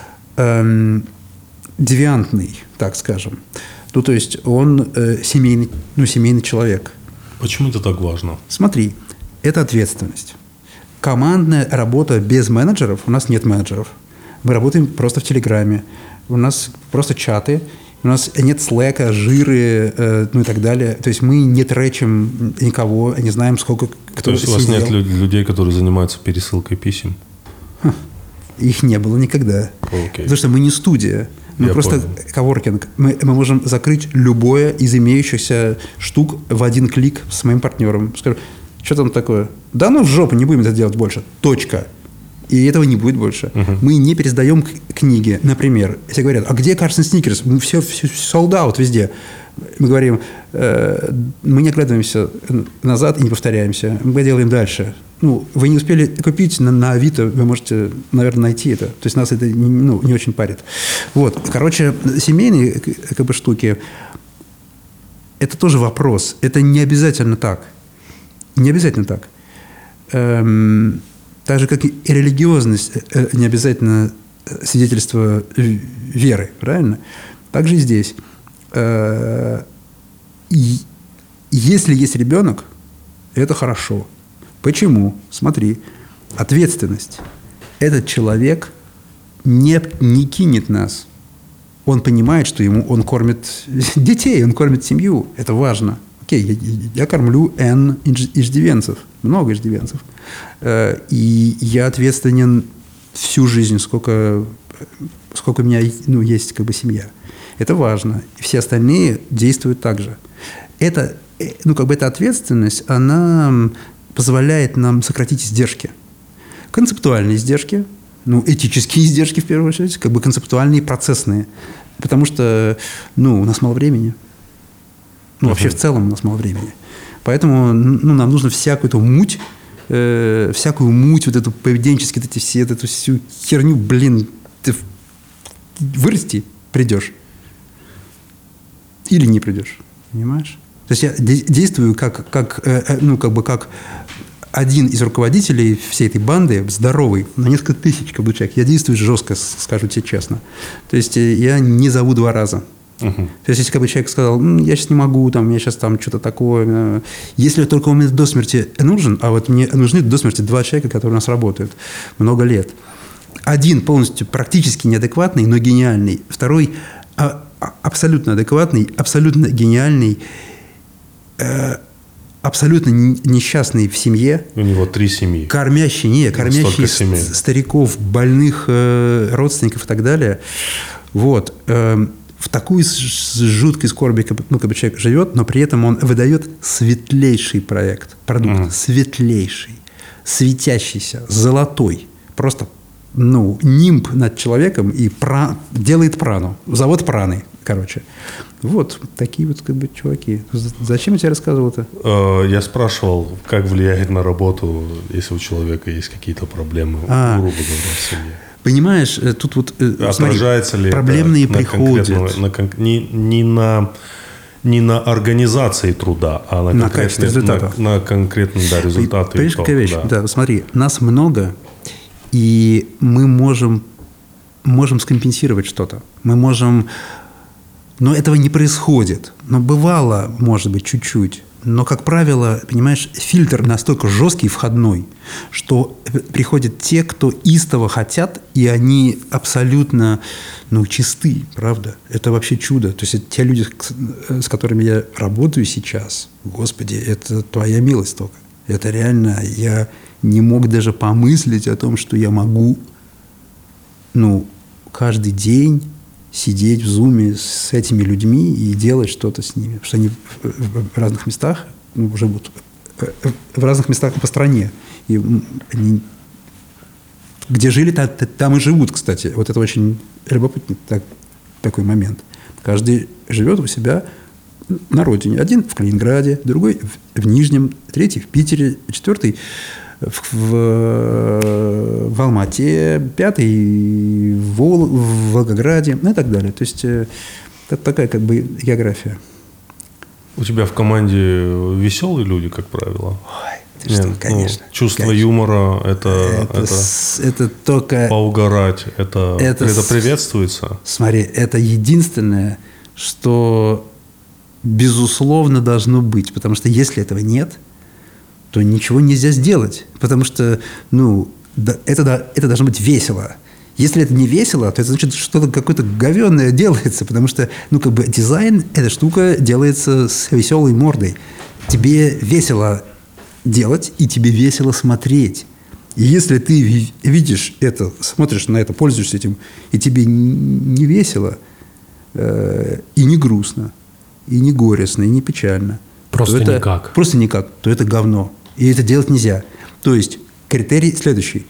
[SPEAKER 1] девиантный, так скажем. То есть, он семейный человек.
[SPEAKER 2] Почему это так важно?
[SPEAKER 1] Смотри, это ответственность. Командная работа без менеджеров, у нас нет менеджеров. Мы работаем просто в Телеграме. У нас просто чаты. У нас нет слэка, жиры, и так далее. То есть мы не тречим никого, не знаем, сколько кто сидел.
[SPEAKER 2] То есть у вас нет людей, которые занимаются пересылкой писем?
[SPEAKER 1] Их не было никогда. Потому что мы не студия. Мы просто коворкинг. Мы можем закрыть любое из имеющихся штук в один клик с моим партнером. Скажу, что там такое? Да в жопу, не будем это делать больше. Точка. И этого не будет больше. Мы не пересдаем книги. Например, если говорят, а где Carson Snickers? Все sold out везде. Мы говорим, мы не оглядываемся назад и не повторяемся. Мы делаем дальше. Вы не успели купить на Авито, вы можете, наверное, найти это. То есть нас это не очень парит. Короче, семейные штуки – это тоже вопрос. Это не обязательно так. Не обязательно так. Так же, как и религиозность не обязательно свидетельство веры, правильно? Так же и здесь. Если есть ребенок, это хорошо. Почему? Смотри, ответственность. Этот человек не кинет нас. Он понимает, что он кормит детей, он кормит семью. Это важно. окей, я кормлю N иждивенцев, много иждивенцев. И я ответственен всю жизнь, сколько у меня есть как бы семья. Это важно. И все остальные действуют так же. Эта ответственность, она позволяет нам сократить издержки. Концептуальные издержки, этические издержки, в первую очередь, как бы концептуальные и процессные. Потому что, у нас мало времени. Вообще в целом у нас мало времени. Поэтому, нам нужно всякую эту муть, вот эту поведенческую, эту всю херню, ты вырасти придешь. Или не придешь. Понимаешь? То есть я действую как один из руководителей всей этой банды, здоровый, на несколько тысяч человек. Я действую жестко, скажу тебе честно. То есть я не зову 2 раза. То есть если человек сказал, я сейчас не могу, я сейчас что-то такое. Если только он мне до смерти нужен, а вот мне нужны до смерти 2 человека, которые у нас работают много лет. Один полностью практически неадекватный, но гениальный. Второй абсолютно адекватный, абсолютно гениальный, абсолютно несчастный в семье.
[SPEAKER 2] У него 3 семьи.
[SPEAKER 1] Кормящий стариков, больных родственников и так далее. Вот. В такой жуткой скорби человек живет, но при этом он выдает светлейший продукт, светлейший, светящийся, золотой. Просто нимб над человеком и делает прану. Завод праны, Вот такие вот чуваки. Зачем я тебе рассказывал это?
[SPEAKER 2] Я спрашивал, как влияет на работу, если у человека есть какие-то проблемы, грубо говоря, в семье.
[SPEAKER 1] Понимаешь, тут вот
[SPEAKER 2] отражается ли
[SPEAKER 1] проблемные приходят.
[SPEAKER 2] Не на организации труда, а на конкретные результаты.
[SPEAKER 1] Понимаешь, какая вещь? Да, смотри, нас много, и мы можем скомпенсировать что-то. Но этого не происходит. Но бывало, может быть, чуть-чуть. Но, как правило, понимаешь, фильтр настолько жесткий, входной, что приходят те, кто истово хотят, и они абсолютно, чисты, правда. Это вообще чудо. То есть, те люди, с которыми я работаю сейчас, Господи, это твоя милость только. Это реально, я не мог даже помыслить о том, что я могу, каждый день сидеть в зуме с этими людьми и делать что-то с ними. Потому что они в разных местах живут. В разных местах по стране. И они, где жили, там и живут, кстати. Вот это очень любопытный такой момент. Каждый живет у себя на родине. Один в Калининграде, другой в Нижнем, третий в Питере, четвертый в Алмате, 5-й в Волгограде, и так далее. То есть это такая география.
[SPEAKER 2] У тебя в команде веселые люди, как правило?
[SPEAKER 1] Ой, ты что, конечно.
[SPEAKER 2] Чувство
[SPEAKER 1] конечно.
[SPEAKER 2] юмора,
[SPEAKER 1] это только...
[SPEAKER 2] Поугарать, это приветствуется?
[SPEAKER 1] Смотри, это единственное, что безусловно должно быть. Потому что если этого нет, то ничего нельзя сделать. Потому что, это должно быть весело. Если это не весело, то это значит, что-то какое-то говенное делается. Потому что, дизайн, эта штука делается с веселой мордой. Тебе весело делать, и тебе весело смотреть. И если ты видишь это, смотришь на это, пользуешься этим, и тебе не весело, и не грустно, и не горестно, и не печально.
[SPEAKER 4] Просто никак.
[SPEAKER 1] Просто никак. То это говно. И это делать нельзя. То есть критерий следующий.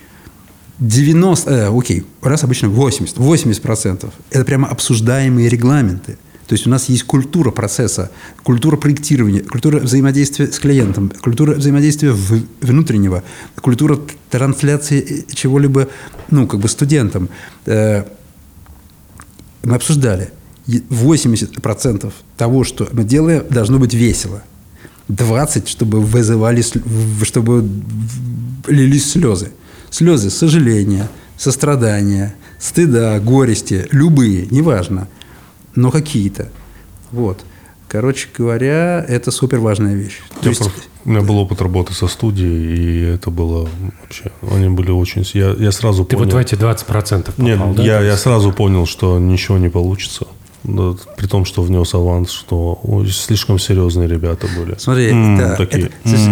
[SPEAKER 1] 90, раз обычно 80%. Это прямо обсуждаемые регламенты. То есть у нас есть культура процесса, культура проектирования, культура взаимодействия с клиентом, культура взаимодействия внутреннего, культура трансляции чего-либо, студентам. Мы обсуждали. 80% того, что мы делаем, должно быть весело. 20%, чтобы лились слезы. Слезы сожаления, сострадания, стыда, горести, любые, неважно, но какие-то. Вот. Короче говоря, это супер важная вещь.
[SPEAKER 2] У меня был опыт работы со студией, и это было вообще... Они были очень... Я сразу понял...
[SPEAKER 4] Ты вот в эти 20% попал,
[SPEAKER 2] Нет,
[SPEAKER 4] да?
[SPEAKER 2] я сразу понял, что ничего не получится. Да, при том, что внес аванс, что слишком серьезные ребята были.
[SPEAKER 1] Смотри, да,
[SPEAKER 2] такие.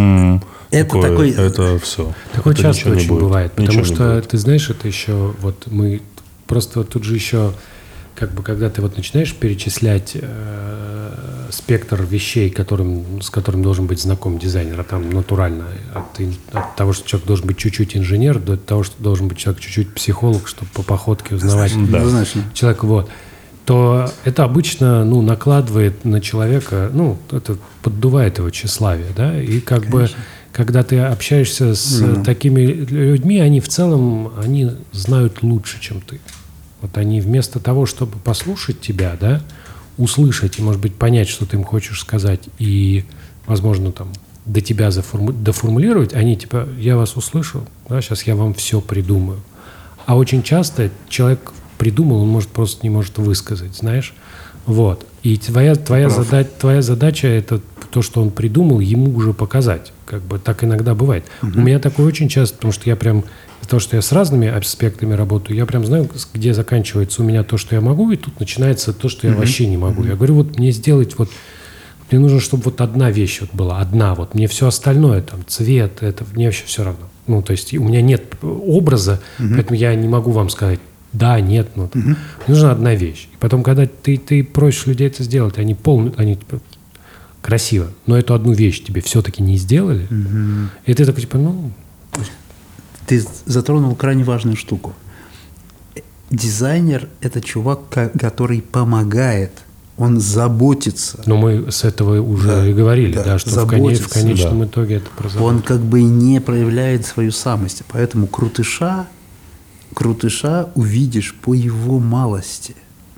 [SPEAKER 2] Это все.
[SPEAKER 4] Такое
[SPEAKER 2] это
[SPEAKER 4] часто очень бывает, потому что, ты знаешь, это еще, вот мы просто тут же еще, как бы, когда ты вот начинаешь перечислять спектр вещей, с которым должен быть знаком дизайнер, а там натурально, от того, что человек должен быть чуть-чуть инженер, до того, что должен быть человек чуть-чуть психолог, чтобы по походке узнавать человека, вот, то это обычно, накладывает на человека, это поддувает его тщеславие, да, и как Конечно. Бы, когда ты общаешься с такими людьми, они в целом, они знают лучше, чем ты. Вот они вместо того, чтобы послушать тебя, да, услышать и, может быть, понять, что ты им хочешь сказать, и, возможно, там, до тебя доформулировать, они типа, я вас услышал, да, сейчас я вам все придумаю. А очень часто человек придумал, он просто не может высказать, знаешь. Вот. И твоя задача – это то, что он придумал, ему уже показать. Как бы так иногда бывает. У меня такое очень часто, потому что я прям, из-за того, что я с разными аспектами работаю, я прям знаю, где заканчивается у меня то, что я могу, и тут начинается то, что я вообще не могу. Я говорю, вот мне сделать мне нужно, чтобы вот одна вещь была, одна, вот мне все остальное, там, цвет, это мне вообще все равно. То есть у меня нет образа, поэтому я не могу вам сказать, да, нет, мне нужна одна вещь. И потом, когда ты просишь людей это сделать, они типа, красиво, но эту одну вещь тебе все-таки не сделали, и ты такой, типа,
[SPEAKER 1] Ты затронул крайне важную штуку. Дизайнер – это чувак, который помогает, он заботится.
[SPEAKER 4] Но мы с этого уже и говорили, что в конечном итоге это про заботу.
[SPEAKER 1] Он как бы не проявляет свою самость, поэтому крутыша увидишь по его малости.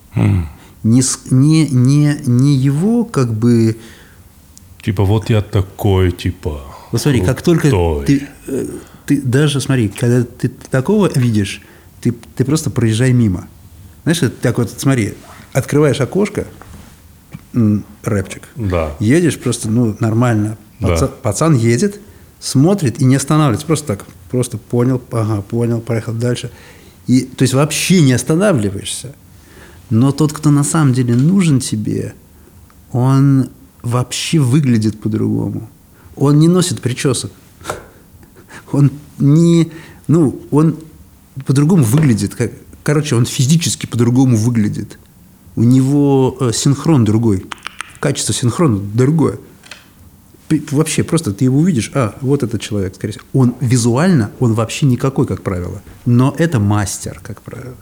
[SPEAKER 1] Не его как бы…
[SPEAKER 2] Типа, вот я такой, типа…
[SPEAKER 1] Вот смотри, как только ты даже, смотри, когда ты такого видишь, ты просто проезжай мимо. Знаешь, так вот, смотри, открываешь окошко, рэпчик, едешь просто, нормально. Пацан едет, смотрит и не останавливается. Просто так, просто понял, поехал дальше. И, то есть вообще не останавливаешься. Но тот, кто на самом деле нужен тебе, он вообще выглядит по-другому. Он не носит причесок. Он он по-другому выглядит. Он физически по-другому выглядит. У него синхрон другой. Качество синхрона другое. Вообще, просто ты его увидишь, вот этот человек, скорее всего. Он визуально, он вообще никакой, как правило. Но это мастер, как правило.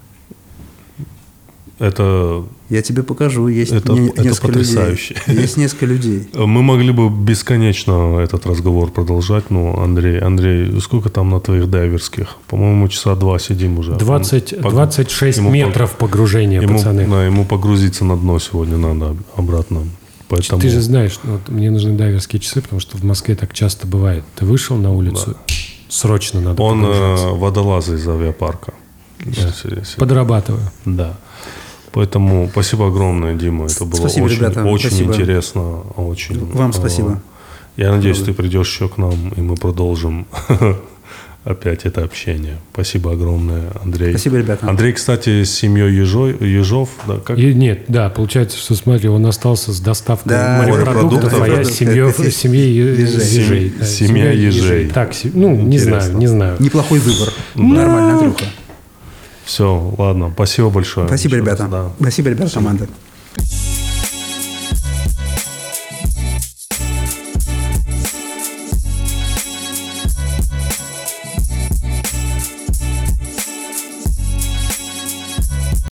[SPEAKER 2] Это…
[SPEAKER 1] Я тебе покажу. Есть
[SPEAKER 2] это потрясающе.
[SPEAKER 1] Людей. Есть несколько людей.
[SPEAKER 2] Мы могли бы бесконечно этот разговор продолжать. Андрей, сколько там на твоих дайверских? По-моему, часа 2 сидим уже.
[SPEAKER 4] 26 метров погружения, пацаны.
[SPEAKER 2] Ему погрузиться на дно сегодня надо обратно. Поэтому…
[SPEAKER 4] Ты же знаешь, мне нужны дайверские часы, потому что в Москве так часто бывает. Ты вышел на улицу, срочно надо погружаться.
[SPEAKER 2] Он водолаз из авиапарка.
[SPEAKER 4] Подрабатываю.
[SPEAKER 2] Да. Поэтому спасибо огромное, Дима. Это было очень интересно.
[SPEAKER 1] Вам спасибо.
[SPEAKER 2] Я надеюсь, ты придешь еще к нам, и мы продолжим опять это общение. Спасибо огромное, Андрей.
[SPEAKER 1] Спасибо, ребята.
[SPEAKER 2] Андрей, кстати, с семьей Ежов.
[SPEAKER 4] Получается, что, смотри, он остался с доставкой морепродуктов, а я с семьей ежей.
[SPEAKER 2] Семья ежей.
[SPEAKER 4] Так, не знаю.
[SPEAKER 1] Неплохой выбор. Нормально, Андрюха.
[SPEAKER 2] Все, ладно. Спасибо большое.
[SPEAKER 1] Спасибо, ребята. Спасибо, ребята, команда.